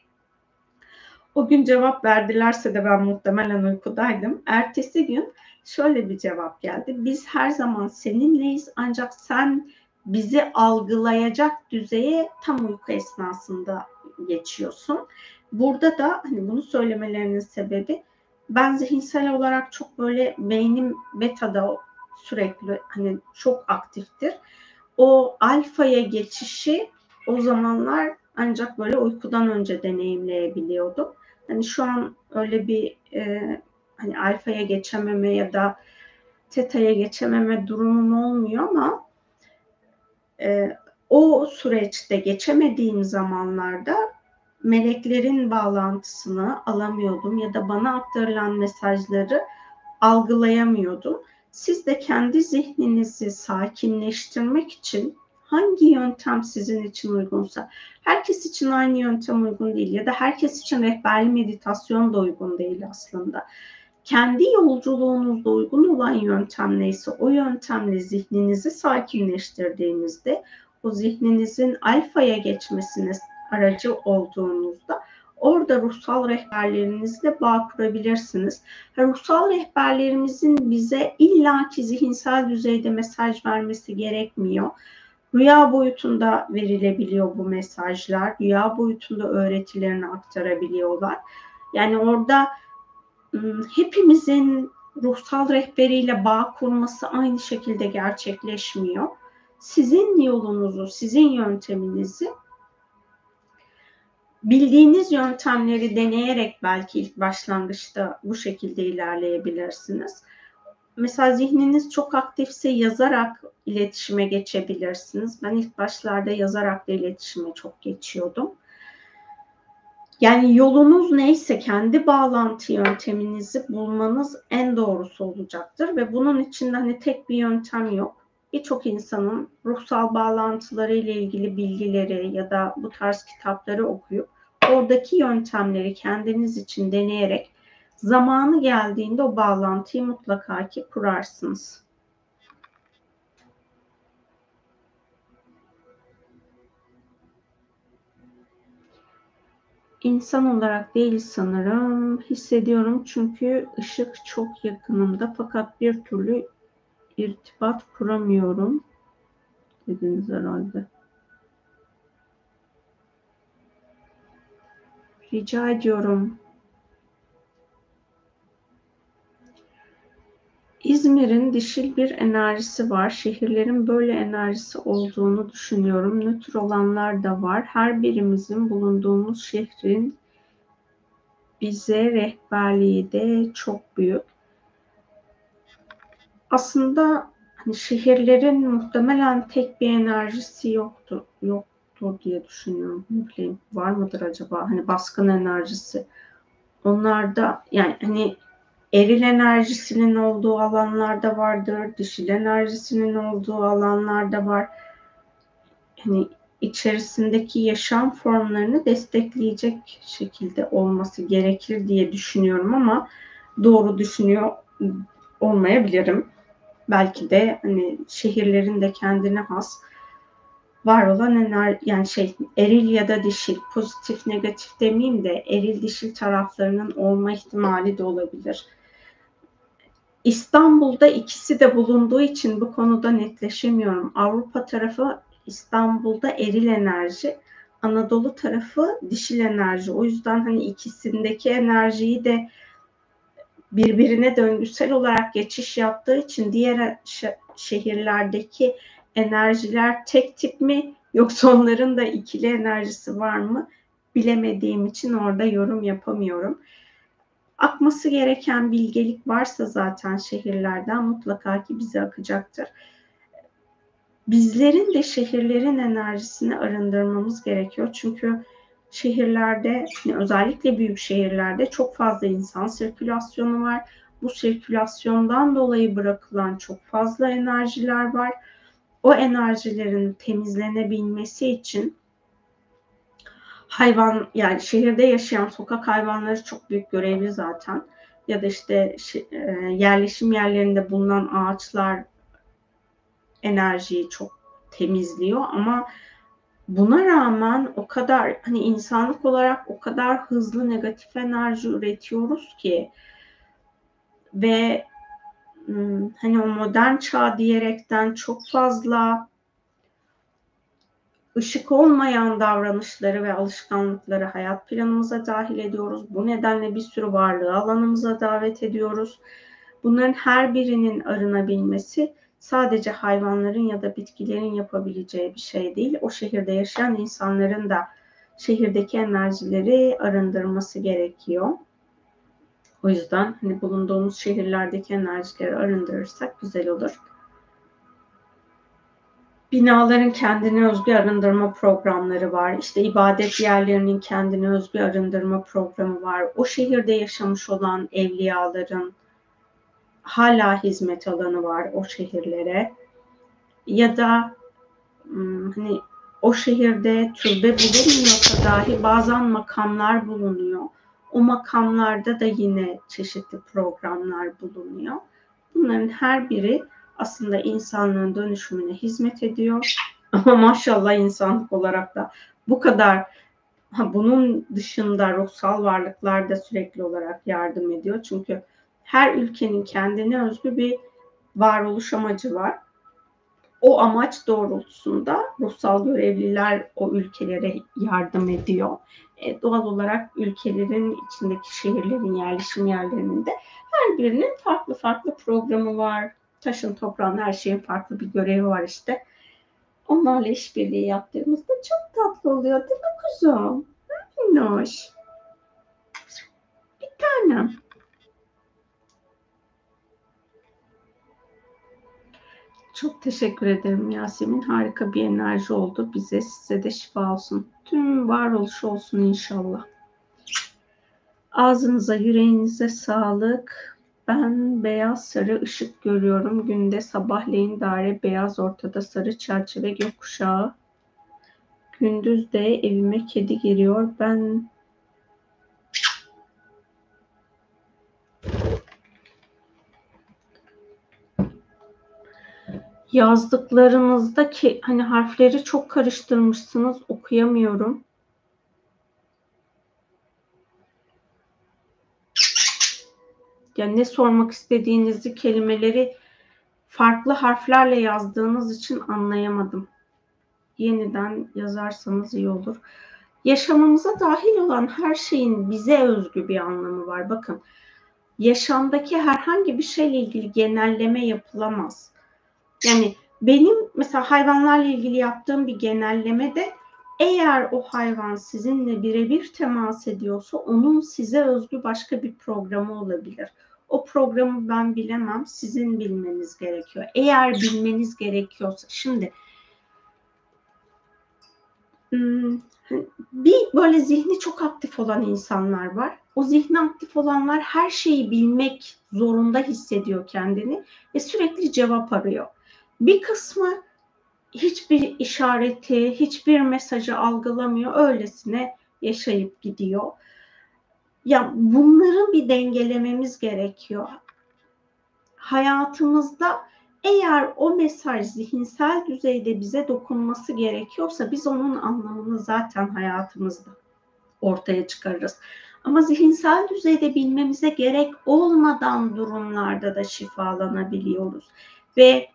O gün cevap verdilerse de ben muhtemelen uykudaydım. Ertesi gün şöyle bir cevap geldi. Biz her zaman seninleyiz ancak sen bizi algılayacak düzeye tam uyku esnasında geçiyorsun. Burada da hani bunu söylemelerinin sebebi ben zihinsel olarak çok böyle beynim betada sürekli hani çok aktiftir. O alfaya geçişi o zamanlar ancak böyle uykudan önce deneyimleyebiliyordum. Hani şu an öyle bir e, hani alfaya geçememe ya da teta'ya geçememe durumum olmuyor ama e, o süreçte geçemediğim zamanlarda meleklerin bağlantısını alamıyordum ya da bana aktarılan mesajları algılayamıyordum. Siz de kendi zihninizi sakinleştirmek için hangi yöntem sizin için uygunsa, herkes için aynı yöntem uygun değil ya da herkes için rehberli meditasyon da uygun değil aslında. Kendi yolculuğunuzda uygun olan yöntem neyse o yöntemle zihninizi sakinleştirdiğinizde o zihninizin alfaya geçmesine aracı olduğunuzda orada ruhsal rehberlerinizle bağ kurabilirsiniz. Ruhsal rehberlerimizin bize illaki zihinsel düzeyde mesaj vermesi gerekmiyor. Rüya boyutunda verilebiliyor bu mesajlar. Rüya boyutunda öğretilerini aktarabiliyorlar. Yani orada hepimizin ruhsal rehberiyle bağ kurması aynı şekilde gerçekleşmiyor. Sizin yolunuzu, sizin yönteminizi bildiğiniz yöntemleri deneyerek belki ilk başlangıçta bu şekilde ilerleyebilirsiniz. Mesela zihniniz çok aktifse yazarak iletişime geçebilirsiniz. Ben ilk başlarda yazarak da iletişime çok geçiyordum. Yani yolunuz neyse kendi bağlantı yönteminizi bulmanız en doğrusu olacaktır ve bunun için de hani tek bir yöntem yok. Birçok insanın ruhsal bağlantıları ile ilgili bilgileri ya da bu tarz kitapları okuyup oradaki yöntemleri kendiniz için deneyerek zamanı geldiğinde o bağlantıyı mutlaka ki kurarsınız. İnsan olarak değil sanırım. Hissediyorum çünkü ışık çok yakınımda fakat bir türlü irtibat kuramıyorum dediniz herhalde. Rica ediyorum. İzmir'in dişil bir enerjisi var. Şehirlerin böyle enerjisi olduğunu düşünüyorum. Nötr olanlar da var. Her birimizin bulunduğumuz şehrin bize rehberliği de çok büyük. Aslında hani şehirlerin muhtemelen tek bir enerjisi yoktur, yoktur diye düşünüyorum. Ne bileyim, var mıdır acaba? Hani baskın enerjisi. Onlarda yani hani eril enerjisinin olduğu alanlarda vardır, dişil enerjisinin olduğu alanlarda var. Hani içerisindeki yaşam formlarını destekleyecek şekilde olması gerekir diye düşünüyorum ama doğru düşünüyor olmayabilirim. Belki de hani şehirlerin de kendine has var olan enerji, yani şey eril ya da dişil, pozitif negatif demeyeyim de eril dişil taraflarının olma ihtimali de olabilir. İstanbul'da ikisi de bulunduğu için bu konuda netleşemiyorum. Avrupa tarafı İstanbul'da eril enerji, Anadolu tarafı dişil enerji. O yüzden hani ikisindeki enerjiyi de birbirine döngüsel olarak geçiş yaptığı için diğer şehirlerdeki enerjiler tek tip mi yoksa onların da ikili enerjisi var mı bilemediğim için orada yorum yapamıyorum. Akması gereken bilgelik varsa zaten şehirlerden mutlaka ki bize akacaktır. Bizlerin de şehirlerin enerjisini arındırmamız gerekiyor. Çünkü şehirlerde, özellikle büyük şehirlerde çok fazla insan sirkülasyonu var. Bu sirkülasyondan dolayı bırakılan çok fazla enerjiler var. O enerjilerin temizlenebilmesi için hayvan, yani şehirde yaşayan sokak hayvanları çok büyük görevli zaten. Ya da işte yerleşim yerlerinde bulunan ağaçlar enerjiyi çok temizliyor ama buna rağmen o kadar, hani insanlık olarak o kadar hızlı negatif enerji üretiyoruz ki ve hani o modern çağ diyerekten çok fazla ışık olmayan davranışları ve alışkanlıkları hayat planımıza dahil ediyoruz. Bu nedenle bir sürü varlığı alanımıza davet ediyoruz. Bunların her birinin arınabilmesi sadece hayvanların ya da bitkilerin yapabileceği bir şey değil. O şehirde yaşayan insanların da şehirdeki enerjileri arındırması gerekiyor. O yüzden hani bulunduğumuz şehirlerdeki enerjileri arındırırsak güzel olur. Binaların kendine özgü arındırma programları var. İşte ibadet yerlerinin kendine özgü arındırma programı var. O şehirde yaşamış olan evliyaların hala hizmet alanı var o şehirlere. Ya da hani o şehirde türbe bulunmuyorsa dahi bazen makamlar bulunuyor. O makamlarda da yine çeşitli programlar bulunuyor. Bunların her biri aslında insanlığın dönüşümüne hizmet ediyor. Ama maşallah insanlık olarak da bu kadar, ha, bunun dışında ruhsal varlıklar da sürekli olarak yardım ediyor. Çünkü her ülkenin kendine özgü bir varoluş amacı var. O amaç doğrultusunda ruhsal görevliler o ülkelere yardım ediyor. E, doğal olarak ülkelerin içindeki şehirlerin, yerleşim yerlerinin de her birinin farklı farklı programı var. Taşın, toprağın, her şeyin farklı bir görevi var işte. Onlarla işbirliği yaptığımızda çok tatlı oluyor değil mi kuzum? Minnoş. Bir tanem. Çok teşekkür ederim Yasemin. Harika bir enerji oldu bize. Size de şifa olsun. Tüm varoluş olsun inşallah. Ağzınıza, yüreğinize sağlık. Ben beyaz sarı ışık görüyorum. Günde sabahleyin daire beyaz, ortada sarı çerçeve gökkuşağı. Gündüz de evime kedi giriyor. Ben yazdıklarınızdaki hani harfleri çok karıştırmışsınız. Okuyamıyorum. Yani ne sormak istediğinizi, kelimeleri farklı harflerle yazdığınız için anlayamadım. Yeniden yazarsanız iyi olur. Yaşamımıza dahil olan her şeyin bize özgü bir anlamı var. Bakın, yaşamdaki herhangi bir şeyle ilgili genelleme yapılamaz. Yani benim mesela hayvanlarla ilgili yaptığım bir genellemede eğer o hayvan sizinle birebir temas ediyorsa onun size özgü başka bir programı olabilir. O programı ben bilemem, sizin bilmeniz gerekiyor. Eğer bilmeniz gerekiyorsa, şimdi bir böyle zihni çok aktif olan insanlar var. O zihni aktif olanlar her şeyi bilmek zorunda hissediyor kendini ve sürekli cevap arıyor. Bir kısmı hiçbir işareti, hiçbir mesajı algılamıyor, öylesine yaşayıp gidiyor. Ya bunları bir dengelememiz gerekiyor. Hayatımızda eğer o mesaj zihinsel düzeyde bize dokunması gerekiyorsa biz onun anlamını zaten hayatımızda ortaya çıkarırız. Ama zihinsel düzeyde bilmemize gerek olmadan durumlarda da şifalanabiliyoruz. Ve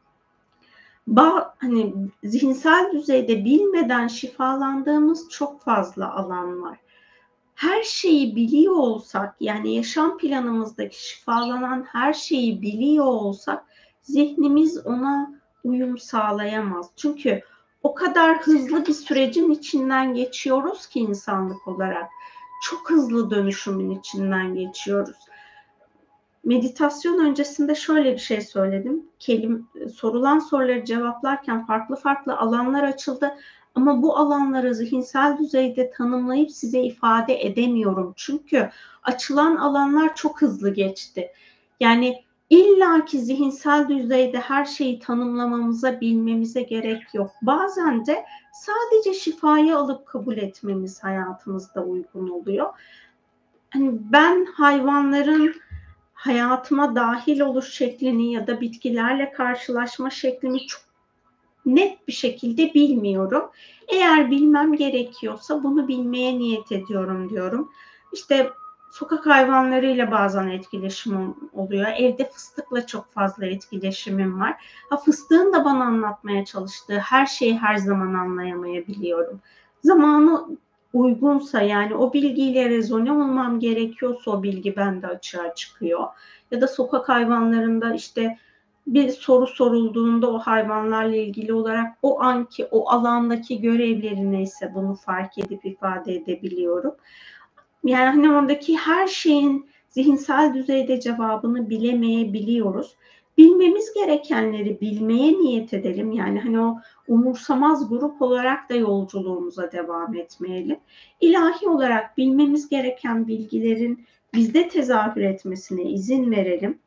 hani zihinsel düzeyde bilmeden şifalandığımız çok fazla alan var. her şeyi biliyor olsak, yani yaşam planımızdaki şifalanan her şeyi biliyor olsak zihnimiz ona uyum sağlayamaz. Çünkü o kadar hızlı bir sürecin içinden geçiyoruz ki insanlık olarak. Çok hızlı dönüşümün içinden geçiyoruz. Meditasyon öncesinde şöyle bir şey söyledim. Kelim, sorulan soruları cevaplarken farklı farklı alanlar açıldı. Ama bu alanları zihinsel düzeyde tanımlayıp size ifade edemiyorum. Çünkü açılan alanlar çok hızlı geçti. Yani illaki zihinsel düzeyde her şeyi tanımlamamıza, bilmemize gerek yok. Bazen de sadece şifayı alıp kabul etmemiz hayatımızda uygun oluyor. Hani ben hayvanların hayatıma dahil oluş şeklini ya da bitkilerle karşılaşma şeklini çok net bir şekilde bilmiyorum. Eğer bilmem gerekiyorsa bunu bilmeye niyet ediyorum diyorum. İşte sokak hayvanlarıyla bazen etkileşimim oluyor. Evde fıstıkla çok fazla etkileşimim var. Ha, fıstığın da bana anlatmaya çalıştığı her şeyi her zaman anlayamayabiliyorum. Zamanı uygunsa, yani o bilgiyle rezone olmam gerekiyorsa o bilgi bende açığa çıkıyor. Ya da sokak hayvanlarında işte bir soru sorulduğunda o hayvanlarla ilgili olarak o anki, o alandaki görevleri neyse bunu fark edip ifade edebiliyorum. Yani hani oradaki her şeyin zihinsel düzeyde cevabını bilemeyebiliyoruz. Bilmemiz gerekenleri bilmeye niyet edelim. Yani hani o umursamaz grup olarak da yolculuğumuza devam etmeyelim. İlahi olarak bilmemiz gereken bilgilerin bizde tezahür etmesine izin verelim.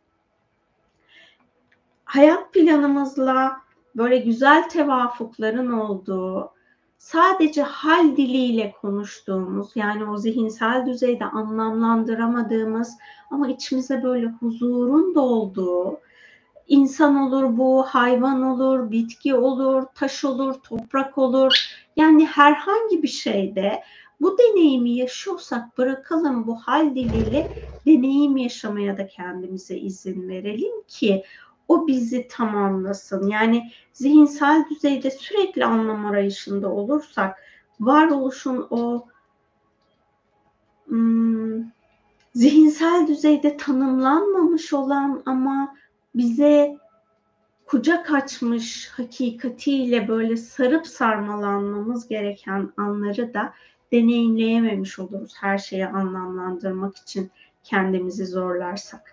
Hayat planımızla böyle güzel tevafukların olduğu, sadece hal diliyle konuştuğumuz, yani o zihinsel düzeyde anlamlandıramadığımız ama içimize böyle huzurun da olduğu, insan olur bu, hayvan olur, bitki olur, taş olur, toprak olur. Yani herhangi bir şeyde bu deneyimi yaşıyorsak bırakalım bu hal diliyle deneyim yaşamaya da kendimize izin verelim ki o bizi tamamlasın. Yani zihinsel düzeyde sürekli anlam arayışında olursak varoluşun o hmm, zihinsel düzeyde tanımlanmamış olan ama bize kucak açmış hakikatiyle böyle sarıp sarmalanmamız gereken anları da deneyimleyememiş oluruz her şeyi anlamlandırmak için kendimizi zorlarsak.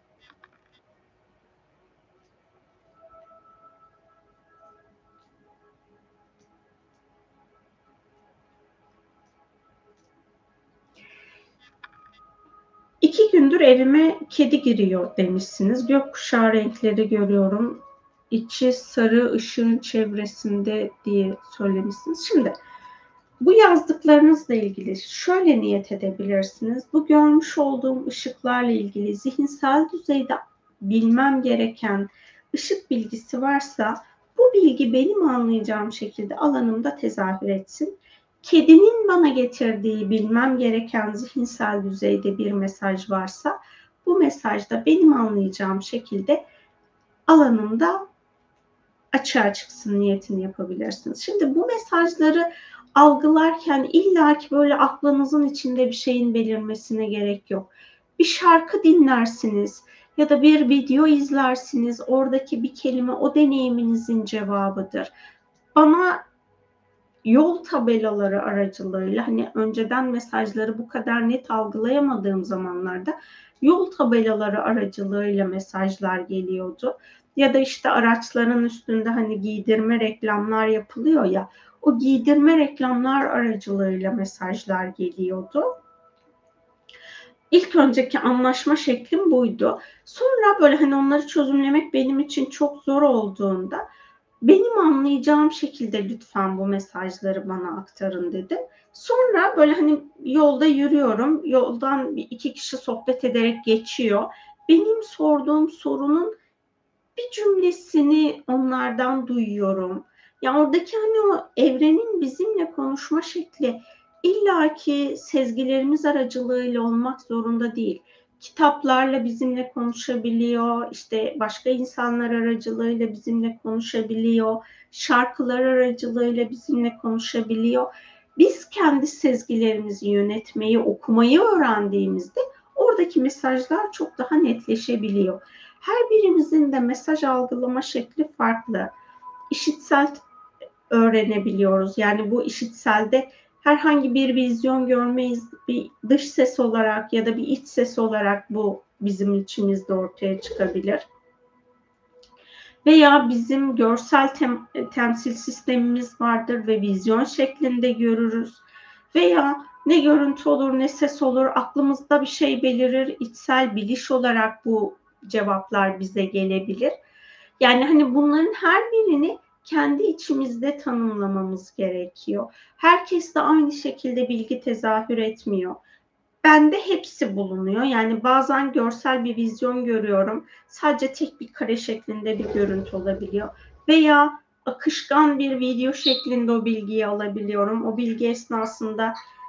İki gündür evime kedi giriyor demişsiniz. Gökkuşağı renkleri görüyorum. İçi sarı, ışığın çevresinde diye söylemişsiniz. Şimdi bu yazdıklarınızla ilgili şöyle niyet edebilirsiniz. Bu görmüş olduğum ışıklarla ilgili zihinsel düzeyde bilmem gereken ışık bilgisi varsa bu bilgi benim anlayacağım şekilde alanımda tezahür etsin. Kedinin bana getirdiği bilmem gereken zihinsel düzeyde bir mesaj varsa bu mesaj da benim anlayacağım şekilde alanımda açığa çıksın niyetini yapabilirsiniz. Şimdi bu mesajları algılarken illaki böyle aklınızın içinde bir şeyin belirmesine gerek yok. Bir şarkı dinlersiniz ya da bir video izlersiniz. Oradaki bir kelime o deneyiminizin cevabıdır. Bana yol tabelaları aracılığıyla, hani önceden mesajları bu kadar net algılayamadığım zamanlarda yol tabelaları aracılığıyla mesajlar geliyordu. Ya da işte araçların üstünde hani giydirme reklamlar yapılıyor ya, o giydirme reklamlar aracılığıyla mesajlar geliyordu. İlk önceki anlaşma şeklim buydu. Sonra böyle hani onları çözümlemek benim için çok zor olduğunda benim anlayacağım şekilde lütfen bu mesajları bana aktarın dedim. Sonra böyle hani yolda yürüyorum. Yoldan iki kişi sohbet ederek geçiyor. Benim sorduğum sorunun bir cümlesini onlardan duyuyorum. Ya oradaki hani o evrenin bizimle konuşma şekli illaki sezgilerimiz aracılığıyla olmak zorunda değil. Kitaplarla bizimle konuşabiliyor, işte başka insanlar aracılığıyla bizimle konuşabiliyor, şarkılar aracılığıyla bizimle konuşabiliyor. Biz kendi sezgilerimizi yönetmeyi, okumayı öğrendiğimizde oradaki mesajlar çok daha netleşebiliyor. Her birimizin de mesaj algılama şekli farklı. İşitsel öğrenebiliyoruz. Yani bu işitselde herhangi bir vizyon görmeyiz. Bir dış ses olarak ya da bir iç ses olarak bu bizim içimizde ortaya çıkabilir. Veya bizim görsel tem temsil sistemimiz vardır ve vizyon şeklinde görürüz. Veya ne görüntü olur ne ses olur, aklımızda bir şey belirir, içsel biliş olarak bu cevaplar bize gelebilir. Yani hani bunların her birini kendi içimizde tanımlamamız gerekiyor. Herkes de aynı şekilde bilgi tezahür etmiyor. Bende hepsi bulunuyor. Yani bazen görsel bir vizyon görüyorum. Sadece tek bir kare şeklinde bir görüntü olabiliyor. Veya akışkan bir video şeklinde o bilgiyi alabiliyorum. O bilgi esnasında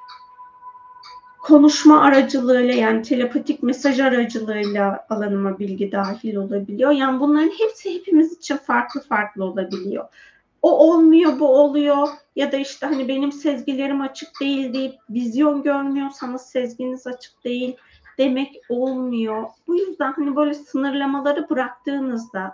konuşma aracılığıyla, yani telepatik mesaj aracılığıyla alanıma bilgi dahil olabiliyor. Yani bunların hepsi hepimiz için farklı farklı olabiliyor. O olmuyor, bu oluyor ya da işte hani benim sezgilerim açık değil deyip vizyon görmüyorsanız sezginiz açık değil demek olmuyor. Bu yüzden hani böyle sınırlamaları bıraktığınızda,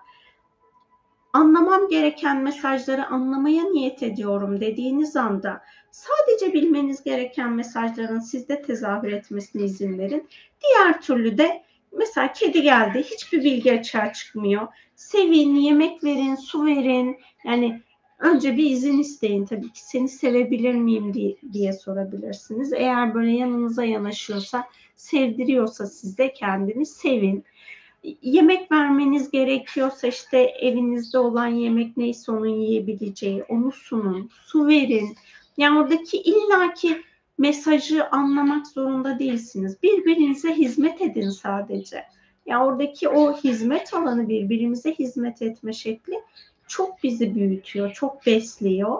anlamam gereken mesajları anlamaya niyet ediyorum dediğiniz anda sadece bilmeniz gereken mesajların sizde tezahür etmesine izin verin. Diğer türlü de mesela kedi geldi, hiçbir bilgi açığa çıkmıyor. Sevin, yemek verin, su verin. Yani önce bir izin isteyin tabii ki. Seni sevebilir miyim diye, diye sorabilirsiniz. Eğer böyle yanınıza yanaşıyorsa, sevdiriyorsa size kendini sevin. Yemek vermeniz gerekiyorsa işte evinizde olan yemek neyse onu yiyebileceği, onu sunun, su verin. Yani oradaki illaki mesajı anlamak zorunda değilsiniz. Birbirinize hizmet edin sadece. Yani oradaki o hizmet alanı, birbirimize hizmet etme şekli çok bizi büyütüyor, çok besliyor.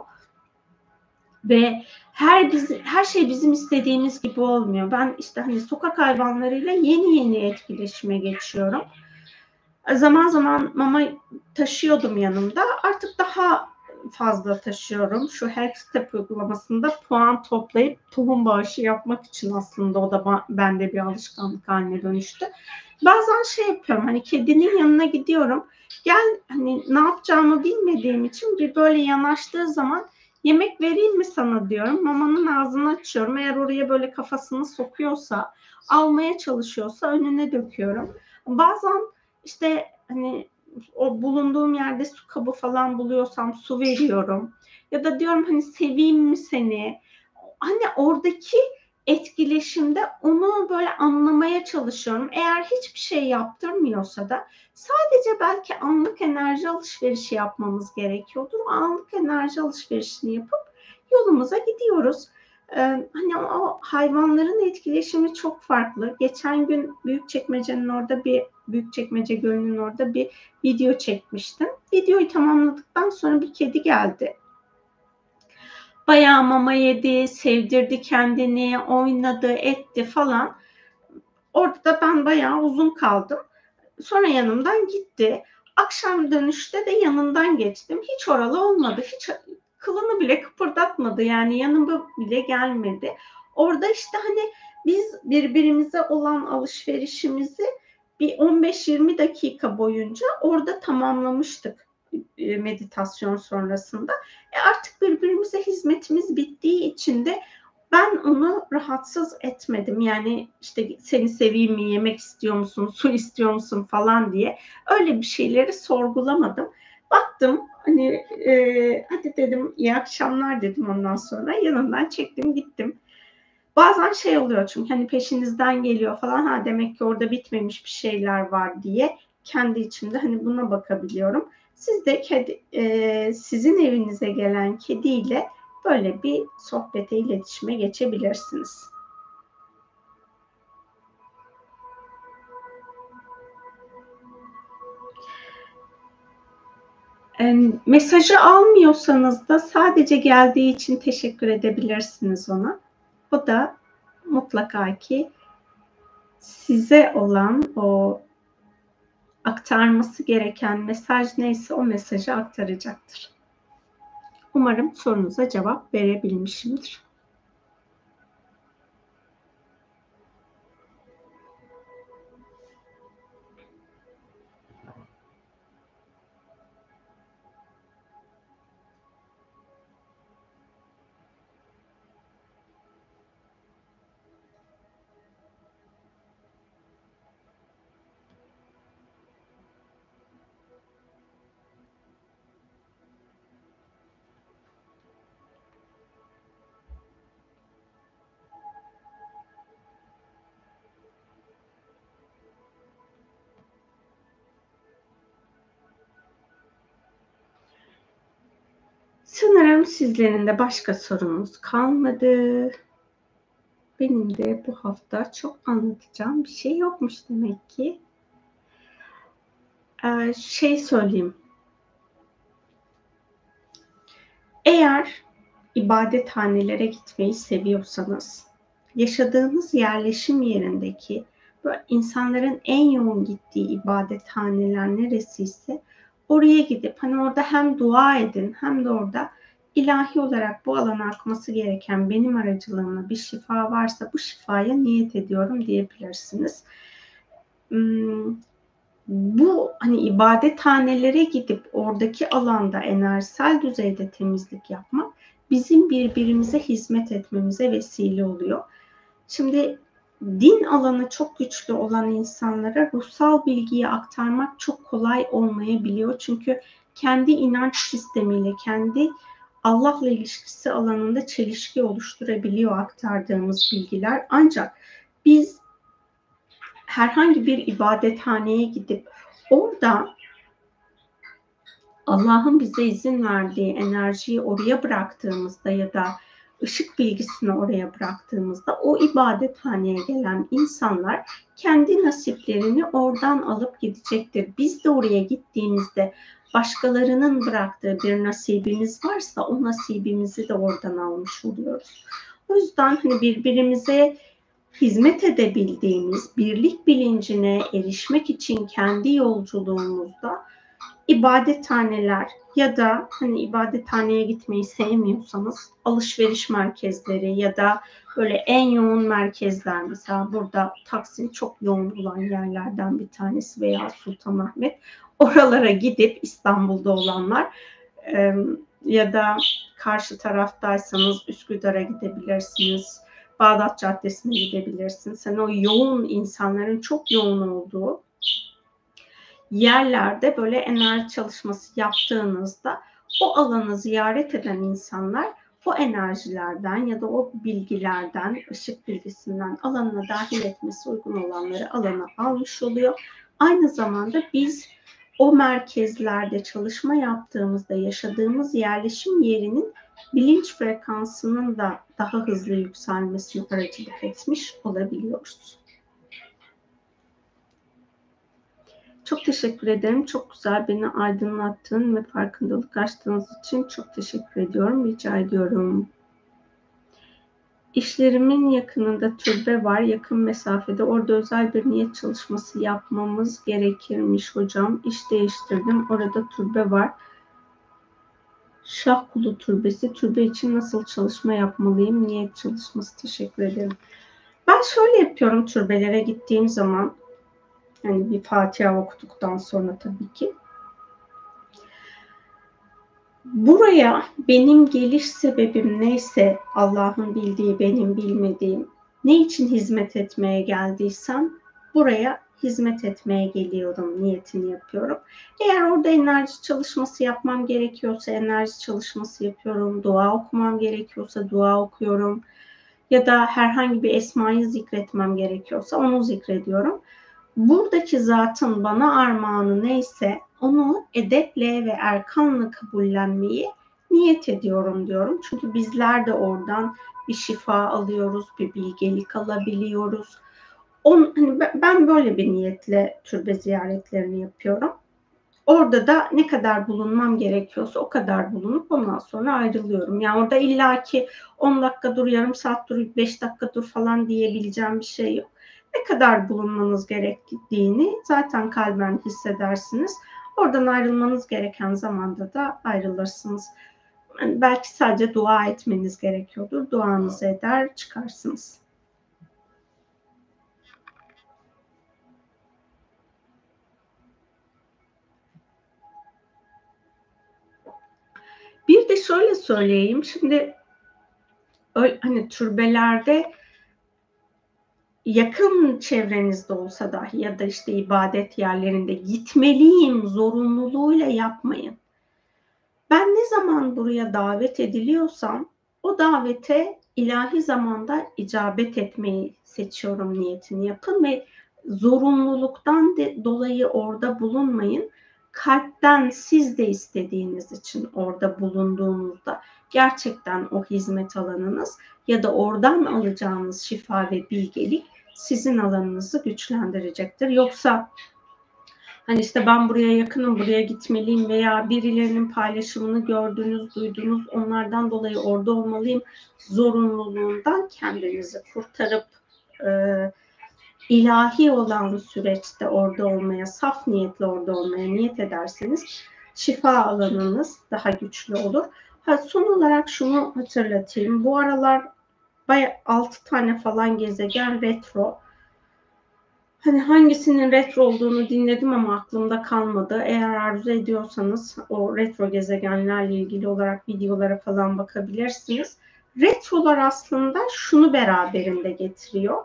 Ve her biz, her şey bizim istediğimiz gibi olmuyor. Ben işte hani sokak hayvanlarıyla yeni yeni etkileşime geçiyorum. Zaman zaman mama taşıyordum yanımda. Artık daha fazla taşıyorum. Şu Help Step uygulamasında puan toplayıp tohum bağışı yapmak için aslında o da bende bir alışkanlık haline dönüştü. Bazen şey yapıyorum, hani kedinin yanına gidiyorum. Gel, hani ne yapacağımı bilmediğim için bir böyle yanaştığı zaman yemek vereyim mi sana diyorum. Mamanın ağzını açıyorum. Eğer oraya böyle kafasını sokuyorsa, almaya çalışıyorsa önüne döküyorum. Bazen işte hani o bulunduğum yerde su kabı falan buluyorsam su veriyorum. Ya da diyorum hani seveyim mi seni? Hani oradaki etkileşimde onu böyle anlamaya çalışıyorum. Eğer hiçbir şey yaptırmıyorsa da sadece belki anlık enerji alışverişi yapmamız gerekiyordur. O anlık enerji alışverişini yapıp yolumuza gidiyoruz. Ee, hani o hayvanların etkileşimi çok farklı. Geçen gün Büyükçekmece'nin orada bir Büyükçekmece Gölü'nün orada bir video çekmiştim. Videoyu tamamladıktan sonra bir kedi geldi. Bayağı mama yedi, sevdirdi kendini, oynadı, etti falan. Orada da ben bayağı uzun kaldım. Sonra yanımdan gitti. Akşam dönüşte de yanından geçtim. Hiç oralı olmadı. Hiç kılını bile kıpırdatmadı. Yani yanıma bile gelmedi. Orada işte hani biz birbirimize olan alışverişimizi bir on beş yirmi dakika boyunca orada tamamlamıştık meditasyon sonrasında. E artık birbirimize hizmetimiz bittiği için de ben onu rahatsız etmedim. Yani işte seni seveyim mi, yemek istiyor musun, su istiyor musun falan diye öyle bir şeyleri sorgulamadım. Baktım hani e, hadi dedim iyi akşamlar dedim, ondan sonra yanından çektim gittim. Bazen şey oluyor çünkü hani peşinizden geliyor falan, ha demek ki orada bitmemiş bir şeyler var diye kendi içimde hani buna bakabiliyorum. Siz de kedi, e, sizin evinize gelen kediyle böyle bir sohbete, iletişime geçebilirsiniz. E, mesajı almıyorsanız da sadece geldiği için teşekkür edebilirsiniz ona. O da mutlaka ki size olan o aktarması gereken mesaj neyse o mesajı aktaracaktır. Umarım sorunuza cevap verebilmişimdir. Sanırım sizlerin de başka sorunuz kalmadı. Benim de bu hafta çok anlatacağım bir şey yokmuş demek ki. Ee, şey söyleyeyim. Eğer ibadethanelere gitmeyi seviyorsanız, yaşadığınız yerleşim yerindeki böyle insanların en yoğun gittiği ibadethaneler neresiyse oraya gidip hani orada hem dua edin hem de orada ilahi olarak bu alana akması gereken benim aracılığımla bir şifa varsa bu şifaya niyet ediyorum diyebilirsiniz. Hmm, bu hani ibadethanelere gidip oradaki alanda enerjisel düzeyde temizlik yapmak bizim birbirimize hizmet etmemize vesile oluyor. Şimdi din alanı çok güçlü olan insanlara ruhsal bilgiyi aktarmak çok kolay olmayabiliyor. Çünkü kendi inanç sistemiyle, kendi Allah'la ilişkisi alanında çelişki oluşturabiliyor aktardığımız bilgiler. Ancak biz herhangi bir ibadethaneye gidip orada Allah'ın bize izin verdiği enerjiyi oraya bıraktığımızda ya da ışık bilgisini oraya bıraktığımızda o ibadethaneye gelen insanlar kendi nasiplerini oradan alıp gidecektir. Biz de oraya gittiğimizde başkalarının bıraktığı bir nasibimiz varsa o nasibimizi de oradan almış oluyoruz. O yüzden hani birbirimize hizmet edebildiğimiz birlik bilincine erişmek için kendi yolculuğumuzda ibadethaneler ya da hani ibadethaneye gitmeyi sevmiyorsanız alışveriş merkezleri ya da böyle en yoğun merkezler, mesela burada Taksim çok yoğun olan yerlerden bir tanesi veya Sultanahmet, oralara gidip İstanbul'da olanlar e, ya da karşı taraftaysanız Üsküdar'a gidebilirsiniz, Bağdat Caddesi'ne gidebilirsiniz. Hani o yoğun insanların çok yoğun olduğu yerlerde böyle enerji çalışması yaptığınızda o alanı ziyaret eden insanlar o enerjilerden ya da o bilgilerden, ışık bilgisinden alanına dahil etmesi uygun olanları alana almış oluyor. Aynı zamanda biz o merkezlerde çalışma yaptığımızda yaşadığımız yerleşim yerinin bilinç frekansının da daha hızlı yükselmesine aracılık etmiş olabiliyoruz. Çok teşekkür ederim. Çok güzel, beni aydınlattığın ve farkındalık açtığınız için çok teşekkür ediyorum. Rica ediyorum. İşlerimin yakınında türbe var. Yakın mesafede. Orada özel bir niyet çalışması yapmamız gerekirmiş hocam. İş değiştirdim. Orada türbe var. Şahkulu Türbesi. Türbe için nasıl çalışma yapmalıyım? Niyet çalışması. Teşekkür ederim. Ben şöyle yapıyorum türbelere gittiğim zaman. Yani bir Fatiha okuduktan sonra tabii ki. Buraya benim geliş sebebim neyse, Allah'ın bildiği, benim bilmediğim, ne için hizmet etmeye geldiysem buraya hizmet etmeye geliyorum, niyetini yapıyorum. Eğer orada enerji çalışması yapmam gerekiyorsa enerji çalışması yapıyorum, dua okumam gerekiyorsa dua okuyorum ya da herhangi bir esmayı zikretmem gerekiyorsa onu zikrediyorum. Buradaki zatın bana armağanı neyse onu edeple ve erkanla kabullenmeyi niyet ediyorum diyorum. Çünkü bizler de oradan bir şifa alıyoruz, bir bilgelik alabiliyoruz. On, hani ben böyle bir niyetle türbe ziyaretlerini yapıyorum. Orada da ne kadar bulunmam gerekiyorsa o kadar bulunup ondan sonra ayrılıyorum. Yani orada illaki on dakika dur, yarım saat dur, beş dakika dur falan diyebileceğim bir şey yok. Ne kadar bulunmanız gerektiğini zaten kalben hissedersiniz. Oradan ayrılmanız gereken zamanda da ayrılırsınız. Yani belki sadece dua etmeniz gerekiyordur. Duanızı eder, çıkarsınız. Bir de şöyle söyleyeyim. Şimdi hani türbelerde yakın çevrenizde olsa dahi ya da işte ibadet yerlerinde gitmeliyim zorunluluğuyla yapmayın. Ben ne zaman buraya davet ediliyorsam o davete ilahi zamanda icabet etmeyi seçiyorum niyetini yapın ve zorunluluktan de dolayı orada bulunmayın. kalpten siz de istediğiniz için orada bulunduğunuzda gerçekten o hizmet alanınız ya da oradan alacağınız şifa ve bilgelik sizin alanınızı güçlendirecektir. Yoksa hani işte ben buraya yakınım, buraya gitmeliyim veya birilerinin paylaşımını gördünüz, duydunuz, onlardan dolayı orada olmalıyım zorunluluğundan kendinizi kurtarıp e, ilahi olan süreçte orada olmaya, saf niyetle orada olmaya niyet ederseniz şifa alanınız daha güçlü olur. Ha, son olarak şunu hatırlatayım. Bu aralar bayağı altı tane falan gezegen retro. Hani hangisinin retro olduğunu dinledim ama aklımda kalmadı. Eğer arzu ediyorsanız o retro gezegenlerle ilgili olarak videolara falan bakabilirsiniz. Retrolar aslında şunu beraberinde getiriyor.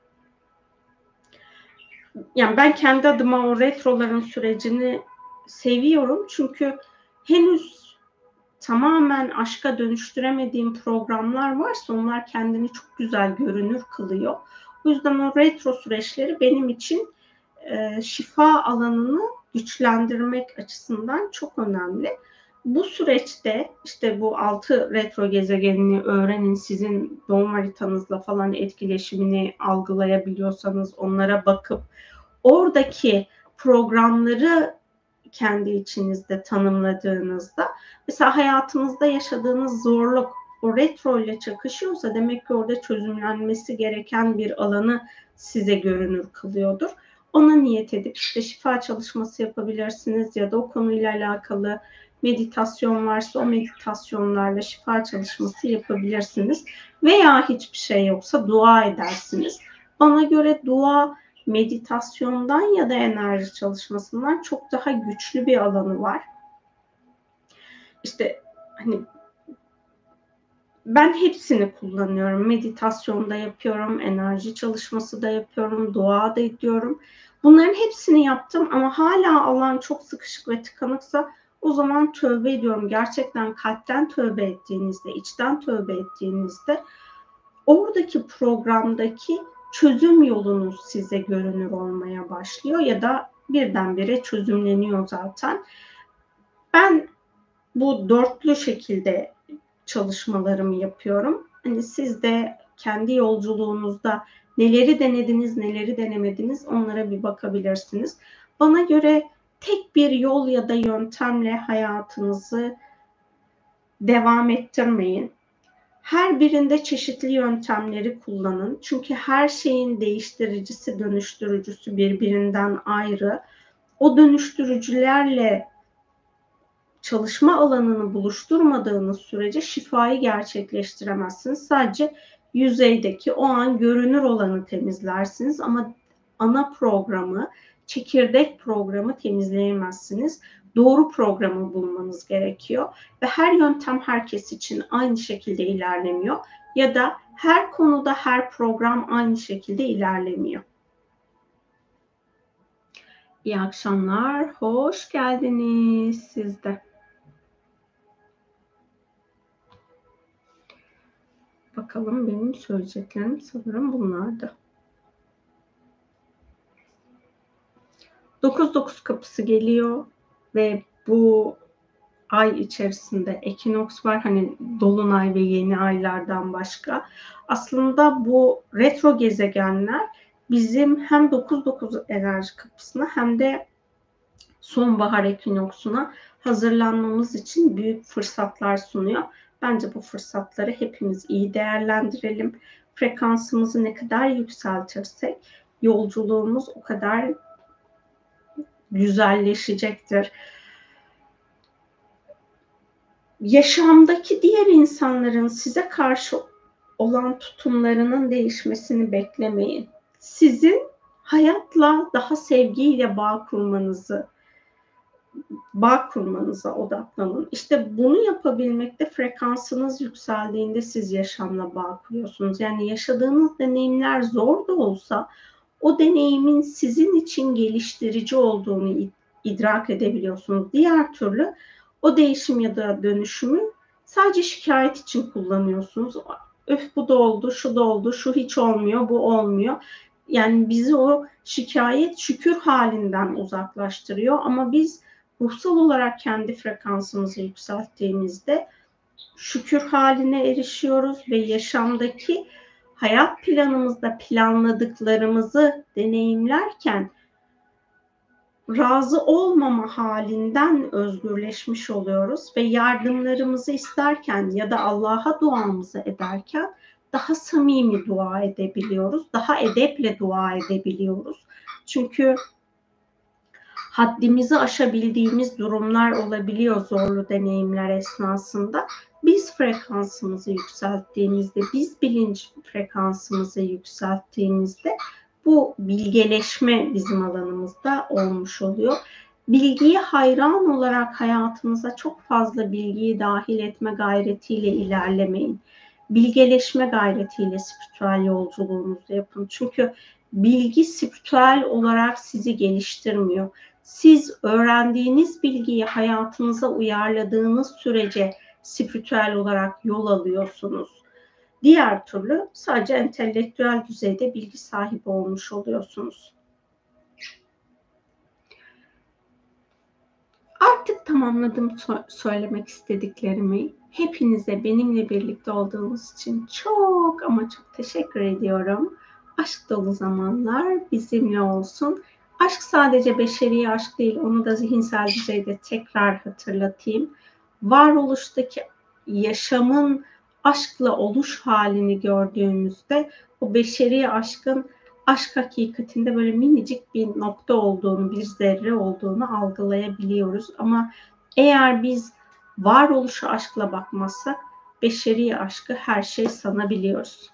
Yani ben kendi adıma o retroların sürecini seviyorum. Çünkü henüz tamamen aşka dönüştüremediğim programlar varsa onlar kendini çok güzel görünür kılıyor. O yüzden o retro süreçleri benim için e, şifa alanını güçlendirmek açısından çok önemli. Bu süreçte işte bu altı retro gezegenini öğrenin, sizin doğum haritanızla falan etkileşimini algılayabiliyorsanız onlara bakıp oradaki programları kendi içinizde tanımladığınızda mesela hayatınızda yaşadığınız zorluk o retro ile çakışıyorsa demek ki orada çözümlenmesi gereken bir alanı size görünür kılıyordur. Ona niyet edip işte şifa çalışması yapabilirsiniz ya da o konuyla alakalı meditasyon varsa o meditasyonlarla şifa çalışması yapabilirsiniz. Veya hiçbir şey yoksa dua edersiniz. Bana göre dua meditasyondan ya da enerji çalışmasından çok daha güçlü bir alanı var. İşte hani ben hepsini kullanıyorum. Meditasyonda yapıyorum, enerji çalışması da yapıyorum, dua da ediyorum. Bunların hepsini yaptım ama hala alan çok sıkışık ve tıkanıksa o zaman tövbe ediyorum. Gerçekten kalpten tövbe ettiğinizde, içten tövbe ettiğinizde oradaki programdaki çözüm yolunuz size görünür olmaya başlıyor ya da birdenbire çözümleniyor zaten. Ben bu dörtlü şekilde çalışmalarımı yapıyorum. Hani siz de kendi yolculuğunuzda neleri denediniz, neleri denemediniz onlara bir bakabilirsiniz. Bana göre tek bir yol ya da yöntemle hayatınızı devam ettirmeyin. Her birinde çeşitli yöntemleri kullanın. Çünkü her şeyin değiştiricisi, dönüştürücüsü birbirinden ayrı. O dönüştürücülerle çalışma alanını buluşturmadığınız sürece şifayı gerçekleştiremezsiniz. Sadece yüzeydeki o an görünür olanı temizlersiniz ama ana programı, çekirdek programı temizleyemezsiniz. Doğru programı bulmanız gerekiyor ve her yöntem herkes için aynı şekilde ilerlemiyor ya da her konuda her program aynı şekilde ilerlemiyor. İyi akşamlar, hoş geldiniz siz de. Bakalım benim söyleyeceklerim sanırım bunlardı. dokuz dokuz kapısı geliyor ve bu ay içerisinde ekinoks var. Hani dolunay ve yeni aylardan başka. Aslında bu retro gezegenler bizim hem dokuz dokuz enerji kapısına hem de sonbahar ekinoksuna hazırlanmamız için büyük fırsatlar sunuyor. Bence bu fırsatları hepimiz iyi değerlendirelim. Frekansımızı ne kadar yükseltirsek yolculuğumuz o kadar güzelleşecektir. Yaşamdaki diğer insanların size karşı olan tutumlarının değişmesini beklemeyin. Sizin hayatla daha sevgiyle bağ kurmanızı bağ kurmanıza odaklanın. İşte bunu yapabilmekte frekansınız yükseldiğinde siz yaşamla bağ kuruyorsunuz. Yani yaşadığınız deneyimler zor da olsa o deneyimin sizin için geliştirici olduğunu idrak edebiliyorsunuz. Diğer türlü o değişim ya da dönüşümü sadece şikayet için kullanıyorsunuz. Öf bu da oldu, şu da oldu, şu hiç olmuyor, bu olmuyor. Yani bizi o şikayet şükür halinden uzaklaştırıyor ama biz ruhsal olarak kendi frekansımızı yükselttiğimizde şükür haline erişiyoruz ve yaşamdaki hayat planımızda planladıklarımızı deneyimlerken razı olmama halinden özgürleşmiş oluyoruz ve yardımlarımızı isterken ya da Allah'a duamızı ederken daha samimi dua edebiliyoruz, daha edeple dua edebiliyoruz. Çünkü haddimizi aşabildiğimiz durumlar olabiliyor zorlu deneyimler esnasında. Biz frekansımızı yükselttiğimizde, biz bilinç frekansımızı yükselttiğimizde bu bilgeleşme bizim alanımızda olmuş oluyor. Bilgiye hayran olarak hayatımıza çok fazla bilgiyi dahil etme gayretiyle ilerlemeyin. Bilgeleşme gayretiyle spiritüel yolculuğunuzu yapın. Çünkü bilgi spiritüel olarak sizi geliştirmiyor. Siz öğrendiğiniz bilgiyi hayatınıza uyarladığınız sürece spiritüel olarak yol alıyorsunuz. Diğer türlü sadece entelektüel düzeyde bilgi sahibi olmuş oluyorsunuz. Artık tamamladım söylemek istediklerimi. Hepinize benimle birlikte olduğunuz için çok ama çok teşekkür ediyorum. Aşk dolu zamanlar bizimle olsun. Aşk sadece beşeri aşk değil, onu da zihinsel düzeyde tekrar hatırlatayım. Varoluştaki yaşamın aşkla oluş halini gördüğümüzde o beşeri aşkın aşk hakikatinde böyle minicik bir nokta olduğunu, bir zerre olduğunu algılayabiliyoruz. Ama eğer biz varoluşa aşkla bakmazsak beşeri aşkı her şey sanabiliyoruz.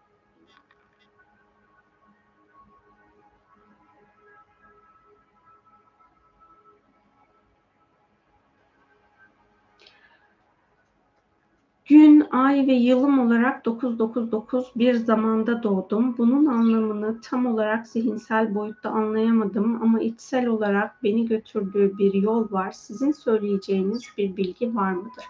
Gün, ay ve yılım olarak dokuz dokuz dokuz bir zamanda doğdum. Bunun anlamını tam olarak zihinsel boyutta anlayamadım ama içsel olarak beni götürdüğü bir yol var. Sizin söyleyeceğiniz bir bilgi var mıdır?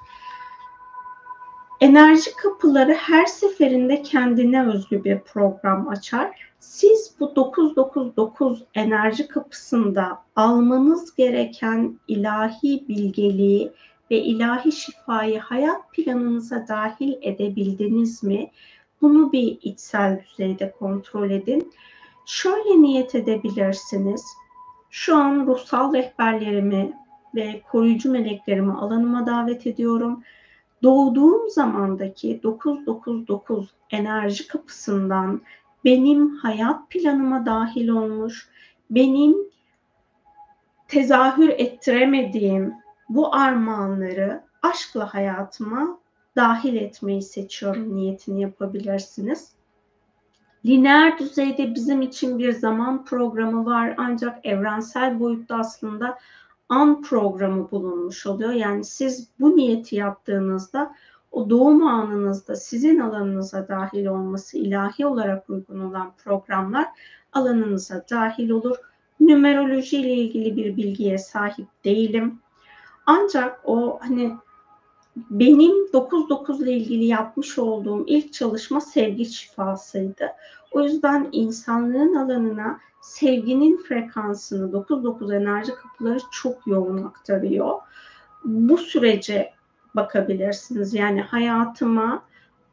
Enerji kapıları her seferinde kendine özgü bir program açar. Siz bu dokuz dokuz dokuz enerji kapısında almanız gereken ilahi bilgeliği ve ilahi şifayı hayat planınıza dahil edebildiniz mi? Bunu bir içsel düzeyde kontrol edin. Şöyle niyet edebilirsiniz. Şu an ruhsal rehberlerimi ve koruyucu meleklerimi alanıma davet ediyorum. Doğduğum zamandaki dokuz dokuz dokuz enerji kapısından benim hayat planıma dahil olmuş, benim tezahür ettiremediğim bu armağanları aşkla hayatıma dahil etmeyi seçiyorum niyetini yapabilirsiniz. Lineer düzeyde bizim için bir zaman programı var ancak evrensel boyutta aslında an programı bulunmuş oluyor. Yani siz bu niyeti yaptığınızda o doğum anınızda sizin alanınıza dahil olması ilahi olarak uygun olan programlar alanınıza dahil olur. Numeroloji ile ilgili bir bilgiye sahip değilim. Ancak o hani benim dokuz dokuz ile ilgili yapmış olduğum ilk çalışma sevgi şifasıydı. O yüzden insanlığın alanına sevginin frekansını dokuz dokuz enerji kapıları çok yoğun aktarıyor. Bu sürece bakabilirsiniz. Yani hayatıma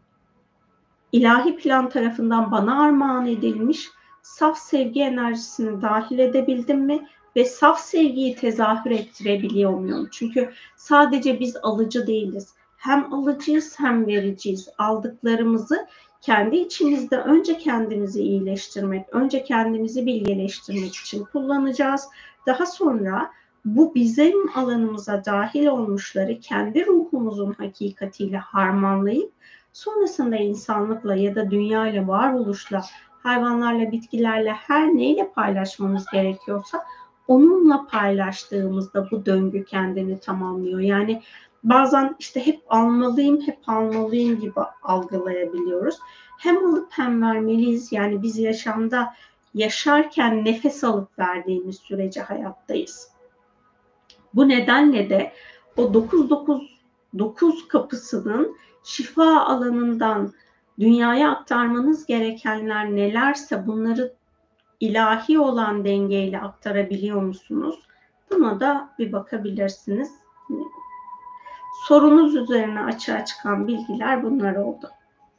ilahi plan tarafından bana armağan edilmiş saf sevgi enerjisini dahil edebildim mi? Ve saf sevgiyi tezahür ettirebiliyor muyum? Çünkü sadece biz alıcı değiliz. Hem alıcıyız hem vericiyiz. Aldıklarımızı kendi içimizde önce kendimizi iyileştirmek, önce kendimizi bilgeleştirmek için kullanacağız. Daha sonra bu bizim alanımıza dahil olmuşları kendi ruhumuzun hakikatiyle harmanlayıp sonrasında insanlıkla ya da dünyayla, varoluşla, hayvanlarla, bitkilerle her neyle paylaşmamız gerekiyorsa onunla paylaştığımızda bu döngü kendini tamamlıyor. Yani bazen işte hep almalıyım, hep almalıyım gibi algılayabiliyoruz. Hem alıp hem vermeliyiz. Yani biz yaşamda yaşarken nefes alıp verdiğimiz sürece hayattayız. Bu nedenle de o dokuz dokuz dokuz kapısının şifa alanından dünyaya aktarmanız gerekenler nelerse bunları ilahi olan dengeyle aktarabiliyor musunuz? Buna da bir bakabilirsiniz. Sorunuz üzerine açığa çıkan bilgiler bunlar oldu.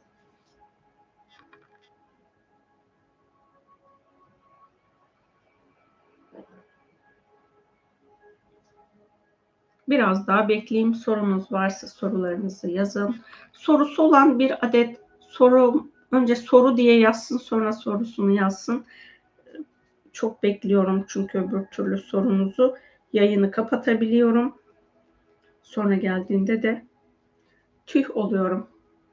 Biraz daha bekleyeyim. Sorunuz varsa sorularınızı yazın. Sorusu olan bir adet soru, önce soru diye yazsın, sonra sorusunu yazsın. Çok bekliyorum çünkü öbür türlü sorunuzu yayını kapatabiliyorum. Sonra geldiğinde de tüh oluyorum.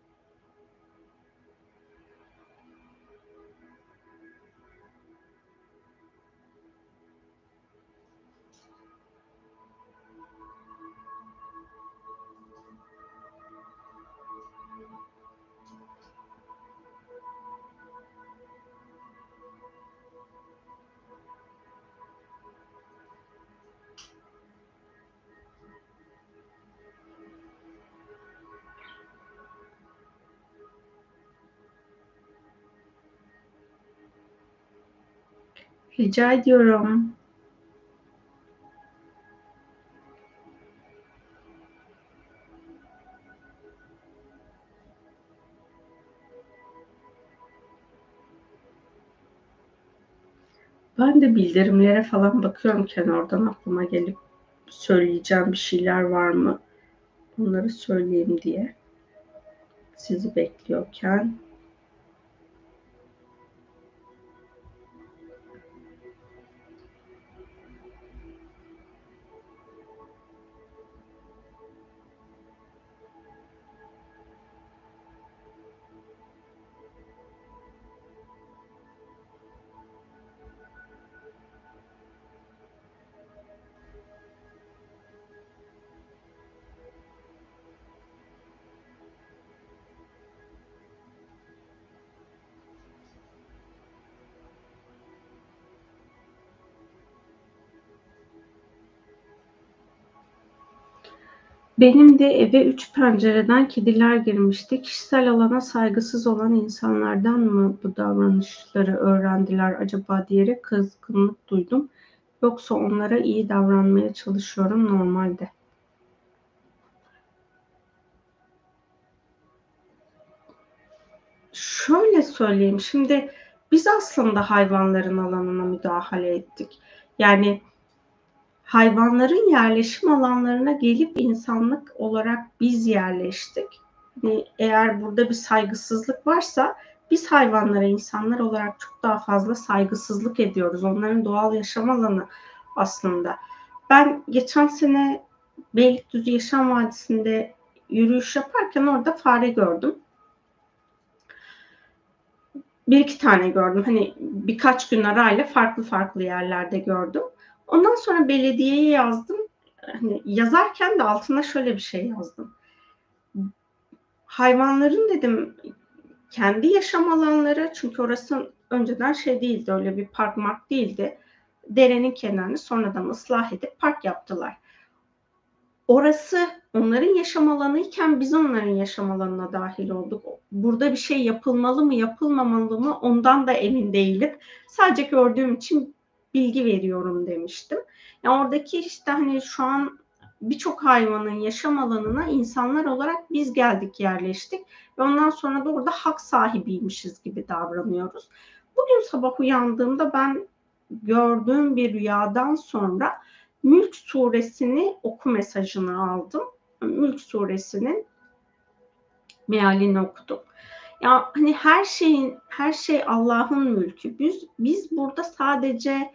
Rica ediyorum. Ben de bildirimlere falan bakıyorum kenardan, aklıma gelip söyleyeceğim bir şeyler var mı? Bunları söyleyeyim diye. Sizi bekliyorken. Benim de eve üç pencereden kediler girmişti. Kişisel alana saygısız olan insanlardan mı bu davranışları öğrendiler acaba diyerek kızgınlık duydum. Yoksa onlara iyi davranmaya çalışıyorum normalde. Şöyle söyleyeyim, şimdi biz aslında hayvanların alanına müdahale ettik. Yani hayvanların yerleşim alanlarına gelip insanlık olarak biz yerleştik. Hani eğer burada bir saygısızlık varsa biz hayvanlara insanlar olarak çok daha fazla saygısızlık ediyoruz. Onların doğal yaşam alanı aslında. Ben geçen sene Beylikdüzü Yaşam Vadisi'nde yürüyüş yaparken orada fare gördüm. Bir iki tane gördüm. Hani birkaç gün arayla farklı farklı yerlerde gördüm. Ondan sonra belediyeye yazdım. Hani yazarken de altına şöyle bir şey yazdım. Hayvanların dedim kendi yaşam alanları, çünkü orası önceden şey değildi, öyle bir park mark değildi. Derenin kenarını sonradan ıslah edip park yaptılar. Orası onların yaşam alanıyken biz onların yaşam alanına dahil olduk. Burada bir şey yapılmalı mı, yapılmamalı mı ondan da emin değilim. Sadece gördüğüm için bilgi veriyorum demiştim. Yani oradaki işte hani şu an birçok hayvanın yaşam alanına insanlar olarak biz geldik, yerleştik ve ondan sonra da orada hak sahibiymişiz gibi davranıyoruz. Bugün sabah uyandığımda ben gördüğüm bir rüyadan sonra Mülk suresini oku mesajını aldım. Mülk suresinin mealini okudum. Ya hani her şeyin her şey Allah'ın mülkü. Biz biz burada sadece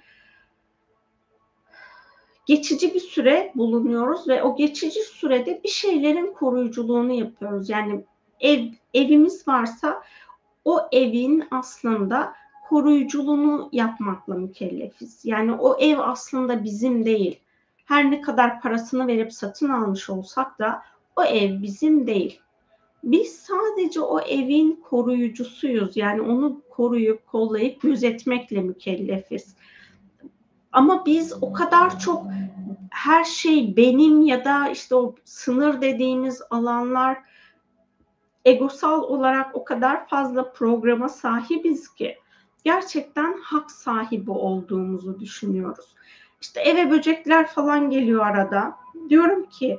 geçici bir süre bulunuyoruz ve o geçici sürede bir şeylerin koruyuculuğunu yapıyoruz. Yani ev evimiz varsa o evin aslında koruyuculuğunu yapmakla mükellefiz. Yani o ev aslında bizim değil. Her ne kadar parasını verip satın almış olsak da o ev bizim değil. Biz sadece o evin koruyucusuyuz. Yani onu koruyup kollayıp gözetmekle mükellefiz. Ama biz o kadar çok her şey benim ya da işte o sınır dediğimiz alanlar, egosal olarak o kadar fazla programa sahibiz ki gerçekten hak sahibi olduğumuzu düşünüyoruz. İşte eve böcekler falan geliyor arada. Diyorum ki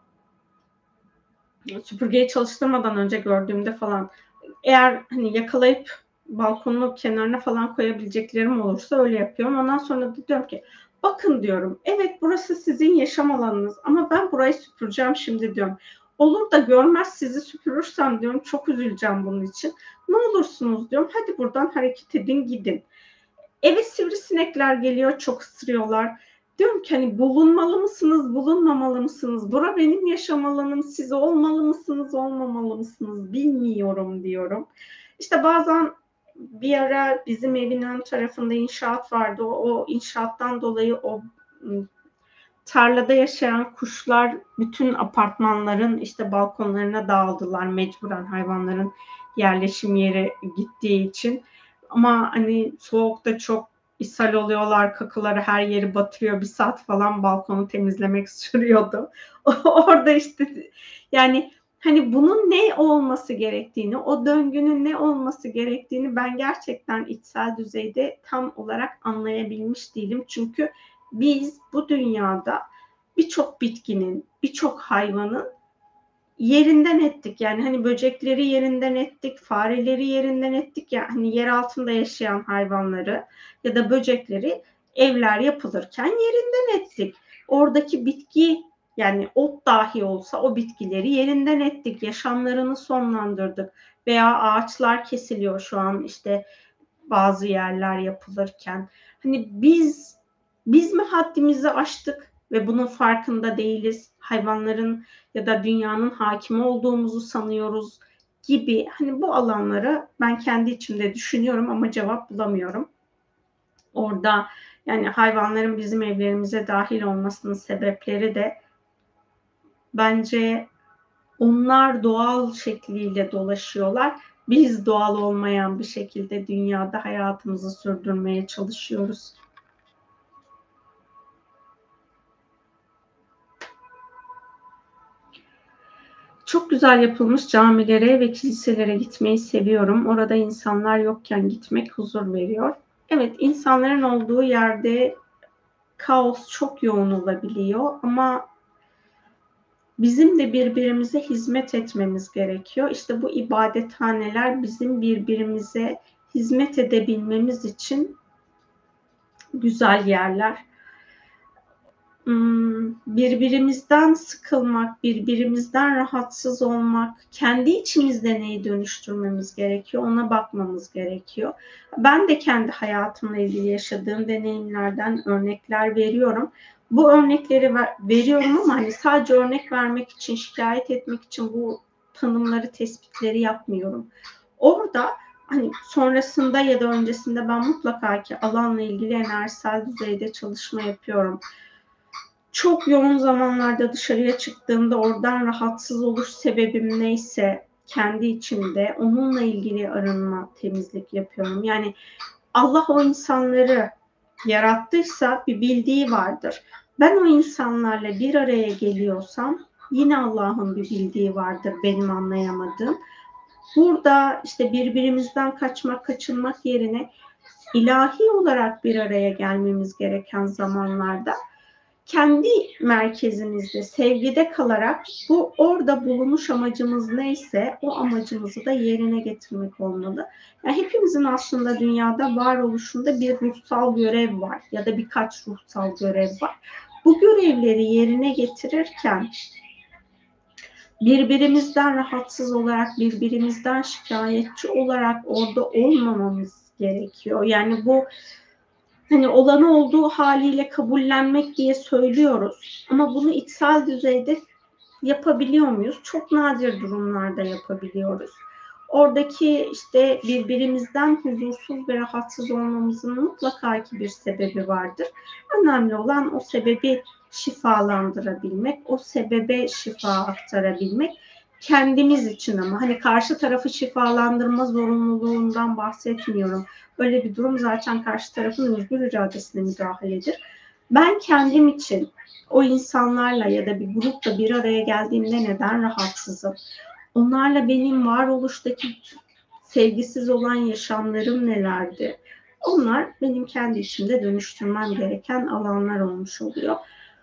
süpürgeyi çalıştırmadan önce gördüğümde falan eğer hani yakalayıp balkonun kenarına falan koyabileceklerim olursa öyle yapıyorum. Ondan sonra da diyorum ki bakın diyorum, evet burası sizin yaşam alanınız ama ben burayı süpüreceğim şimdi diyorum. Olur da görmez sizi süpürürsem diyorum, çok üzüleceğim bunun için. Ne olursunuz diyorum, hadi buradan hareket edin gidin. Eve sivrisinekler geliyor, çok ısırıyorlar. Diyorum ki hani bulunmalı mısınız, bulunmamalı mısınız? Bura benim yaşam alanım, siz olmalı mısınız, olmamalı mısınız bilmiyorum diyorum. İşte bazen bir ara bizim evin ön tarafında inşaat vardı. O, o inşaattan dolayı o tarlada yaşayan kuşlar bütün apartmanların işte balkonlarına dağıldılar mecburen, hayvanların yerleşim yeri gittiği için. Ama hani soğukta çok ishal oluyorlar, kakıları her yeri batırıyor. Bir saat falan balkonu temizlemek sürüyordu. Orada işte yani hani bunun ne olması gerektiğini, o döngünün ne olması gerektiğini ben gerçekten içsel düzeyde tam olarak anlayabilmiş değilim. Çünkü biz bu dünyada birçok bitkinin, birçok hayvanın yerinden ettik. Yani hani böcekleri yerinden ettik, fareleri yerinden ettik. Yani hani yer altında yaşayan hayvanları ya da böcekleri evler yapılırken yerinden ettik. Oradaki bitki, yani ot dahi olsa o bitkileri yerinden ettik. Yaşamlarını sonlandırdık. Veya ağaçlar kesiliyor şu an işte bazı yerler yapılırken. Hani biz biz mi haddimizi aştık ve bunun farkında değiliz? Hayvanların ya da dünyanın hakimi olduğumuzu sanıyoruz gibi. Hani bu alanlara ben kendi içimde düşünüyorum ama cevap bulamıyorum. Orada yani hayvanların bizim evlerimize dahil olmasının sebepleri de bence onlar doğal şekliyle dolaşıyorlar. Biz doğal olmayan bir şekilde dünyada hayatımızı sürdürmeye çalışıyoruz. Çok güzel yapılmış camilere ve kiliselere gitmeyi seviyorum. Orada insanlar yokken gitmek huzur veriyor. Evet, insanların olduğu yerde kaos çok yoğun olabiliyor ama bizim de birbirimize hizmet etmemiz gerekiyor. İşte bu ibadethaneler bizim birbirimize hizmet edebilmemiz için güzel yerler. Birbirimizden sıkılmak, birbirimizden rahatsız olmak, kendi içimizde neyi dönüştürmemiz gerekiyor, ona bakmamız gerekiyor. Ben de kendi hayatımla ilgili yaşadığım deneyimlerden örnekler veriyorum. Bu örnekleri veriyorum ama hani sadece örnek vermek için, şikayet etmek için bu tanımları, tespitleri yapmıyorum. Orada hani sonrasında ya da öncesinde ben mutlaka ki alanla ilgili enerjisel düzeyde çalışma yapıyorum. Çok yoğun zamanlarda dışarıya çıktığımda oradan rahatsız oluş sebebim neyse kendi içimde onunla ilgili arınma, temizlik yapıyorum. Yani Allah o insanları yarattıysa bir bildiği vardır. Ben o insanlarla bir araya geliyorsam yine Allah'ın bir bildiği vardır benim anlayamadığım. Burada işte birbirimizden kaçmak, kaçınmak yerine ilahi olarak bir araya gelmemiz gereken zamanlarda kendi merkezimizde, sevgide kalarak bu orada bulunuş amacımız neyse o amacımızı da yerine getirmek olmalı. Yani hepimizin aslında dünyada varoluşunda bir ruhsal görev var ya da birkaç ruhsal görev var. Bu görevleri yerine getirirken birbirimizden rahatsız olarak, birbirimizden şikayetçi olarak orada olmamamız gerekiyor. Yani bu hani olanı olduğu haliyle kabullenmek diye söylüyoruz. Ama bunu içsel düzeyde yapabiliyor muyuz? Çok nadir durumlarda yapabiliyoruz. Oradaki işte birbirimizden huzursuz ve rahatsız olmamızın mutlaka ki bir sebebi vardır. Önemli olan o sebebi şifalandırabilmek, o sebebe şifa aktarabilmek. Kendimiz için ama hani karşı tarafı şifalandırma zorunluluğundan bahsetmiyorum. Öyle bir durum zaten karşı tarafın özgür iradesine müdahaledir. Ben kendim için o insanlarla ya da bir grupla bir araya geldiğimde neden rahatsızım? Onlarla benim varoluştaki sevgisiz olan yaşamlarım nelerdi? Onlar benim kendi içimde dönüştürmem gereken alanlar olmuş oluyor.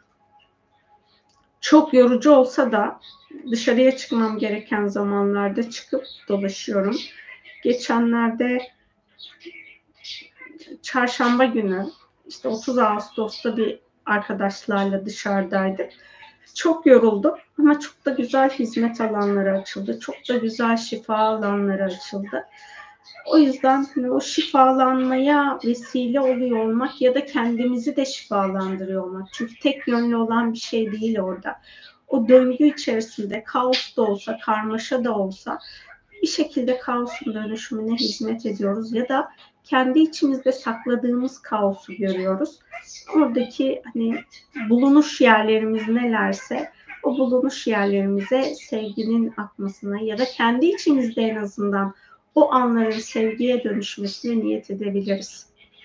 Çok yorucu olsa da dışarıya çıkmam gereken zamanlarda çıkıp dolaşıyorum. Geçenlerde çarşamba günü işte otuz Ağustos'ta bir arkadaşlarla dışarıdaydık. Çok yoruldum ama çok da güzel hizmet alanları açıldı. Çok da güzel şifa alanları açıldı. O yüzden hani o şifalanmaya vesile oluyor olmak ya da kendimizi de şifalandırıyor olmak. Çünkü tek yönlü olan bir şey değil orada. O döngü içerisinde kaos da olsa, karmaşa da olsa bir şekilde kaosun dönüşümüne hizmet ediyoruz ya da kendi içimizde sakladığımız kaosu görüyoruz. Oradaki hani bulunuş yerlerimiz nelerse o bulunuş yerlerimize sevginin akmasına ya da kendi içimizde en azından o anların sevgiye dönüşmesine niyet edebiliriz.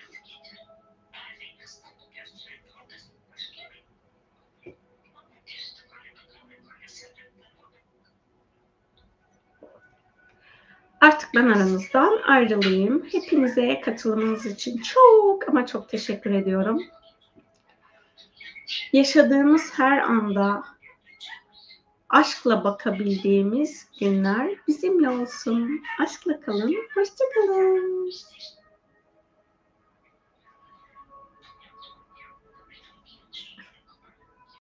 Artık ben aranızdan ayrılayım. Hepinize katılımınız için çok ama çok teşekkür ediyorum. Yaşadığımız her anda aşkla bakabildiğimiz günler bizimle olsun. Aşkla kalın, hoşça kalın.